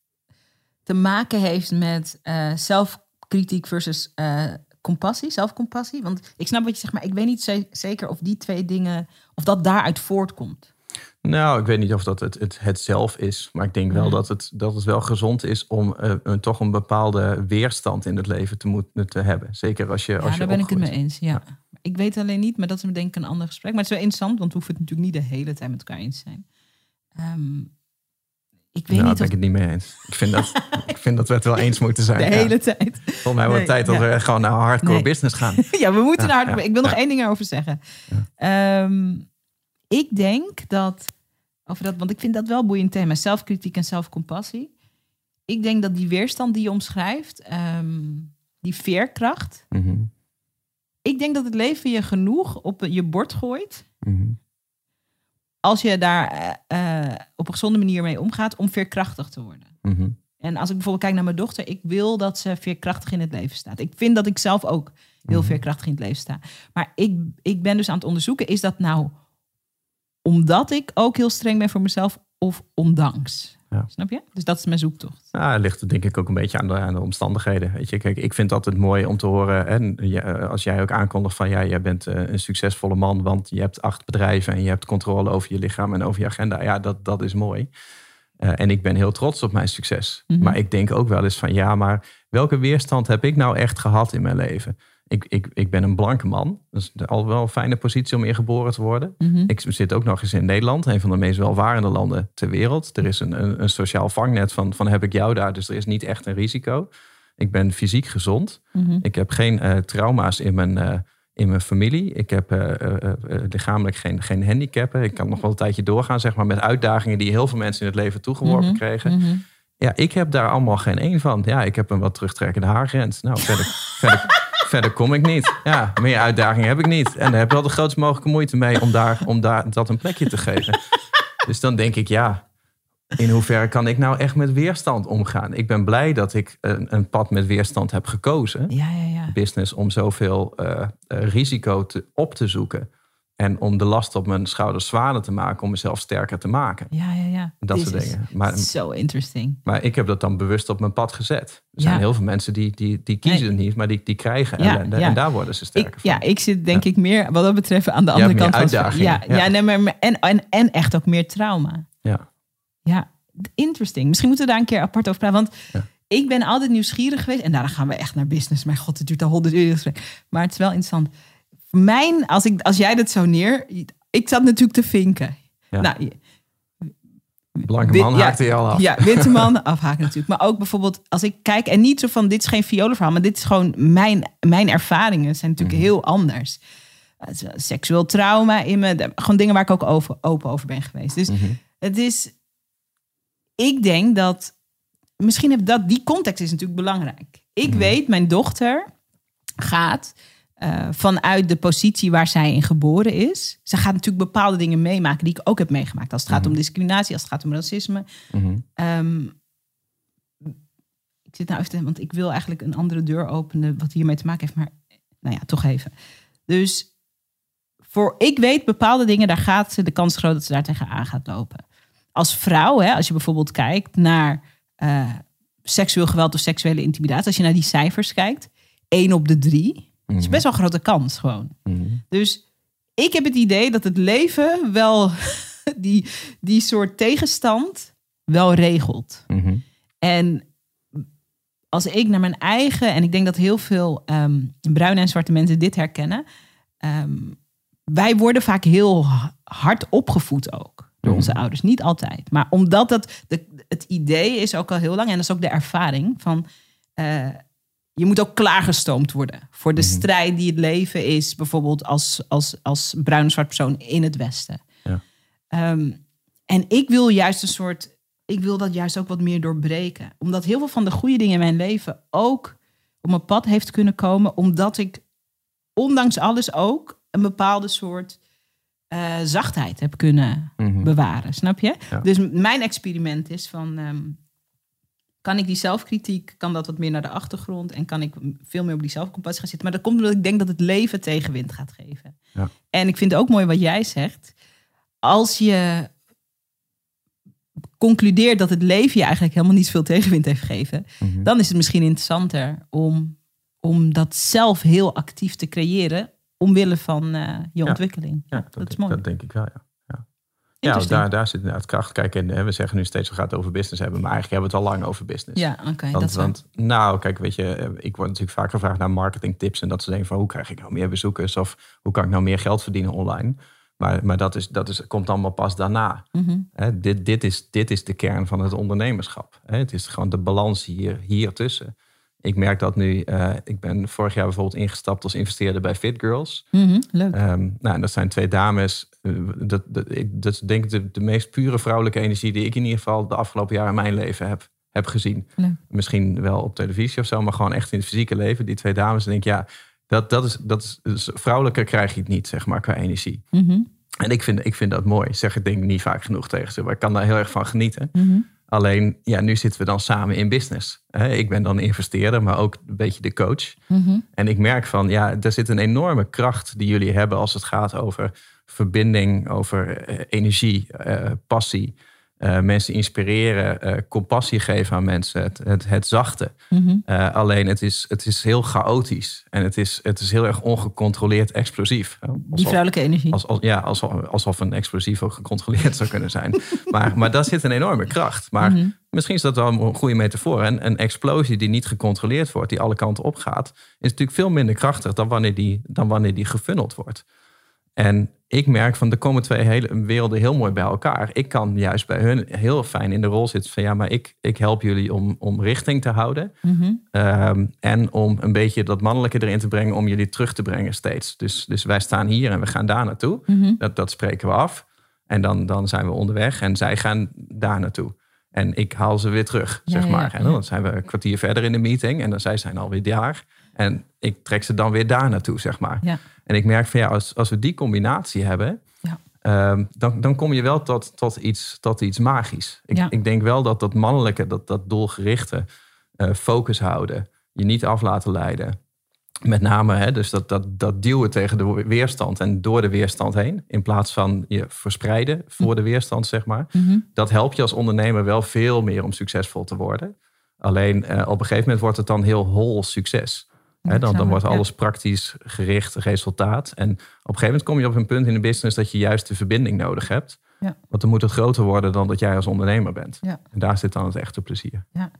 te maken heeft met uh, zelfkritiek versus uh, compassie, zelfcompassie? Want ik snap wat je zegt, maar ik weet niet ze- zeker of die twee dingen, of dat daaruit voortkomt. Nou, ik weet niet of dat het, het, het zelf is. Maar ik denk wel ja. dat, het, dat het wel gezond is om uh, een, toch een bepaalde weerstand in het leven te moeten te hebben. Zeker als je Ja, als je daar ben opgroeit. ik het mee eens, ja. ja. Ik weet alleen niet, maar dat is denk ik een ander gesprek. Maar het is wel interessant, want we hoeven het natuurlijk niet de hele tijd met elkaar eens te zijn. Um, ik weet nou, niet daar ben of... ik het niet mee eens. Ik vind dat, ik vind dat we het wel eens moeten zijn. De ja. hele tijd. Volgens mij wordt het Nee, tijd dat ja. we gewoon naar hardcore Nee. business gaan. Ja, we moeten Ja, naar hardcore. ja, Ik wil nog ja. één ding erover zeggen. Ja. Um, ik denk dat, over dat, want ik vind dat wel een boeiend thema, zelfkritiek en zelfcompassie. Ik denk dat die weerstand die je omschrijft, um, die veerkracht, Mm-hmm. ik denk dat het leven je genoeg op je bord gooit, Mm-hmm. als je daar uh, op een gezonde manier mee omgaat, om veerkrachtig te worden. Mm-hmm. En als ik bijvoorbeeld kijk naar mijn dochter, ik wil dat ze veerkrachtig in het leven staat. Ik vind dat ik zelf ook heel Mm-hmm. veerkrachtig in het leven sta. Maar ik, ik ben dus aan het onderzoeken, is dat nou omdat ik ook heel streng ben voor mezelf of ondanks? Ja. Snap je? Dus dat is mijn zoektocht. Ja, het ligt denk ik ook een beetje aan de, aan de omstandigheden. Weet je, kijk, ik vind het altijd mooi om te horen. En ja, als jij ook aankondigt van ja, jij bent een succesvolle man, want je hebt acht bedrijven en je hebt controle over je lichaam en over je agenda. Ja, dat, dat is mooi. Uh, en ik ben heel trots op mijn succes. Mm-hmm. Maar ik denk ook wel eens van ja, maar welke weerstand heb ik nou echt gehad in mijn leven? Ik, ik, ik ben een blanke man. Dat is al wel een fijne positie om in geboren te worden. Mm-hmm. Ik zit ook nog eens in Nederland. Een van de meest welvarende landen ter wereld. Er is een, een, een sociaal vangnet van, van heb ik jou daar. Dus er is niet echt een risico. Ik ben fysiek gezond. Mm-hmm. Ik heb geen uh, trauma's in mijn, uh, in mijn familie. Ik heb uh, uh, uh, lichamelijk geen, geen handicappen. Ik kan nog wel een tijdje doorgaan zeg maar, met uitdagingen die heel veel mensen in het leven toegeworpen mm-hmm. kregen. Mm-hmm. Ja, ik heb daar allemaal geen één van. Ja, ik heb een wat terugtrekkende haargrens. Nou, verder... verder Verder kom ik niet. Ja, meer uitdagingen heb ik niet. En daar heb je wel de grootst mogelijke moeite mee om, daar, om daar, dat een plekje te geven. Dus dan denk ik, ja, in hoeverre kan ik nou echt met weerstand omgaan? Ik ben blij dat ik een, een pad met weerstand heb gekozen. Ja, ja, ja. Business om zoveel uh, uh, risico te, op te zoeken. En om de last op mijn schouders zwaarder te maken. Om mezelf sterker te maken. Ja, ja, ja. Dat This soort dingen. Maar, so interesting. Maar ik heb dat dan bewust op mijn pad gezet. Er ja. zijn heel veel mensen die, die, die kiezen nee. het niet. Maar die, die krijgen ja, ellende. Ja. En daar worden ze sterker ik, van. Ja, ik zit denk ja. ik meer wat dat betreft aan de andere kant van uitdagingen. Ja, ja. ja nee, maar, en, en, en echt ook meer trauma. Ja. Ja, interesting. Misschien moeten we daar een keer apart over praten. Want ja. ik ben altijd nieuwsgierig geweest. En daarna gaan we echt naar business. Mijn god, het duurt al honderd uur. Maar het is wel interessant. Voor mijn, als, ik, als jij dat zo neer... Ik zat natuurlijk te vinken. Ja. Nou, Blanke man wit, haakte ja, je al af. Ja, witte man afhaken natuurlijk. Maar ook bijvoorbeeld als ik kijk... En niet zo van, dit is geen violenverhaal. Maar dit is gewoon mijn, mijn ervaringen. zijn natuurlijk mm-hmm. heel anders. Uh, seksueel trauma in me. De, gewoon dingen waar ik ook over, open over ben geweest. Dus mm-hmm. het is... Ik denk dat misschien heb dat, die context is natuurlijk belangrijk. Ik mm. weet, mijn dochter gaat uh, vanuit de positie waar zij in geboren is. Ze gaat natuurlijk bepaalde dingen meemaken die ik ook heb meegemaakt. Als het gaat mm. om discriminatie, als het gaat om racisme. Mm-hmm. Um, ik zit nou even, want ik wil eigenlijk een andere deur openen wat hiermee te maken heeft. Maar nou ja, toch even. Dus voor, ik weet bepaalde dingen, daar gaat ze de kans groot dat ze daar tegenaan gaat lopen. Als vrouw, hè, als je bijvoorbeeld kijkt naar uh, seksueel geweld of seksuele intimidatie. Als je naar die cijfers kijkt, één op de drie. Mm-hmm. Dat is best wel een grote kans gewoon. Mm-hmm. Dus ik heb het idee dat het leven wel die, die soort tegenstand wel regelt. Mm-hmm. En als ik naar mijn eigen, en ik denk dat heel veel um, bruine en zwarte mensen dit herkennen. Um, wij worden vaak heel hard opgevoed ook door onze mm-hmm. ouders. Niet altijd. Maar omdat dat de, het idee is ook al heel lang. En dat is ook de ervaring van uh, je moet ook klaargestoomd worden voor de mm-hmm. strijd die het leven is. Bijvoorbeeld als, als, als bruin en zwart persoon in het Westen. Ja. Um, en ik wil juist een soort... Ik wil dat juist ook wat meer doorbreken. Omdat heel veel van de goede dingen in mijn leven ook op mijn pad heeft kunnen komen. Omdat ik ondanks alles ook een bepaalde soort uh, zachtheid heb kunnen mm-hmm. bewaren. Snap je? Ja. Dus mijn experiment is van... Um, kan ik die zelfkritiek, kan dat wat meer naar de achtergrond... en kan ik veel meer op die zelfcompassie gaan zitten. Maar dat komt omdat ik denk dat het leven tegenwind gaat geven. Ja. En ik vind het ook mooi wat jij zegt. Als je concludeert dat het leven je eigenlijk helemaal niet veel tegenwind heeft gegeven... Mm-hmm. dan is het misschien interessanter om, om dat zelf heel actief te creëren... omwille van uh, je ja. ontwikkeling. Ja, dat, dat is mooi. Dat denk ik wel, ja. Ja, daar, daar zit inderdaad kracht. Kijk, en we zeggen nu steeds we gaan het over business hebben, maar eigenlijk hebben we het al lang over business. Ja, oké. Okay, want, want nou, kijk, weet je, ik word natuurlijk vaak gevraagd naar marketingtips en dat ze denken van hoe krijg ik nou meer bezoekers of hoe kan ik nou meer geld verdienen online? Maar, maar dat, is, dat is, komt allemaal pas daarna. Mm-hmm. He, dit, dit, is, dit is de kern van het ondernemerschap. He, het is gewoon de balans hier, hier tussen. Ik merk dat nu, uh, ik ben vorig jaar bijvoorbeeld ingestapt als investeerder bij Fit Girls. Mm-hmm, leuk. Um, nou, dat zijn twee dames. Uh, dat, dat, ik, dat is denk ik de, de meest pure vrouwelijke energie die ik in ieder geval de afgelopen jaren in mijn leven heb, heb gezien. Leuk. Misschien wel op televisie of zo, maar gewoon echt in het fysieke leven. Die twee dames, en denk ik, ja, dat, dat, is, dat is, dus vrouwelijker krijg je het niet, zeg maar, qua energie. Mm-hmm. En ik vind, ik vind dat mooi. Zeg ik denk niet vaak genoeg tegen ze, maar ik kan daar heel erg van genieten. Mm-hmm. Alleen, ja, nu zitten we dan samen in business. Ik ben dan investeerder, maar ook een beetje de coach. Mm-hmm. En ik merk van, ja, er zit een enorme kracht die jullie hebben als het gaat over verbinding, over uh, energie, uh, passie. Uh, mensen inspireren, uh, compassie geven aan mensen, het, het, het zachte. Mm-hmm. Uh, alleen het is, het is heel chaotisch en het is, het is heel erg ongecontroleerd explosief. Alsof, Die vrouwelijke energie. Als, als, ja, alsof, alsof een explosief ook gecontroleerd zou kunnen zijn. maar, maar daar zit een enorme kracht. Maar mm-hmm. misschien is dat wel een goede metafoor. En een explosie die niet gecontroleerd wordt, die alle kanten opgaat, is natuurlijk veel minder krachtig dan wanneer die, dan wanneer die gefunneld wordt. En ik merk van, er komen twee hele werelden heel mooi bij elkaar. Ik kan juist bij hun heel fijn in de rol zitten van, ja, maar ik, ik help jullie om, om richting te houden. Mm-hmm. Um, en om een beetje dat mannelijke erin te brengen, om jullie terug te brengen steeds. Dus, dus wij staan hier en we gaan daar naartoe. Mm-hmm. Dat, dat spreken we af. En dan, dan zijn we onderweg en zij gaan daar naartoe. En ik haal ze weer terug, ja, zeg maar. Ja, ja. En dan zijn we een kwartier verder in de meeting en dan zij zijn alweer daar. En ik trek ze dan weer daar naartoe, zeg maar. Ja. En ik merk van ja, als, als we die combinatie hebben, ja. um, dan, dan kom je wel tot, tot, iets, tot iets magisch. Ik, ja. ik denk wel dat dat mannelijke, dat, dat doelgerichte, uh, focus houden, je niet af laten leiden. Met name, hè, dus dat, dat, dat duwen tegen de weerstand en door de weerstand heen, in plaats van je verspreiden voor de weerstand, zeg maar. Mm-hmm. Dat helpt je als ondernemer wel veel meer om succesvol te worden. Alleen uh, op een gegeven moment wordt het dan heel hol succes. He, dan, dan wordt alles praktisch gericht, resultaat. En op een gegeven moment kom je op een punt in de business dat je juist de verbinding nodig hebt. Ja. Want dan moet het groter worden dan dat jij als ondernemer bent. Ja. En daar zit dan het echte plezier. Ja.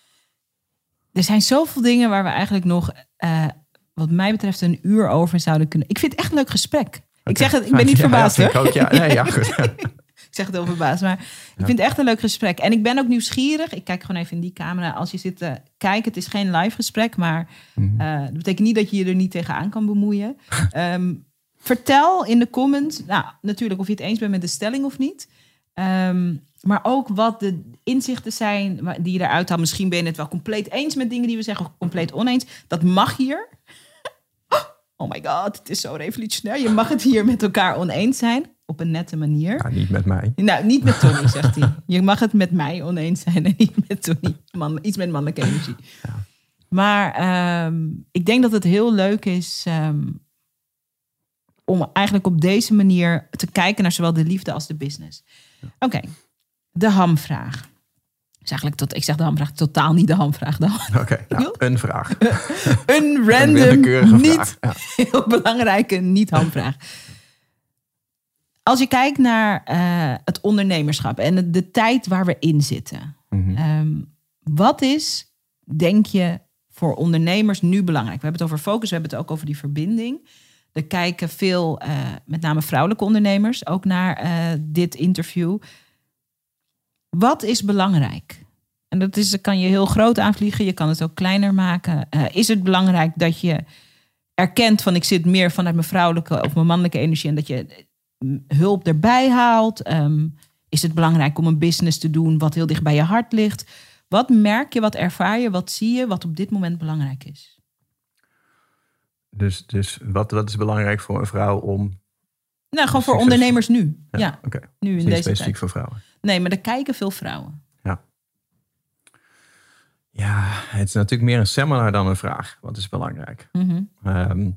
Er zijn zoveel dingen waar we eigenlijk nog, uh, wat mij betreft, een uur over zouden kunnen. Ik vind het echt een leuk gesprek. Okay. Ik zeg het, ik ben niet ja, verbaasd. Ja, hoor. Ik, ook, ja. Nee, ja, goed. Ik zeg het heel verbaasd, maar ik ja. vind het echt een leuk gesprek. En ik ben ook nieuwsgierig. Ik kijk gewoon even in die camera. Als je zit te kijken, het is geen live gesprek, maar mm-hmm. uh, dat betekent niet dat je je er niet tegenaan kan bemoeien. um, vertel in de comments, nou natuurlijk of je het eens bent met de stelling of niet. Um, Maar ook wat de inzichten zijn die je eruit haalt. Misschien ben je het wel compleet eens met dingen die we zeggen, of compleet oneens. Dat mag hier. Oh my god, het is zo revolutionair. Je mag het hier met elkaar oneens zijn. Op een nette manier. Ja, niet met mij. Nou, niet met Tony, zegt hij. Je mag het met mij oneens zijn en niet met Tony. Man, iets met mannelijke energie. Ja. Maar um, ik denk dat het heel leuk is um, om eigenlijk op deze manier te kijken naar zowel de liefde als de business. Ja. Oké, okay. De hamvraag. Dus eigenlijk tot, ik zeg de hamvraag, totaal niet de hamvraag. Oké, okay, nou, een vraag. Een random, een niet ja. heel belangrijke, niet hamvraag. Als je kijkt naar uh, het ondernemerschap en de, de tijd waar we in zitten. Mm-hmm. Um, wat is, denk je, voor ondernemers nu belangrijk? We hebben het over focus, we hebben het ook over die verbinding. Er kijken veel, uh, met name vrouwelijke ondernemers, ook naar uh, dit interview. Wat is belangrijk? En dat is, kan je heel groot aanvliegen, je kan het ook kleiner maken. Uh, is het belangrijk dat je erkent van ik zit meer vanuit mijn vrouwelijke of mijn mannelijke energie en dat je hulp erbij haalt? Um, is het belangrijk om een business te doen wat heel dicht bij je hart ligt? Wat merk je, wat ervaar je, wat zie je, wat op dit moment belangrijk is? Dus, dus wat, wat is belangrijk voor een vrouw om... Nou, gewoon voor ondernemers nu. Ja, ja. Oké. Okay. Nu in niet deze specifiek tijd. Voor vrouwen. Nee, maar er kijken veel vrouwen. Ja. Ja, het is natuurlijk meer een seminar dan een vraag. Wat is belangrijk? Mm-hmm. Um,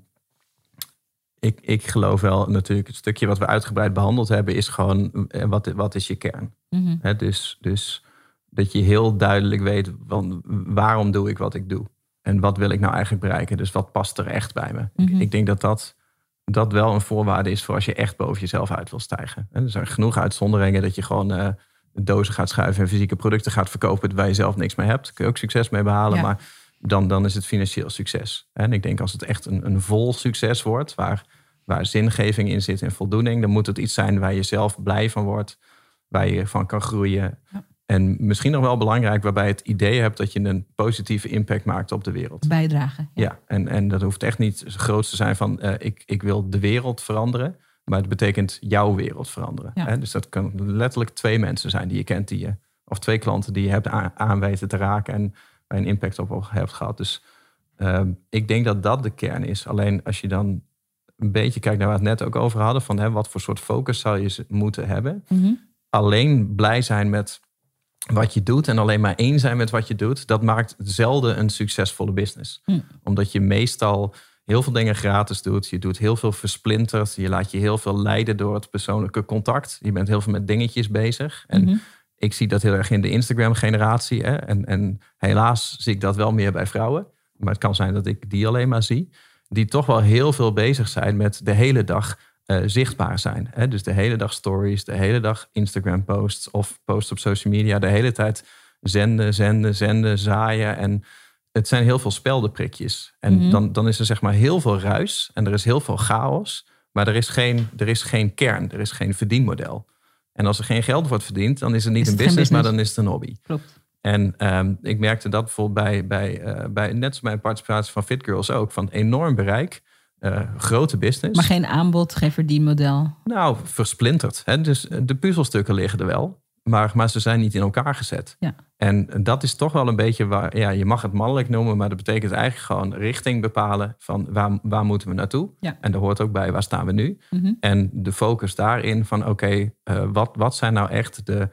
ik, ik geloof wel natuurlijk, het stukje wat we uitgebreid behandeld hebben, is gewoon, wat, wat is je kern? Mm-hmm. He, dus, dus dat je heel duidelijk weet, van, waarom doe ik wat ik doe? En wat wil ik nou eigenlijk bereiken? Dus wat past er echt bij me? Mm-hmm. Ik, ik denk dat dat, dat wel een voorwaarde is voor als je echt boven jezelf uit wil stijgen. En er zijn genoeg uitzonderingen dat je gewoon uh, dozen gaat schuiven en fysieke producten gaat verkopen waar je zelf niks mee hebt. Daar kun je ook succes mee behalen, ja. maar dan, dan is het financieel succes. En ik denk als het echt een, een vol succes wordt, waar, waar zingeving in zit en voldoening, dan moet het iets zijn waar je zelf blij van wordt, waar je van kan groeien. Ja. En misschien nog wel belangrijk, waarbij je het idee hebt dat je een positieve impact maakt op de wereld. Bijdragen. Ja, ja en, en dat hoeft echt niet groot te zijn van uh, ik, ik wil de wereld veranderen. Maar het betekent jouw wereld veranderen. Ja. Hè? Dus dat kan letterlijk twee mensen zijn die je kent, die je, of twee klanten die je hebt aan, aan weten te raken en waar je een impact op hebt gehad. Dus uh, ik denk dat dat de kern is. Alleen als je dan een beetje kijkt naar waar we het net ook over hadden, van hè, wat voor soort focus zou je moeten hebben. Mm-hmm. Alleen blij zijn met wat je doet en alleen maar één zijn met wat je doet, dat maakt zelden een succesvolle business. Mm. Omdat je meestal heel veel dingen gratis doet. Je doet heel veel versplinterd. Je laat je heel veel leiden door het persoonlijke contact. Je bent heel veel met dingetjes bezig. En mm-hmm. ik zie dat heel erg in de Instagram-generatie. Hè? En, en helaas zie ik dat wel meer bij vrouwen. Maar het kan zijn dat ik die alleen maar zie. Die toch wel heel veel bezig zijn met de hele dag uh, zichtbaar zijn. Hè? Dus de hele dag stories, de hele dag Instagram-posts of posts op social media. De hele tijd zenden, zenden, zenden, zaaien. En het zijn heel veel speldenprikjes. En mm-hmm. dan, dan is er zeg maar heel veel ruis. En er is heel veel chaos. Maar er is geen, er is geen kern. Er is geen verdienmodel. En als er geen geld wordt verdiend, dan is het niet is een het business, business, maar dan is het een hobby. Klopt. En um, ik merkte dat bijvoorbeeld bij, bij, uh, bij net als mijn participatie van Fit Girls ook. Van enorm bereik. Uh, grote business. Maar geen aanbod, geen verdienmodel. Nou, versplinterd. Hè? Dus de puzzelstukken liggen er wel. Maar, maar ze zijn niet in elkaar gezet. Ja. En dat is toch wel een beetje waar, ja, je mag het mannelijk noemen, maar dat betekent eigenlijk gewoon richting bepalen van waar, waar moeten we naartoe. Ja. En daar hoort ook bij waar staan we nu. Mm-hmm. En de focus daarin van oké, okay, uh, wat, wat zijn nou echt de,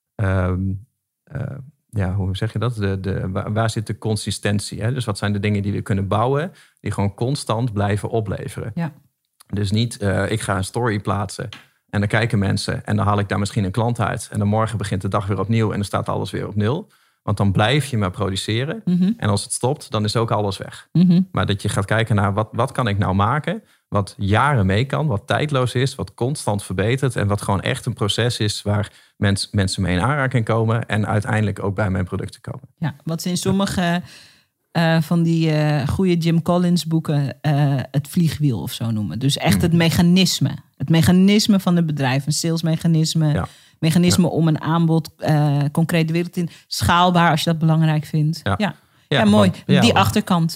um, uh, ja, hoe zeg je dat? De, de, waar, waar zit de consistentie? Hè? Dus wat zijn de dingen die we kunnen bouwen, die gewoon constant blijven opleveren. Ja. Dus niet, uh, ik ga een story plaatsen. En dan kijken mensen en dan haal ik daar misschien een klant uit. En dan morgen begint de dag weer opnieuw en dan staat alles weer op nul. Want dan blijf je maar produceren. Mm-hmm. En als het stopt, dan is ook alles weg. Mm-hmm. Maar dat je gaat kijken naar wat, wat kan ik nou maken? Wat jaren mee kan, wat tijdloos is, wat constant verbetert. En wat gewoon echt een proces is waar mens, mensen mee in aanraking komen. En uiteindelijk ook bij mijn producten komen. Ja, wat ze in sommige uh, van die uh, goede Jim Collins boeken uh, het vliegwiel of zo noemen. Dus echt het mechanisme. Het mechanisme van het bedrijf. Een salesmechanisme. Ja. Mechanisme ja. om een aanbod uh, concreet de wereld in. Schaalbaar als je dat belangrijk vindt. Ja, ja. ja, ja ja mooi. want, ja, die want, achterkant.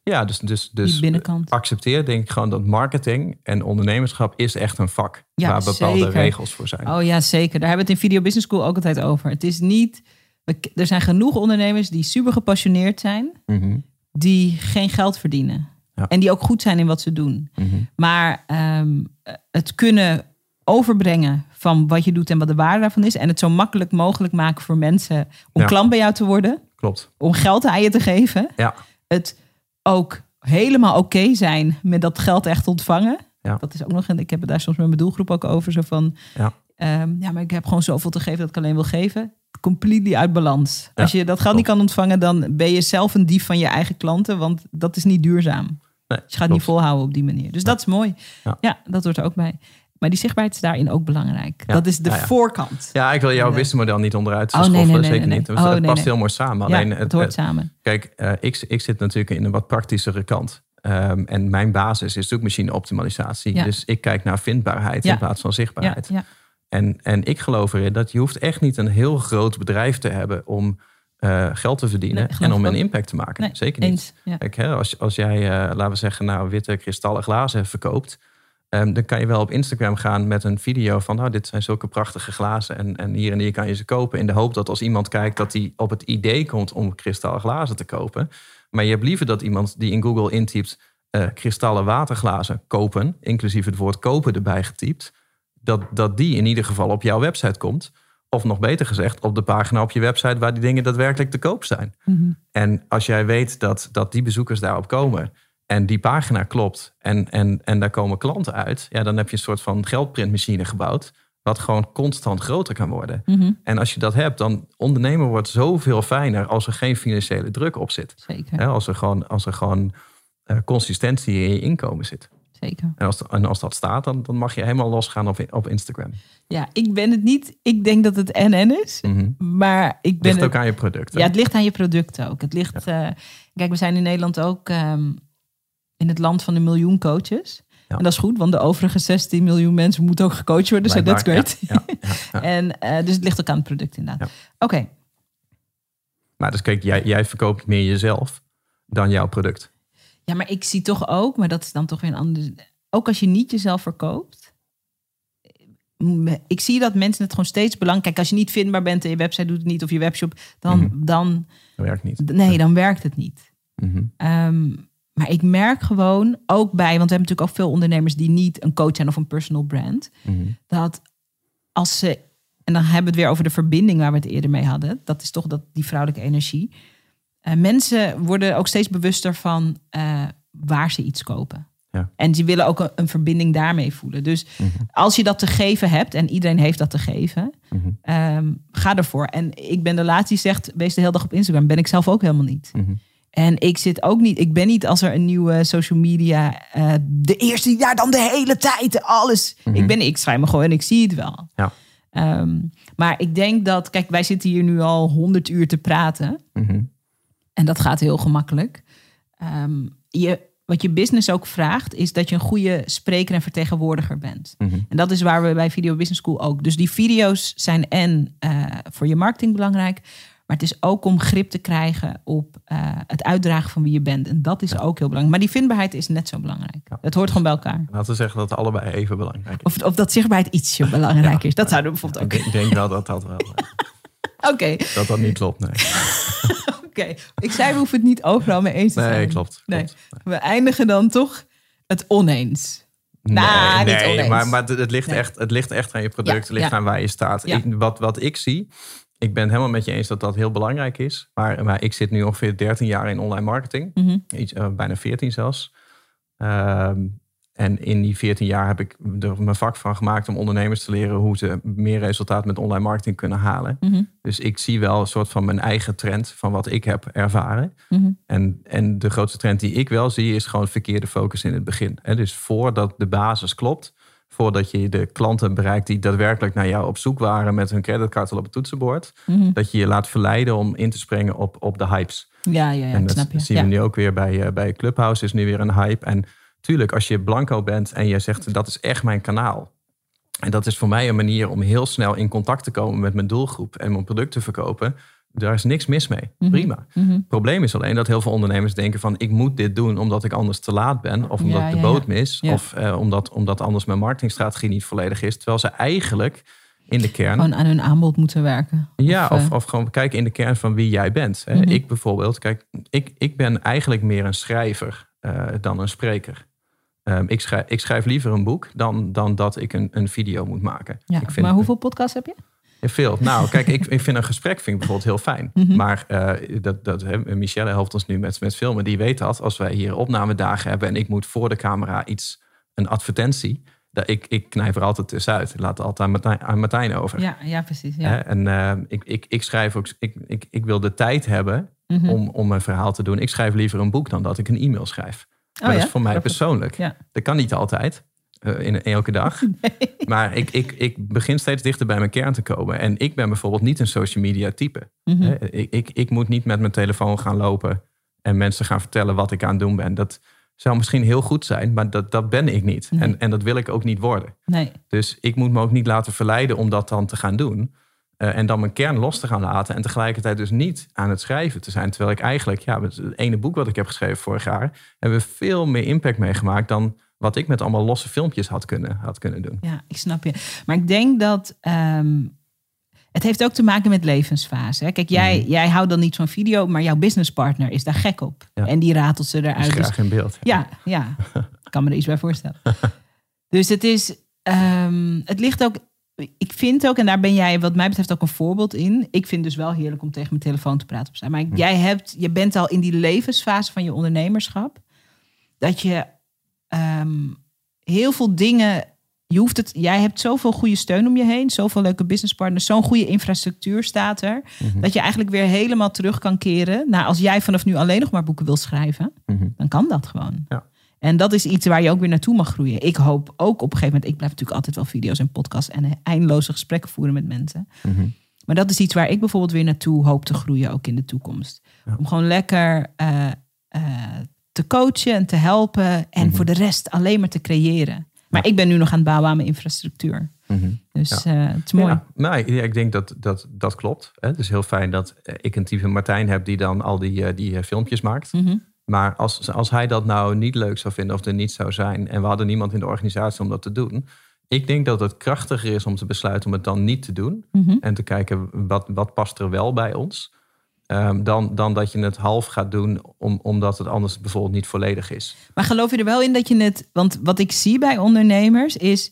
Ja, dus, dus, Die dus binnenkant. accepteer denk ik gewoon dat marketing en ondernemerschap is echt een vak. Ja, waar bepaalde zeker. regels voor zijn. Oh ja, zeker. Daar hebben we het in Video Business School ook altijd over. Het is niet... Er zijn genoeg ondernemers die super gepassioneerd zijn, Mm-hmm. die geen geld verdienen. Ja. En die ook goed zijn in wat ze doen. Mm-hmm. Maar um, het kunnen overbrengen van wat je doet en wat de waarde daarvan is. En het zo makkelijk mogelijk maken voor mensen om Ja. klant bij jou te worden. Klopt. Om geld aan je te geven. Ja. Het ook helemaal oké okay zijn met dat geld echt ontvangen. Ja. Dat is ook nog, en ik heb het daar soms met mijn doelgroep ook over. Zo van, Ja. Um, ja, maar ik heb gewoon zoveel te geven dat ik alleen wil geven. Completely uit balans. Ja, Als je dat geld niet kan ontvangen, dan ben je zelf een dief van je eigen klanten. Want dat is niet duurzaam. Nee, Dus je gaat klopt. niet volhouden op die manier. Dus Ja. dat is mooi. Ja. Ja, dat hoort er ook bij. Maar die zichtbaarheid is daarin ook belangrijk. Ja. Dat is de Ja, ja. voorkant. Ja, ik wil jouw En, uh, businessmodel niet onderuit Oh, nee, schoffelen. nee, nee, Zeker nee, niet. nee. Dus Oh, het nee, past nee. heel mooi samen. Ja, Alleen het hoort samen. Kijk, uh, ik, ik zit natuurlijk in een wat praktischere kant. Um, en mijn basis is zoekmachine optimalisatie. Ja. Dus ik kijk naar vindbaarheid Ja. in plaats van Ja, zichtbaarheid. ja. En, en ik geloof erin dat je hoeft echt niet een heel groot bedrijf te hebben om uh, geld te verdienen Nee, geloof en om ik een ook. impact te maken. Nee, Zeker niet. eens, ja. Kijk, hè, als, als jij, uh, laten we zeggen, nou witte kristallen glazen verkoopt, um, dan kan je wel op Instagram gaan met een video van, nou, dit zijn zulke prachtige glazen en, en hier en hier kan je ze kopen. In de hoop dat als iemand kijkt, dat hij op het idee komt om kristallen glazen te kopen. Maar je hebt liever dat iemand die in Google intypt uh, kristallen waterglazen kopen, inclusief het woord kopen erbij getypt, dat, dat die in ieder geval op jouw website komt. Of nog beter gezegd, op de pagina op je website waar die dingen daadwerkelijk te koop zijn. Mm-hmm. En als jij weet dat, dat die bezoekers daarop komen en die pagina klopt en, en, en daar komen klanten uit, ja, dan heb je een soort van geldprintmachine gebouwd, wat gewoon constant groter kan worden. Mm-hmm. En als je dat hebt, dan ondernemen wordt zoveel fijner als er geen financiële druk op zit. Zeker, He, als er gewoon, als er gewoon uh, consistentie in je inkomen zit. zeker. En als, en als dat staat, dan, dan mag je helemaal losgaan op, op Instagram. Ja, ik ben het niet. Ik denk dat het en-en is. Mm-hmm. Maar ik ben Ligt het... ook aan je product. Hè? Ja, het ligt aan je product ook. Het ligt, ja. uh, kijk, we zijn in Nederland ook um, in het land van de miljoen coaches. Ja. En dat is goed, want de overige zestien miljoen mensen moeten ook gecoacht worden. So that's great. Ja, ja, ja, ja. en, uh, dus het ligt ook aan het product inderdaad. Ja. Oké. Okay. Maar dus kijk, jij, jij verkoopt meer jezelf dan jouw product. Ja, maar ik zie toch ook, maar dat is dan toch weer een ander... Ook als je niet jezelf verkoopt... Ik zie dat mensen het gewoon steeds belangrijk... Kijk, als je niet vindbaar bent en je website doet het niet... of je webshop, dan... Mm-hmm. dan dat werkt niet. Nee, dan werkt het niet. Mm-hmm. Um, maar ik merk gewoon ook bij... want we hebben natuurlijk ook veel ondernemers... die niet een coach zijn of een personal brand... Mm-hmm. dat als ze... en dan hebben we het weer over de verbinding... waar we het eerder mee hadden. Dat is toch dat, die vrouwelijke energie. Uh, mensen worden ook steeds bewuster van... Uh, waar ze iets kopen. Ja. En ze willen ook een, een verbinding daarmee voelen. Dus mm-hmm. als je dat te geven hebt... en iedereen heeft dat te geven... Mm-hmm. Um, ga ervoor. En ik ben de laatste die zegt... wees de hele dag op Instagram. Ben ik zelf ook helemaal niet. Mm-hmm. En ik zit ook niet... Ik ben niet als er een nieuwe social media... Uh, de eerste jaar dan de hele tijd. Alles. Mm-hmm. Ik ben ik schrijf me gewoon en ik zie het wel. Ja. Um, maar ik denk dat... Kijk, wij zitten hier nu al honderd uur te praten. Mm-hmm. En dat gaat heel gemakkelijk. Um, je... Wat je business ook vraagt, is dat je een goede spreker en vertegenwoordiger bent. Mm-hmm. En dat is waar we bij Video Business School ook. Dus die video's zijn en uh, voor je marketing belangrijk. Maar het is ook om grip te krijgen op uh, het uitdragen van wie je bent. En dat is ja. ook heel belangrijk. Maar die vindbaarheid is net zo belangrijk. Ja. Het hoort gewoon bij elkaar. Laten we zeggen dat het allebei even belangrijk is. Of, of dat zichtbaarheid ietsje belangrijk ja. is. Dat zouden we bijvoorbeeld ook... Ik denk wel dat dat wel... Oké. Okay. Dat dat niet klopt, nee. Oké, okay. Ik zei we hoeven het niet overal mee eens te zijn. Nee, klopt. Nee. klopt. We eindigen dan toch het oneens. Nee, nah, nee niet oneens. maar, maar het, ligt nee. echt, het ligt echt aan je product. Ja, het ligt ja. aan waar je staat. Ja. Ik, wat, wat ik zie, ik ben het helemaal met je eens dat dat heel belangrijk is. Maar, maar ik zit nu ongeveer dertien jaar in online marketing. Mm-hmm. Iets, uh, bijna veertien zelfs. Um, En in die veertien jaar heb ik er mijn vak van gemaakt om ondernemers te leren hoe ze meer resultaat met online marketing kunnen halen. Mm-hmm. Dus ik zie wel een soort van mijn eigen trend van wat ik heb ervaren. Mm-hmm. En, en de grootste trend die ik wel zie is gewoon verkeerde focus in het begin. He, dus voordat de basis klopt, voordat je de klanten bereikt die daadwerkelijk naar jou op zoek waren met hun creditcard al op het toetsenbord, Mm-hmm. dat je je laat verleiden om in te springen op, op de hypes. Ja, ja, ja, en dat snap je. zien we ja. nu ook weer bij, uh, bij Clubhouse is nu weer een hype. En tuurlijk, als je blanco bent en je zegt dat is echt mijn kanaal. En dat is voor mij een manier om heel snel in contact te komen met mijn doelgroep en mijn product te verkopen. Daar is niks mis mee. Mm-hmm. Prima. Mm-hmm. Het probleem is alleen dat heel veel ondernemers denken van... ik moet dit doen omdat ik anders te laat ben. Of omdat ja, ik de ja, boot ja. mis. Ja. Of uh, omdat, omdat anders mijn marketingstrategie niet volledig is. Terwijl ze eigenlijk in de kern... Gewoon aan hun aanbod moeten werken. Ja, of, uh... of, of gewoon kijken in de kern van wie jij bent. Hè. Mm-hmm. Ik bijvoorbeeld, kijk, ik, ik ben eigenlijk meer een schrijver uh, dan een spreker. Um, ik, schrijf, ik schrijf liever een boek dan, dan dat ik een, een video moet maken. Ja, ik vind, maar hoeveel podcasts heb je? Veel. Nou, kijk, ik, ik vind een gesprek vind ik bijvoorbeeld heel fijn. Mm-hmm. Maar uh, dat, dat, hè, Michelle helpt ons nu met, met filmen. Die weet dat als wij hier opnamedagen hebben... en ik moet voor de camera iets, een advertentie... dat ik, ik knijp er altijd tussenuit. Ik laat het altijd aan Martijn, aan Martijn over. Ja, ja precies. Ja. Hè? En uh, ik, ik, ik schrijf ook... Ik, ik, ik wil de tijd hebben mm-hmm. om, om een verhaal te doen. Ik schrijf liever een boek dan dat ik een e-mail schrijf. Maar oh, dat ja? is voor mij Grappig. persoonlijk. Ja. Dat kan niet altijd. Uh, in, in elke dag. Nee. Maar ik, ik, ik begin steeds dichter bij mijn kern te komen. En ik ben bijvoorbeeld niet een social media type. Mm-hmm. He, ik, ik, ik moet niet met mijn telefoon gaan lopen... en mensen gaan vertellen wat ik aan het doen ben. Dat zou misschien heel goed zijn, maar dat, dat ben ik niet. Nee. En, en dat wil ik ook niet worden. Nee. Dus ik moet me ook niet laten verleiden om dat dan te gaan doen. Uh, en dan mijn kern los te gaan laten. En tegelijkertijd dus niet aan het schrijven te zijn. Terwijl ik eigenlijk, ja, het ene boek wat ik heb geschreven vorig jaar... hebben we veel meer impact meegemaakt dan... wat ik met allemaal losse filmpjes had kunnen, had kunnen doen. Ja, ik snap je. Maar ik denk dat... Um, het heeft ook te maken met levensfase. Hè? Kijk, jij, mm. jij houdt dan niet van video... maar jouw businesspartner is daar gek op. Ja. En die ratelt ze eruit. Die is graag dus, in beeld. Ja, ja, ja. Ik kan me er iets bij voorstellen. Dus het is... Um, het ligt ook... Ik vind ook, en daar ben jij wat mij betreft ook een voorbeeld in... ik vind dus wel heerlijk om tegen mijn telefoon te praten. Op zijn. Maar mm. jij hebt, je bent al in die levensfase van je ondernemerschap... dat je... Um, heel veel dingen, je hoeft het, jij hebt zoveel goede steun om je heen, zoveel leuke businesspartners, zo'n goede infrastructuur staat er, mm-hmm. dat je eigenlijk weer helemaal terug kan keren. Nou, als jij vanaf nu alleen nog maar boeken wil schrijven, mm-hmm. dan kan dat gewoon. Ja. En dat is iets waar je ook weer naartoe mag groeien. Ik hoop ook op een gegeven moment, ik blijf natuurlijk altijd wel video's en podcasts en eindeloze gesprekken voeren met mensen. Mm-hmm. Maar dat is iets waar ik bijvoorbeeld weer naartoe hoop te groeien, ook in de toekomst. Ja. Om gewoon lekker uh, uh, te coachen en te helpen en mm-hmm. voor de rest alleen maar te creëren. Maar ja. ik ben nu nog aan het bouwen aan mijn infrastructuur. Mm-hmm. Dus ja. uh, het is mooi. Ja, nou, ja, ik denk dat dat, dat klopt. Hè. Het is heel fijn dat ik een type Martijn heb die dan al die, uh, die uh, filmpjes maakt. Mm-hmm. Maar als, als hij dat nou niet leuk zou vinden of er niet zou zijn... en we hadden niemand in de organisatie om dat te doen... ik denk dat het krachtiger is om te besluiten om het dan niet te doen... Mm-hmm. en te kijken wat, wat past er wel bij ons... Um, dan, dan dat je het half gaat doen... Om, omdat het anders bijvoorbeeld niet volledig is. Maar geloof je er wel in dat je het... want wat ik zie bij ondernemers is...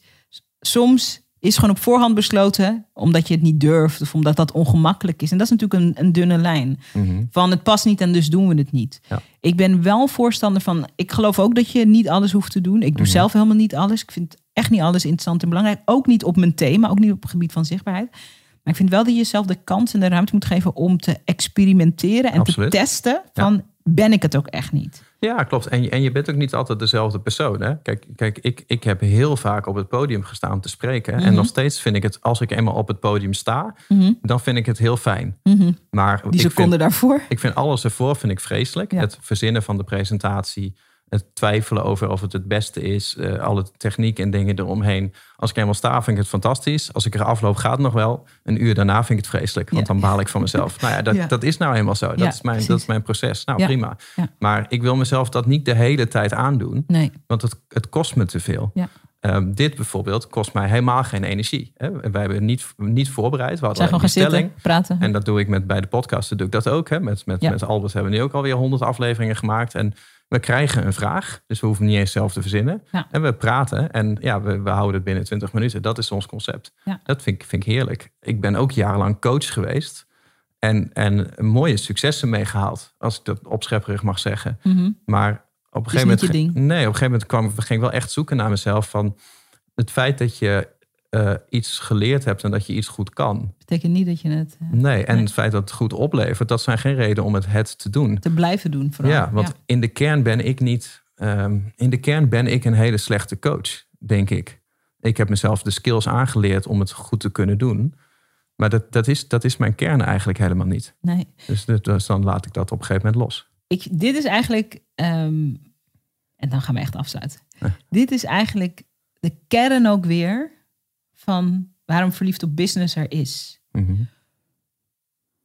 soms is gewoon op voorhand besloten... omdat je het niet durft of omdat dat ongemakkelijk is. En dat is natuurlijk een, een dunne lijn. Mm-hmm. Van het past niet en dus doen we het niet. Ja. Ik ben wel voorstander van... ik geloof ook dat je niet alles hoeft te doen. Ik doe mm-hmm. zelf helemaal niet alles. Ik vind echt niet alles interessant en belangrijk. Ook niet op mijn thema, ook niet op het gebied van zichtbaarheid. Maar ik vind wel dat je jezelf de kans en de ruimte moet geven... om te experimenteren en Absoluut. te testen van... Ja. ben ik het ook echt niet? Ja, klopt. En je, en je bent ook niet altijd dezelfde persoon. Hè? Kijk, kijk ik, ik heb heel vaak op het podium gestaan te spreken. Mm-hmm. En nog steeds vind ik het, als ik eenmaal op het podium sta... Mm-hmm. dan vind ik het heel fijn. Mm-hmm. Maar die seconde daarvoor? Ik vind alles ervoor vind ik vreselijk. Ja. Het verzinnen van de presentatie... het twijfelen over of het het beste is. Uh, alle techniek en dingen eromheen. Als ik eenmaal sta, vind ik het fantastisch. Als ik er afloop, gaat het nog wel. Een uur daarna vind ik het vreselijk. Want ja. dan baal ik van mezelf. Nou ja, dat, ja. dat is nou eenmaal zo. Dat, ja, is mijn, dat is mijn proces. Nou, ja. prima. Ja. Maar ik wil mezelf dat niet de hele tijd aandoen. Nee. Want het, het kost me te veel. Ja. Um, dit bijvoorbeeld kost mij helemaal geen energie. Hè. Wij hebben niet, niet voorbereid. We hadden een stelling. Praten. En dat doe ik met bij de podcasten. Doe ik dat ook. Hè. Met, met, ja. met Albert hebben we nu ook alweer honderd afleveringen gemaakt. En we krijgen een vraag. Dus we hoeven niet eens zelf te verzinnen. Ja. En we praten. En ja, we, we houden het binnen twintig minuten. Dat is ons concept. Ja. Dat vind ik, vind ik heerlijk. Ik ben ook jarenlang coach geweest. En, en mooie successen meegehaald. Als ik dat opschepperig mag zeggen. Mm-hmm. Maar op een gegeven moment, ding. Nee, op een gegeven moment kwam, ging ik wel echt zoeken naar mezelf van het feit dat je uh, iets geleerd hebt en dat je iets goed kan. Betekent niet dat je het... Uh, nee, en nee. het feit dat het goed oplevert, dat zijn geen reden om het het te doen. Te blijven doen vooral. Ja, want ja. in de kern ben ik niet... Um, in de kern ben ik een hele slechte coach, denk ik. Ik heb mezelf de skills aangeleerd om het goed te kunnen doen. Maar dat, dat, is, dat is mijn kern eigenlijk helemaal niet. Nee. Dus, dus dan laat ik dat op een gegeven moment los. Ik, dit is eigenlijk... Um, en dan gaan we echt afsluiten. Eh. Dit is eigenlijk de kern ook weer van waarom Verliefd op Business er is. Mm-hmm.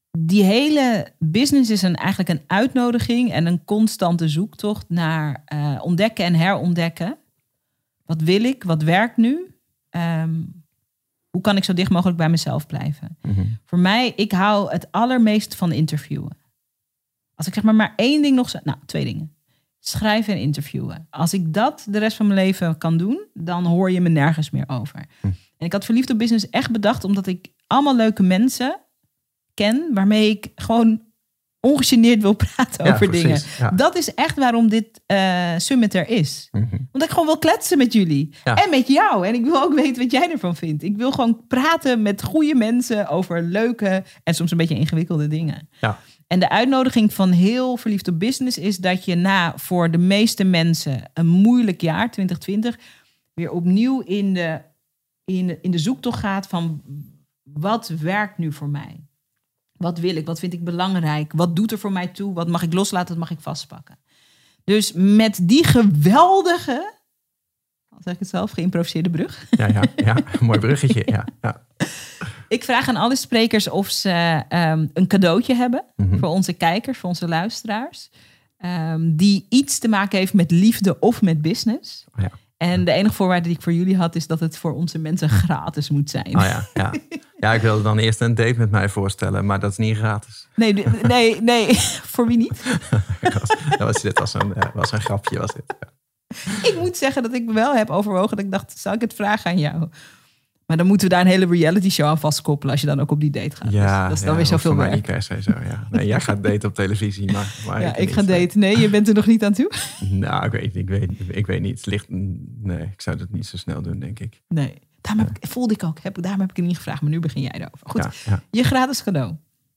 die hele business is een, eigenlijk een uitnodiging en een constante zoektocht naar uh, ontdekken en herontdekken. Wat wil ik? Wat werkt nu? Um, hoe kan ik zo dicht mogelijk bij mezelf blijven? Mm-hmm. Voor mij, ik hou het allermeest van interviewen. Als ik zeg maar maar één ding nog... Nou, twee dingen. Schrijven en interviewen. Als ik dat de rest van mijn leven kan doen, dan hoor je me nergens meer over. Mm. En ik had Verliefd op Business echt bedacht omdat ik allemaal leuke mensen ken, waarmee ik gewoon ongegeneerd wil praten Ja, over precies, dingen. ja. Dat is echt waarom dit uh, summit er is. Mm-hmm. Omdat ik gewoon wil kletsen met jullie. Ja. En met jou. En ik wil ook weten wat jij ervan vindt. Ik wil gewoon praten met goede mensen over leuke en soms een beetje ingewikkelde dingen. Ja. En de uitnodiging van heel Verliefd op Business is dat je na voor de meeste mensen een moeilijk jaar, twintig twintig, weer opnieuw in de, in de, in de zoektocht gaat van wat werkt nu voor mij? Wat wil ik? Wat vind ik belangrijk? Wat doet er voor mij toe? Wat mag ik loslaten? Wat mag ik vastpakken? Dus met die geweldige, wat zeg ik het zelf, geïmproviseerde brug. Ja, ja, ja. Mooi bruggetje. Ja, ja. Ik vraag aan alle sprekers of ze um, een cadeautje hebben Mm-hmm. voor onze kijkers, voor onze luisteraars. Um, die iets te maken heeft met liefde of met business. Oh, ja. En de enige voorwaarde die ik voor jullie had, is dat het voor onze mensen gratis moet zijn. Oh, ja, ja. ja, ik wilde dan eerst een date met mij voorstellen, maar dat is niet gratis. Nee, nee, nee. Voor wie niet? dat was, dat was, dit was een, was een grapje. Was dit. Ja. Ik moet zeggen dat ik wel heb overwogen dat ik dacht, zal ik het vragen aan jou? Maar dan moeten we daar een hele reality show aan vastkoppelen als je dan ook op die date gaat. Ja, dus dat is dan ja, weer zoveel voor mij werk. niet per se zo, ja. Nee, jij gaat daten op televisie, maar... maar Ja, ik, ik ga niet. daten. Nee, je bent er nog niet aan toe? Nou, ik weet, ik weet, ik weet niet. Het ligt, nee, ik zou dat niet zo snel doen, denk ik. Nee, daarom heb ik, voelde ik ook. Heb, daarom heb ik het niet gevraagd, maar nu begin jij erover. Goed, Ja, ja. je gratis cadeau.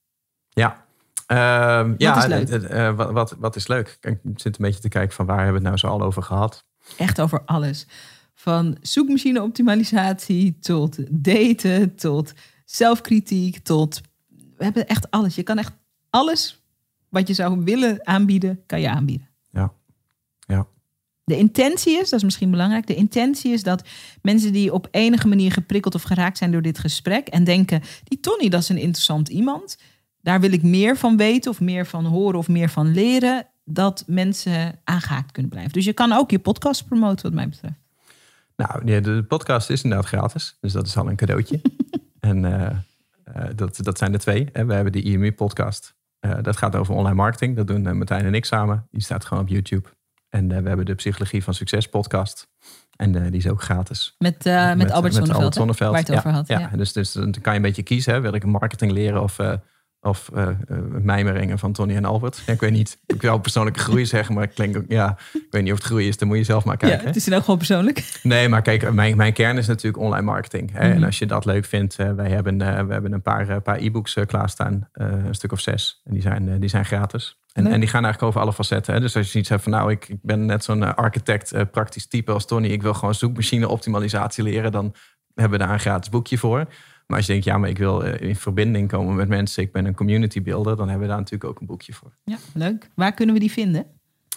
Ja. Um, wat ja, is leuk? Het, uh, wat, wat, wat is leuk? Ik zit een beetje te kijken van waar hebben we het nou zo al over gehad. Echt over alles. Van zoekmachine-optimalisatie tot daten, tot zelfkritiek, tot... We hebben echt alles. Je kan echt alles wat je zou willen aanbieden, kan je aanbieden. Ja, ja. De intentie is, dat is misschien belangrijk, de intentie is dat mensen die op enige manier geprikkeld of geraakt zijn door dit gesprek en denken, die Tony, dat is een interessant iemand, daar wil ik meer van weten of meer van horen of meer van leren, dat mensen aangehaakt kunnen blijven. Dus je kan ook je podcast promoten wat mij betreft. Nou, de podcast is inderdaad gratis, dus dat is al een cadeautje. en uh, uh, dat, dat zijn er twee. We hebben de I M U-podcast. Uh, dat gaat over online marketing. Dat doen uh, Martijn en ik samen. Die staat gewoon op YouTube. En uh, we hebben de Psychologie van Succes podcast. En uh, die is ook gratis. Met, uh, met, met Albert Sonneveld, Albert Sonneveld, waar je het ja, over had. Ja, ja. Dus, dus dan kan je een beetje kiezen. Hè? Wil ik marketing leren of... Uh, Of uh, uh, mijmeringen van Tony en Albert. Ja, ik weet niet. Ik wil persoonlijke groei zeggen, maar ik denk ook, ja, ik weet niet of het groei is. Dan moet je zelf maar kijken. Ja, het is dan ook gewoon persoonlijk. Nee, maar kijk, mijn, mijn kern is natuurlijk online marketing. Hè? Mm-hmm. En als je dat leuk vindt, uh, wij hebben, uh, we hebben een paar, uh, paar e-books uh, klaarstaan. Uh, een stuk of zes. En die zijn, uh, die zijn gratis. En, en die gaan eigenlijk over alle facetten. Hè? Dus als je iets hebt van, nou, ik, ik ben net zo'n uh, architect, uh, praktisch type als Tony. Ik wil gewoon zoekmachine optimalisatie leren. Dan hebben we daar een gratis boekje voor. Maar als je denkt, ja, maar ik wil in verbinding komen met mensen. Ik ben een community builder. Dan hebben we daar natuurlijk ook een boekje voor. Ja, leuk. Waar kunnen we die vinden?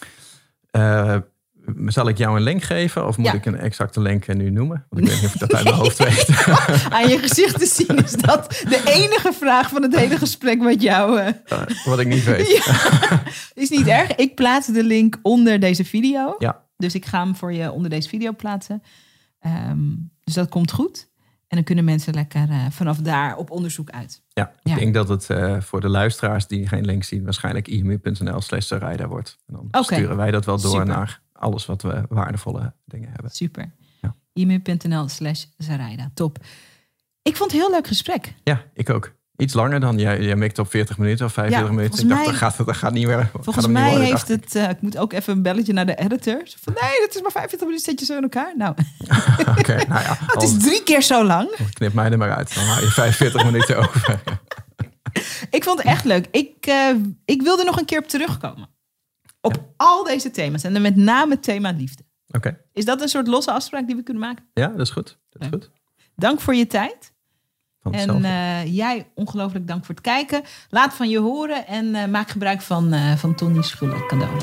Uh, zal ik jou een link geven? Of moet ja. ik een exacte link nu noemen? Want ik weet niet of ik dat uit mijn hoofd weet. Aan je gezicht te zien is dat de enige vraag van het hele gesprek met jou. Uh... Uh, wat ik niet weet. Ja. Is niet erg. Ik plaats de link onder deze video. Ja. Dus ik ga hem voor je onder deze video plaatsen. Um, dus dat komt goed. En dan kunnen mensen lekker uh, vanaf daar op onderzoek uit. Ja, ik ja. denk dat het uh, voor de luisteraars die geen link zien... waarschijnlijk i m u punt n l slash Zarayda wordt. En dan okay. sturen wij dat wel door Super. naar alles wat we waardevolle dingen hebben. Super. Ja. i m u punt n l slash Zarayda. Top. Ik vond het een heel leuk gesprek. Ja, ik ook. Iets langer dan, jij, jij mikte op veertig minuten of vijfentwintig ja, minuten. Ik dacht, mij, dat, gaat, dat gaat niet meer. Volgens mij worden, heeft het, uh, ik moet ook even een belletje naar de editor. Van nee, dat is maar vijfentwintig minuten, zet je zo in elkaar. Nou, okay, nou ja, het is drie keer zo lang. Knip mij er maar uit, dan hou je vijfenveertig minuten over. Ik vond het echt leuk. Ik, uh, ik wil er nog een keer op terugkomen. Op ja. al deze thema's. En dan met name het thema liefde. Okay. Is dat een soort losse afspraak die we kunnen maken? Ja, dat is goed. Dat is goed. Dank voor je tijd. En uh, jij ongelooflijk dank voor het kijken. Laat van je horen en uh, maak gebruik van, uh, van Tony's Schulden cadeau.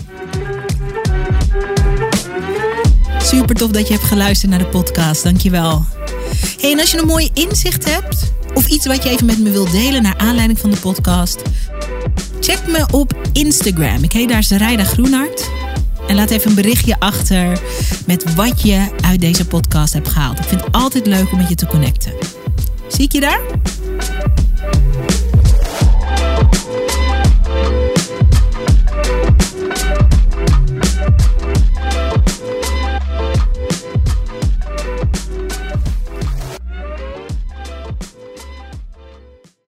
Super tof dat je hebt geluisterd naar de podcast. Dankjewel. Hey, en als je een mooi inzicht hebt of Of iets wat je even met me wilt delen naar aanleiding van de podcast? Check me op Instagram. Ik heet daar Zarijda Groenhart. En laat even een berichtje achter met wat je uit deze podcast hebt gehaald. Ik vind het altijd leuk om met je te connecten. Zie ik je daar?